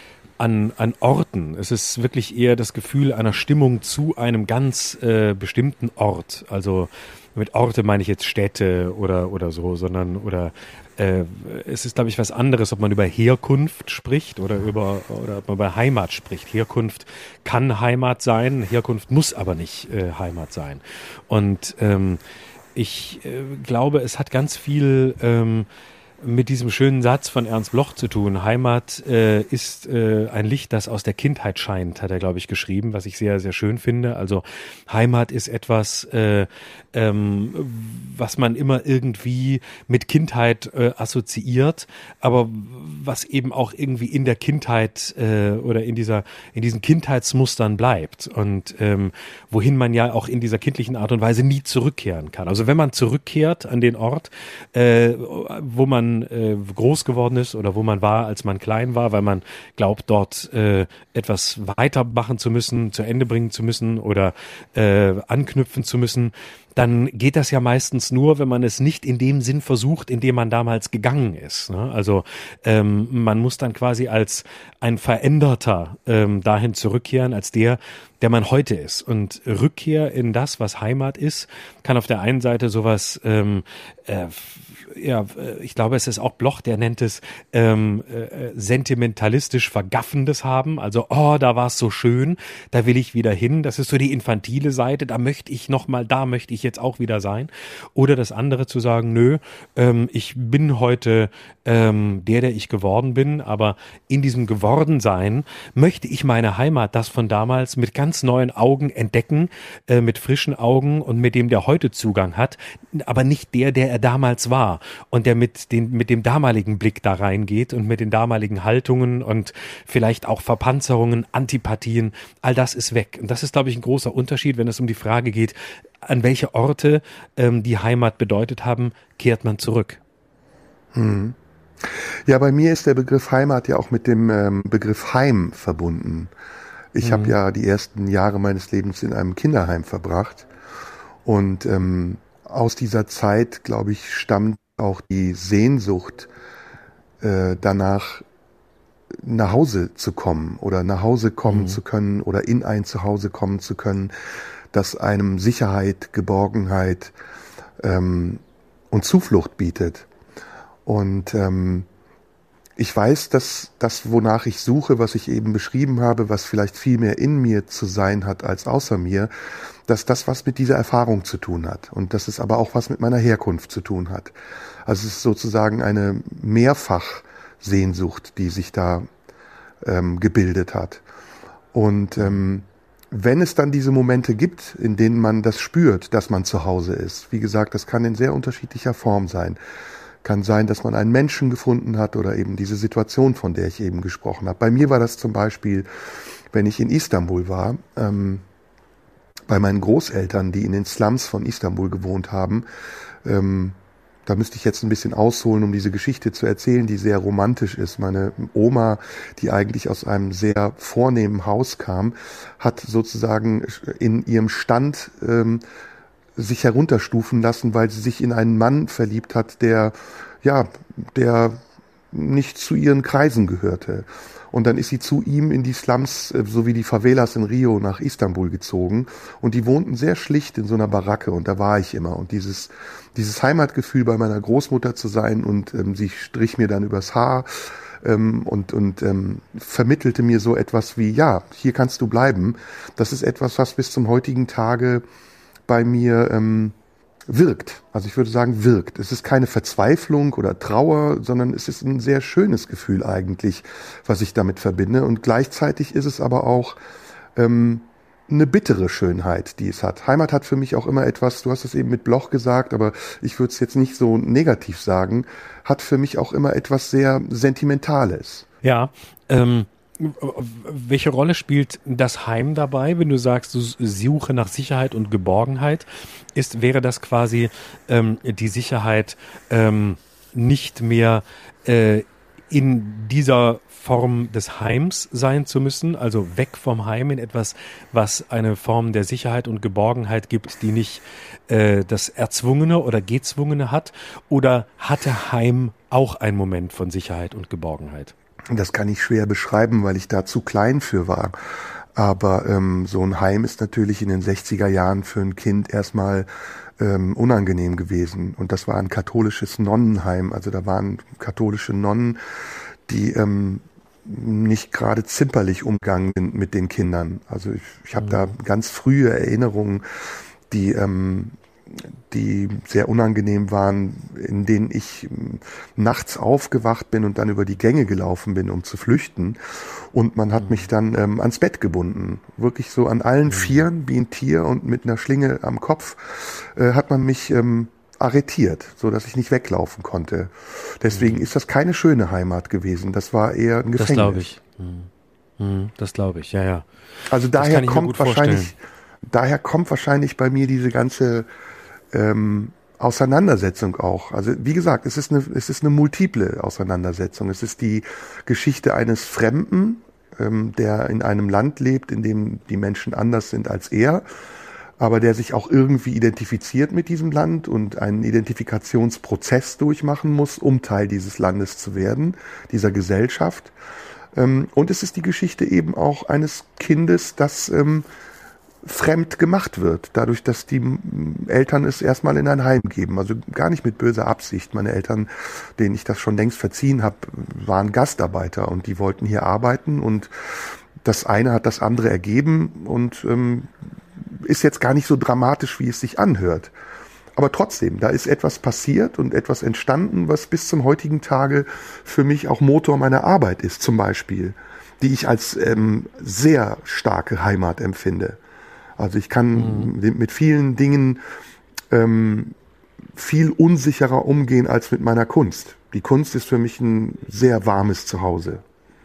an an Orten. Es ist wirklich eher das Gefühl einer Stimmung zu einem ganz äh, bestimmten Ort. Also mit Orte meine ich jetzt Städte oder oder so, sondern oder äh, es ist, glaube ich, was anderes, ob man über Herkunft spricht oder über oder ob man über Heimat spricht. Herkunft kann Heimat sein, Herkunft muss aber nicht äh, Heimat sein. Und ähm, ich äh, glaube, es hat ganz viel ähm, mit diesem schönen Satz von Ernst Bloch zu tun. Heimat äh, ist äh, ein Licht, das aus der Kindheit scheint, hat er, glaube ich, geschrieben, was ich sehr, sehr schön finde. Also Heimat ist etwas, äh, ähm, was man immer irgendwie mit Kindheit äh, assoziiert, aber was eben auch irgendwie in der Kindheit äh, oder in dieser in diesen Kindheitsmustern bleibt und ähm, wohin man ja auch in dieser kindlichen Art und Weise nie zurückkehren kann. Also wenn man zurückkehrt an den Ort, äh, wo man äh, groß geworden ist oder wo man war, als man klein war, weil man glaubt, dort äh, etwas weitermachen zu müssen, zu Ende bringen zu müssen oder äh, anknüpfen zu müssen, dann geht das ja meistens nur, wenn man es nicht in dem Sinn versucht, in dem man damals gegangen ist. Ne? Also ähm, man muss dann quasi als ein Veränderter ähm, dahin zurückkehren, als der, der man heute ist. Und Rückkehr in das, was Heimat ist, kann auf der einen Seite sowas, ähm, äh, ja, ich glaube, es ist auch Bloch, der nennt es ähm, äh, sentimentalistisch Vergaffendes haben. Also, oh, da war es so schön, da will ich wieder hin. Das ist so die infantile Seite, da möchte ich noch mal, da möchte ich jetzt auch wieder sein. Oder das andere zu sagen, nö, ähm, ich bin heute ähm, der, der ich geworden bin, aber in diesem Gewordensein möchte ich meine Heimat, das von damals, mit ganz neuen Augen entdecken, äh, mit frischen Augen und mit dem, der heute Zugang hat, aber nicht der, der er damals war und der mit den den, mit dem damaligen Blick da reingeht und mit den damaligen Haltungen und vielleicht auch Verpanzerungen, Antipathien, all das ist weg. Und das ist, glaube ich, ein großer Unterschied, wenn es um die Frage geht, an welche Orte ähm, die Heimat bedeutet haben, kehrt man zurück. Hm. Ja, bei mir ist der Begriff Heimat ja auch mit dem ähm, Begriff Heim verbunden. Ich mhm. habe ja die ersten Jahre meines Lebens in einem Kinderheim verbracht und ähm, aus dieser Zeit, glaube ich, stammt auch die Sehnsucht äh, danach, nach Hause zu kommen oder nach Hause kommen mhm. zu können oder in ein Zuhause kommen zu können, das einem Sicherheit, Geborgenheit ähm, und Zuflucht bietet. Und ähm, ich weiß, dass das, wonach ich suche, was ich eben beschrieben habe, was vielleicht viel mehr in mir zu sein hat als außer mir, dass das was mit dieser Erfahrung zu tun hat und dass es aber auch was mit meiner Herkunft zu tun hat. Also es ist sozusagen eine Mehrfachsehnsucht, die sich da ähm, gebildet hat. Und ähm, wenn es dann diese Momente gibt, in denen man das spürt, dass man zu Hause ist, wie gesagt, das kann in sehr unterschiedlicher Form sein. Kann sein, dass man einen Menschen gefunden hat oder eben diese Situation, von der ich eben gesprochen habe. Bei mir war das zum Beispiel, wenn ich in Istanbul war, ähm, bei meinen Großeltern, die in den Slums von Istanbul gewohnt haben. Ähm, da müsste ich jetzt ein bisschen ausholen, um diese Geschichte zu erzählen, die sehr romantisch ist. Meine Oma, die eigentlich aus einem sehr vornehmen Haus kam, hat sozusagen in ihrem Stand ähm, sich herunterstufen lassen, weil sie sich in einen Mann verliebt hat, der, ja, der nicht zu ihren Kreisen gehörte. Und dann ist sie zu ihm in die Slums, so wie die Favelas in Rio, nach Istanbul gezogen. Und die wohnten sehr schlicht in so einer Baracke. Und da war ich immer. Und dieses, dieses Heimatgefühl, bei meiner Großmutter zu sein, und ähm, sie strich mir dann übers Haar ähm, und, und ähm, vermittelte mir so etwas wie, ja, hier kannst du bleiben. Das ist etwas, was bis zum heutigen Tage bei mir ähm, wirkt. Also ich würde sagen, wirkt. Es ist keine Verzweiflung oder Trauer, sondern es ist ein sehr schönes Gefühl eigentlich, was ich damit verbinde. Und gleichzeitig ist es aber auch ähm, eine bittere Schönheit, die es hat. Heimat hat für mich auch immer etwas, du hast es eben mit Bloch gesagt, aber ich würde es jetzt nicht so negativ sagen, hat für mich auch immer etwas sehr Sentimentales. Ja, ähm welche Rolle spielt das Heim dabei, wenn du sagst, du suche nach Sicherheit und Geborgenheit? Ist, wäre das quasi ähm, die Sicherheit, ähm, nicht mehr äh, in dieser Form des Heims sein zu müssen, also weg vom Heim in etwas, was eine Form der Sicherheit und Geborgenheit gibt, die nicht äh, das Erzwungene oder Gezwungene hat? Oder hatte Heim auch einen Moment von Sicherheit und Geborgenheit? Das kann ich schwer beschreiben, weil ich da zu klein für war. Aber ähm, so ein Heim ist natürlich in den sechziger Jahren für ein Kind erstmal ähm, unangenehm gewesen. Und das war ein katholisches Nonnenheim. Also da waren katholische Nonnen, die ähm, nicht gerade zimperlich umgegangen sind mit den Kindern. Also ich, ich habe mhm. da ganz frühe Erinnerungen, die ähm, die sehr unangenehm waren, in denen ich nachts aufgewacht bin und dann über die Gänge gelaufen bin, um zu flüchten. Und man hat mhm. mich dann ähm, ans Bett gebunden. Wirklich so an allen mhm. Vieren, wie ein Tier, und mit einer Schlinge am Kopf äh, hat man mich ähm, arretiert, so dass ich nicht weglaufen konnte. Deswegen mhm. ist das keine schöne Heimat gewesen. Das war eher ein Gefängnis. Das glaube ich. Mhm. Mhm. Das glaube ich, ja, ja. Also das daher kommt wahrscheinlich, daher kommt wahrscheinlich bei mir diese ganze Ähm, Auseinandersetzung auch. Also wie gesagt, es ist eine, es ist eine multiple Auseinandersetzung. Es ist die Geschichte eines Fremden, ähm, der in einem Land lebt, in dem die Menschen anders sind als er, aber der sich auch irgendwie identifiziert mit diesem Land und einen Identifikationsprozess durchmachen muss, um Teil dieses Landes zu werden, dieser Gesellschaft. Ähm, und es ist die Geschichte eben auch eines Kindes, das ähm, fremd gemacht wird, dadurch, dass die Eltern es erstmal in ein Heim geben. Also gar nicht mit böser Absicht. Meine Eltern, denen ich das schon längst verziehen habe, waren Gastarbeiter und die wollten hier arbeiten, und das eine hat das andere ergeben und ähm, ist jetzt gar nicht so dramatisch, wie es sich anhört. Aber trotzdem, da ist etwas passiert und etwas entstanden, was bis zum heutigen Tage für mich auch Motor meiner Arbeit ist, zum Beispiel, die ich als ähm, sehr starke Heimat empfinde. Also ich kann mhm. mit vielen Dingen ähm, viel unsicherer umgehen als mit meiner Kunst, Die Kunst ist für mich ein sehr warmes Zuhause.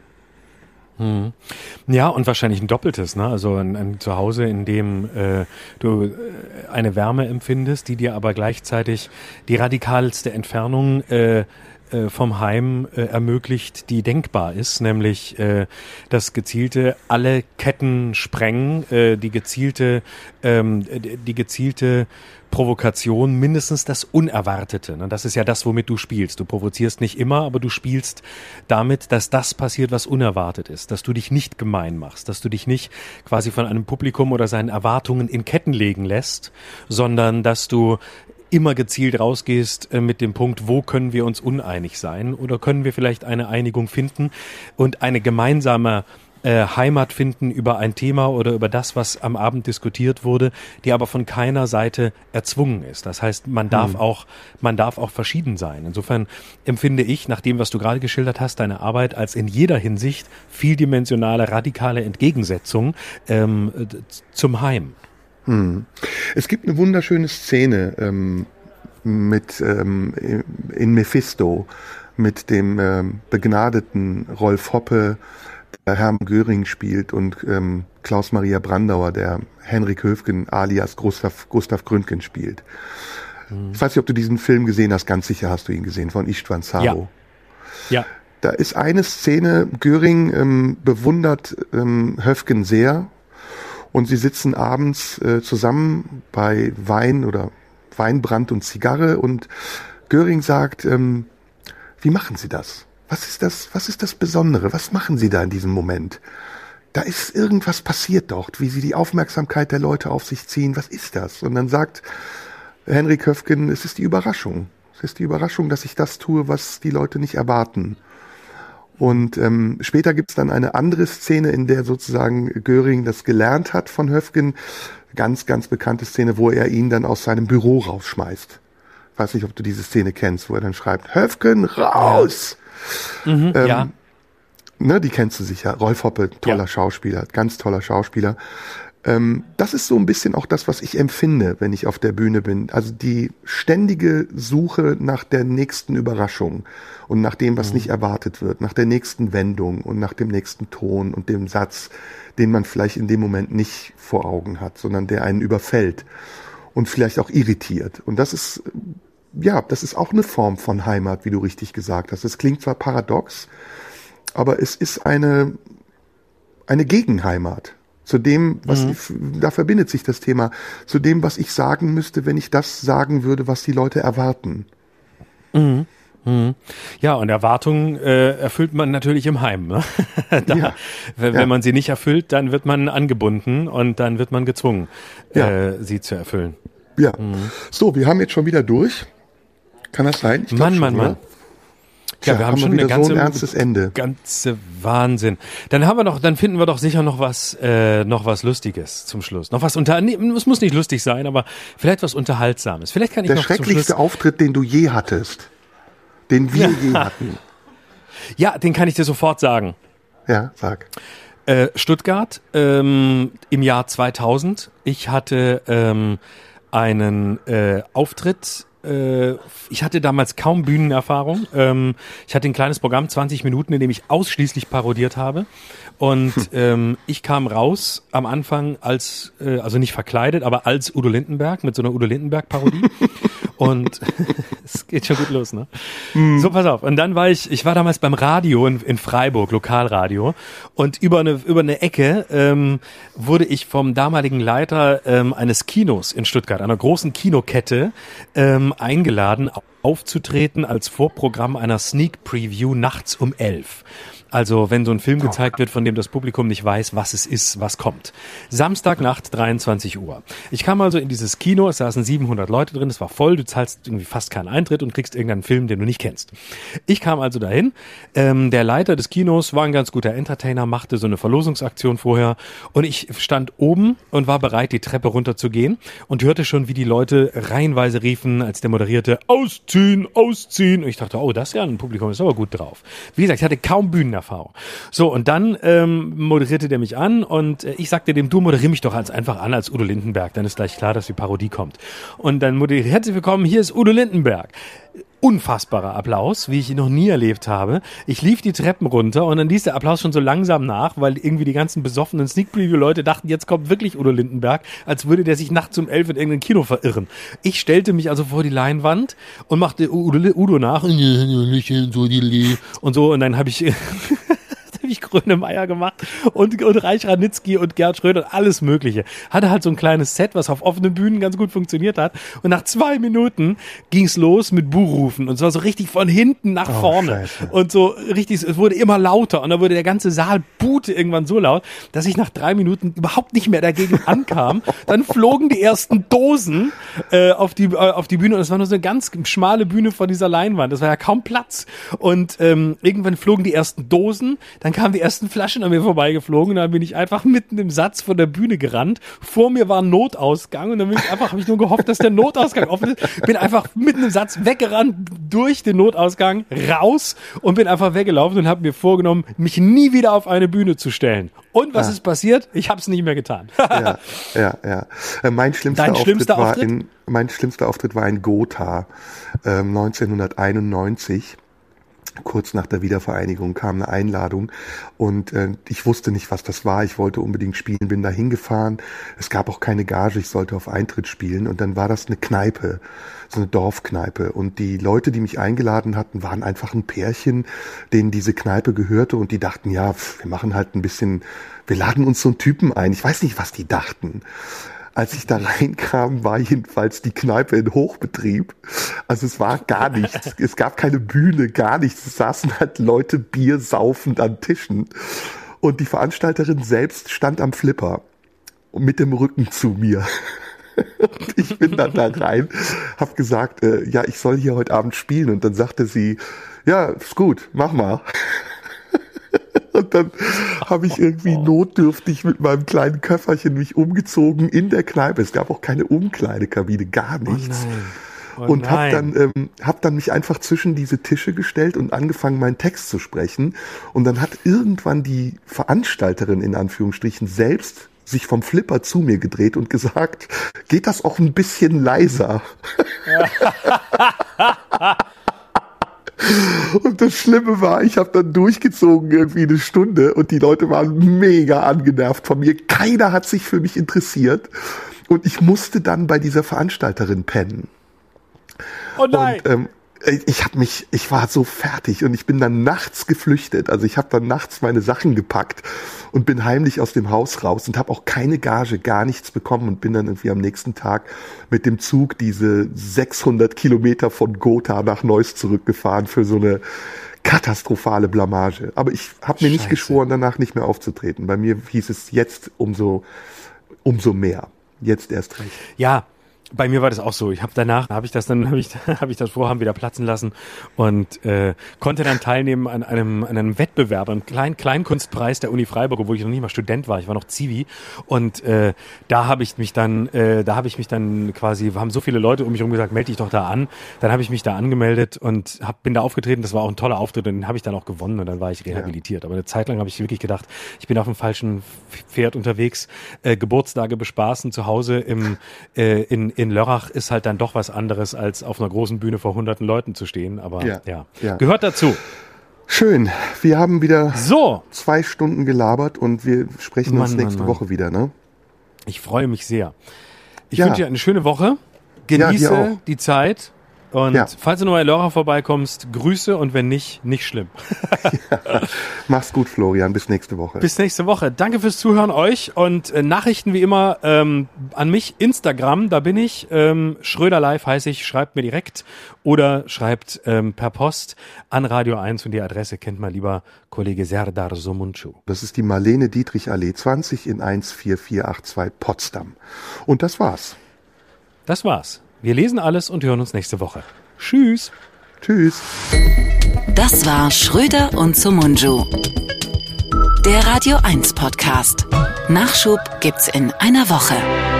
Hm. Ja, und wahrscheinlich ein doppeltes, ne? Also ein, ein Zuhause, in dem äh, du äh, eine Wärme empfindest, die dir aber gleichzeitig die radikalste Entfernung äh, äh, vom Heim äh, ermöglicht, die denkbar ist, nämlich äh, das gezielte alle Ketten sprengen, äh, die gezielte ähm, die gezielte Provokation, mindestens das Unerwartete. Das ist ja das, womit du spielst. Du provozierst nicht immer, aber du spielst damit, dass das passiert, was unerwartet ist. Dass du dich nicht gemein machst, dass du dich nicht quasi von einem Publikum oder seinen Erwartungen in Ketten legen lässt, sondern dass du immer gezielt rausgehst mit dem Punkt, wo können wir uns uneinig sein oder können wir vielleicht eine Einigung finden und eine gemeinsame Äh, Heimat finden über ein Thema oder über das, was am Abend diskutiert wurde, die aber von keiner Seite erzwungen ist. Das heißt, man darf hm. auch, man darf auch verschieden sein. Insofern empfinde ich, nach dem, was du gerade geschildert hast, deine Arbeit als in jeder Hinsicht vieldimensionale, radikale Entgegensetzung ähm, zum Heim. Hm. Es gibt eine wunderschöne Szene ähm, mit ähm, in Mephisto mit dem ähm, begnadeten Rolf Hoppe, der Hermann Göring spielt, und ähm, Klaus-Maria Brandauer, der Henrik Höfgen alias Gustav, Gustav Gründgen spielt. Mhm. Ich weiß nicht, ob du diesen Film gesehen hast, ganz sicher hast du ihn gesehen, von Istvan Sabo. Ja. ja. Da ist eine Szene, Göring ähm, bewundert ähm, Höfgen sehr und sie sitzen abends äh, zusammen bei Wein oder Weinbrand und Zigarre und Göring sagt, ähm, wie machen Sie das? Was ist das, was ist das Besondere? Was machen Sie da in diesem Moment? Da ist irgendwas passiert dort, wie Sie die Aufmerksamkeit der Leute auf sich ziehen. Was ist das? Und dann sagt Henrik Höfgen, es ist die Überraschung. Es ist die Überraschung, dass ich das tue, was die Leute nicht erwarten. Und ähm, später gibt es dann eine andere Szene, in der sozusagen Göring das gelernt hat von Höfgen. Ganz, ganz bekannte Szene, wo er ihn dann aus seinem Büro rausschmeißt. Ich weiß nicht, ob du diese Szene kennst, wo er dann schreibt, Höfgen, raus! Ja. Mhm, ähm, ja. Ne, die kennst du sicher. Rolf Hoppe, toller ja. Schauspieler, ganz toller Schauspieler. Ähm, das ist so ein bisschen auch das, was ich empfinde, wenn ich auf der Bühne bin. Also die ständige Suche nach der nächsten Überraschung und nach dem, was mhm. nicht erwartet wird, nach der nächsten Wendung und nach dem nächsten Ton und dem Satz, den man vielleicht in dem Moment nicht vor Augen hat, sondern der einen überfällt und vielleicht auch irritiert. Und das ist Ja, das ist auch eine Form von Heimat, wie du richtig gesagt hast. Es klingt zwar paradox, aber es ist eine, eine Gegenheimat zu dem, was mhm. ich, da verbindet sich das Thema, zu dem, was ich sagen müsste, wenn ich das sagen würde, was die Leute erwarten. Mhm. Mhm. Ja, und Erwartungen äh, erfüllt man natürlich im Heim. Ne? da, ja. Wenn ja. man sie nicht erfüllt, dann wird man angebunden und dann wird man gezwungen, ja. äh, sie zu erfüllen. Ja. Mhm. So, wir haben jetzt schon wieder durch. Kann das sein? Ich Mann, schon, Mann, oder? Mann. Ja, Tja, wir haben, haben schon wir eine ganze, so ein ernstes Ende. Ganze Wahnsinn. Dann haben wir doch, dann finden wir doch sicher noch was, äh, noch was Lustiges zum Schluss. Noch was unter, nee, es muss nicht lustig sein, aber vielleicht was Unterhaltsames. Vielleicht kann ich Der noch zum schrecklichste Schluss Auftritt, den du je hattest. Den wir ja. je hatten. Ja, den kann ich dir sofort sagen. Ja, sag. Äh, Stuttgart, ähm, im Jahr zweitausend. Ich hatte, ähm, einen, äh, Auftritt. Ich hatte damals kaum Bühnenerfahrung. Ich hatte ein kleines Programm, zwanzig Minuten, in dem ich ausschließlich parodiert habe. Und ähm, ich kam raus am Anfang als, äh, also nicht verkleidet, aber als Udo Lindenberg mit so einer Udo Lindenberg-Parodie. Und es geht schon gut los, ne? Mm. So, pass auf. Und dann war ich, ich war damals beim Radio in, in Freiburg, Lokalradio. Und über eine, über eine Ecke ähm, wurde ich vom damaligen Leiter ähm, eines Kinos in Stuttgart, einer großen Kinokette, ähm, eingeladen, aufzutreten als Vorprogramm einer Sneak Preview nachts um elf. Also wenn so ein Film gezeigt wird, von dem das Publikum nicht weiß, was es ist, was kommt. Samstagnacht, dreiundzwanzig Uhr. Ich kam also in dieses Kino, es saßen siebenhundert Leute drin, es war voll, du zahlst irgendwie fast keinen Eintritt und kriegst irgendeinen Film, den du nicht kennst. Ich kam also dahin, ähm, der Leiter des Kinos war ein ganz guter Entertainer, machte so eine Verlosungsaktion vorher und ich stand oben und war bereit, die Treppe runterzugehen und hörte schon, wie die Leute reihenweise riefen, als der moderierte, ausziehen, ausziehen. Und ich dachte, oh, das ist ja ein Publikum, ist aber gut drauf. Wie gesagt, ich hatte kaum Bühnen Erfahrung. So, und dann ähm, moderierte der mich an und äh, ich sagte dem, du moderier mich doch als einfach an als Udo Lindenberg, dann ist gleich klar, dass die Parodie kommt. Und dann moderierte, herzlich willkommen, hier ist Udo Lindenberg. unfassbarer Applaus, wie ich ihn noch nie erlebt habe. Ich lief die Treppen runter und dann ließ der Applaus schon so langsam nach, weil irgendwie die ganzen besoffenen Sneak-Preview-Leute dachten, jetzt kommt wirklich Udo Lindenberg, als würde der sich nachts um elf in irgendein Kino verirren. Ich stellte mich also vor die Leinwand und machte Udo, Udo nach und so und dann habe ich ich Grönemeyer gemacht und, und Reich Ranitzky und Gerd Schröder und alles Mögliche. Hatte halt so ein kleines Set, was auf offenen Bühnen ganz gut funktioniert hat. Und nach zwei Minuten ging's los mit Buhrufen und zwar so richtig von hinten nach oh, vorne. Scheiße. Und so richtig, es wurde immer lauter und dann wurde der ganze Saal buhte irgendwann so laut, dass ich nach drei Minuten überhaupt nicht mehr dagegen ankam. Dann flogen die ersten Dosen äh, auf die äh, auf die Bühne und es war nur so eine ganz schmale Bühne vor dieser Leinwand. Das war ja kaum Platz. Und ähm, irgendwann flogen die ersten Dosen, dann kamen die ersten Flaschen an mir vorbeigeflogen und dann bin ich einfach mitten im Satz von der Bühne gerannt. Vor mir war ein Notausgang und dann bin ich einfach, habe ich nur gehofft, dass der Notausgang offen ist. Bin einfach mitten im Satz weggerannt, durch den Notausgang, raus und bin einfach weggelaufen und habe mir vorgenommen, mich nie wieder auf eine Bühne zu stellen. Und was ah. ist passiert? Ich habe es nicht mehr getan. ja, ja, ja. Äh, mein schlimmster Dein Auftritt schlimmster war Auftritt? in, mein schlimmster Auftritt war in Gotha, äh, neunzehnhunderteinundneunzig. Kurz nach der Wiedervereinigung kam eine Einladung und äh, ich wusste nicht, was das war. Ich wollte unbedingt spielen, bin da hingefahren. Es gab auch keine Gage, ich sollte auf Eintritt spielen und dann war das eine Kneipe, so eine Dorfkneipe und die Leute, die mich eingeladen hatten, waren einfach ein Pärchen, denen diese Kneipe gehörte und die dachten, ja, wir machen halt ein bisschen, wir laden uns so einen Typen ein. Ich weiß nicht, was die dachten. Als ich da reinkam, war jedenfalls die Kneipe in Hochbetrieb. Also es war gar nichts. Es gab keine Bühne, gar nichts. Es saßen halt Leute Bier saufend an Tischen. Und die Veranstalterin selbst stand am Flipper mit dem Rücken zu mir. Und ich bin dann da rein, hab gesagt, äh, ja, ich soll hier heute Abend spielen. Und dann sagte sie, ja, ist gut, mach mal. Und dann habe ich irgendwie notdürftig mit meinem kleinen Köfferchen mich umgezogen in der Kneipe. Es gab auch keine Umkleidekabine, gar nichts. Oh nein. Oh und habe dann, ähm, hab dann mich einfach zwischen diese Tische gestellt und angefangen, meinen Text zu sprechen. Und dann hat irgendwann die Veranstalterin in Anführungsstrichen selbst sich vom Flipper zu mir gedreht und gesagt, geht das auch ein bisschen leiser? Und das Schlimme war, ich habe dann durchgezogen irgendwie eine Stunde und die Leute waren mega angenervt von mir. Keiner hat sich für mich interessiert und ich musste dann bei dieser Veranstalterin pennen. Oh nein! Und, ähm, ich habe mich, ich war so fertig und ich bin dann nachts geflüchtet. Also ich habe dann nachts meine Sachen gepackt und bin heimlich aus dem Haus raus und habe auch keine Gage, gar nichts bekommen und bin dann irgendwie am nächsten Tag mit dem Zug diese sechshundert Kilometer von Gotha nach Neuss zurückgefahren für so eine katastrophale Blamage. Aber ich habe mir nicht geschworen, danach nicht mehr aufzutreten. Bei mir hieß es jetzt umso, umso mehr. Jetzt erst recht. Ja. Bei mir war das auch so. Ich habe danach, habe ich das dann, habe ich, habe ich das Vorhaben wieder platzen lassen und äh, konnte dann teilnehmen an einem, an einem Wettbewerb, einem kleinen Kleinkunstpreis der Uni Freiburg, wo ich noch nicht mal Student war. Ich war noch Zivi und äh, da habe ich mich dann, äh, da habe ich mich dann quasi, haben so viele Leute um mich herum gesagt, melde dich doch da an. Dann habe ich mich da angemeldet und hab, bin da aufgetreten. Das war auch ein toller Auftritt und den habe ich dann auch gewonnen und dann war ich rehabilitiert. Ja. Aber eine Zeit lang habe ich wirklich gedacht, ich bin auf dem falschen Pferd unterwegs. Äh, Geburtstage bespaßen zu Hause im äh, in in Lörrach ist halt dann doch was anderes, als auf einer großen Bühne vor hunderten Leuten zu stehen. Aber ja, ja. ja. gehört dazu. Schön. Wir haben wieder so. zwei Stunden gelabert und wir sprechen Mann, uns nächste Mann, Mann. Woche wieder, ne? Ich freue mich sehr. Ich ja. wünsche dir eine schöne Woche. Genieße ja, die Zeit. Und ja. falls du noch in Lörrach vorbeikommst, Grüße und wenn nicht, nicht schlimm. ja. Mach's gut, Florian. Bis nächste Woche. Bis nächste Woche. Danke fürs Zuhören euch und äh, Nachrichten wie immer ähm, an mich, Instagram, da bin ich. Ähm, Schröder Live heiße ich, schreibt mir direkt oder schreibt ähm, per Post an Radio eins und die Adresse kennt mal lieber Kollege Serdar Somuncu. Das ist die Marlene Dietrich Allee zwanzig in eins vier vier acht zwei Potsdam. Und das war's. Das war's. Wir lesen alles und hören uns nächste Woche. Tschüss. Tschüss. Das war Schröder und Somuncu. Der Radio eins Podcast. Nachschub gibt's in einer Woche.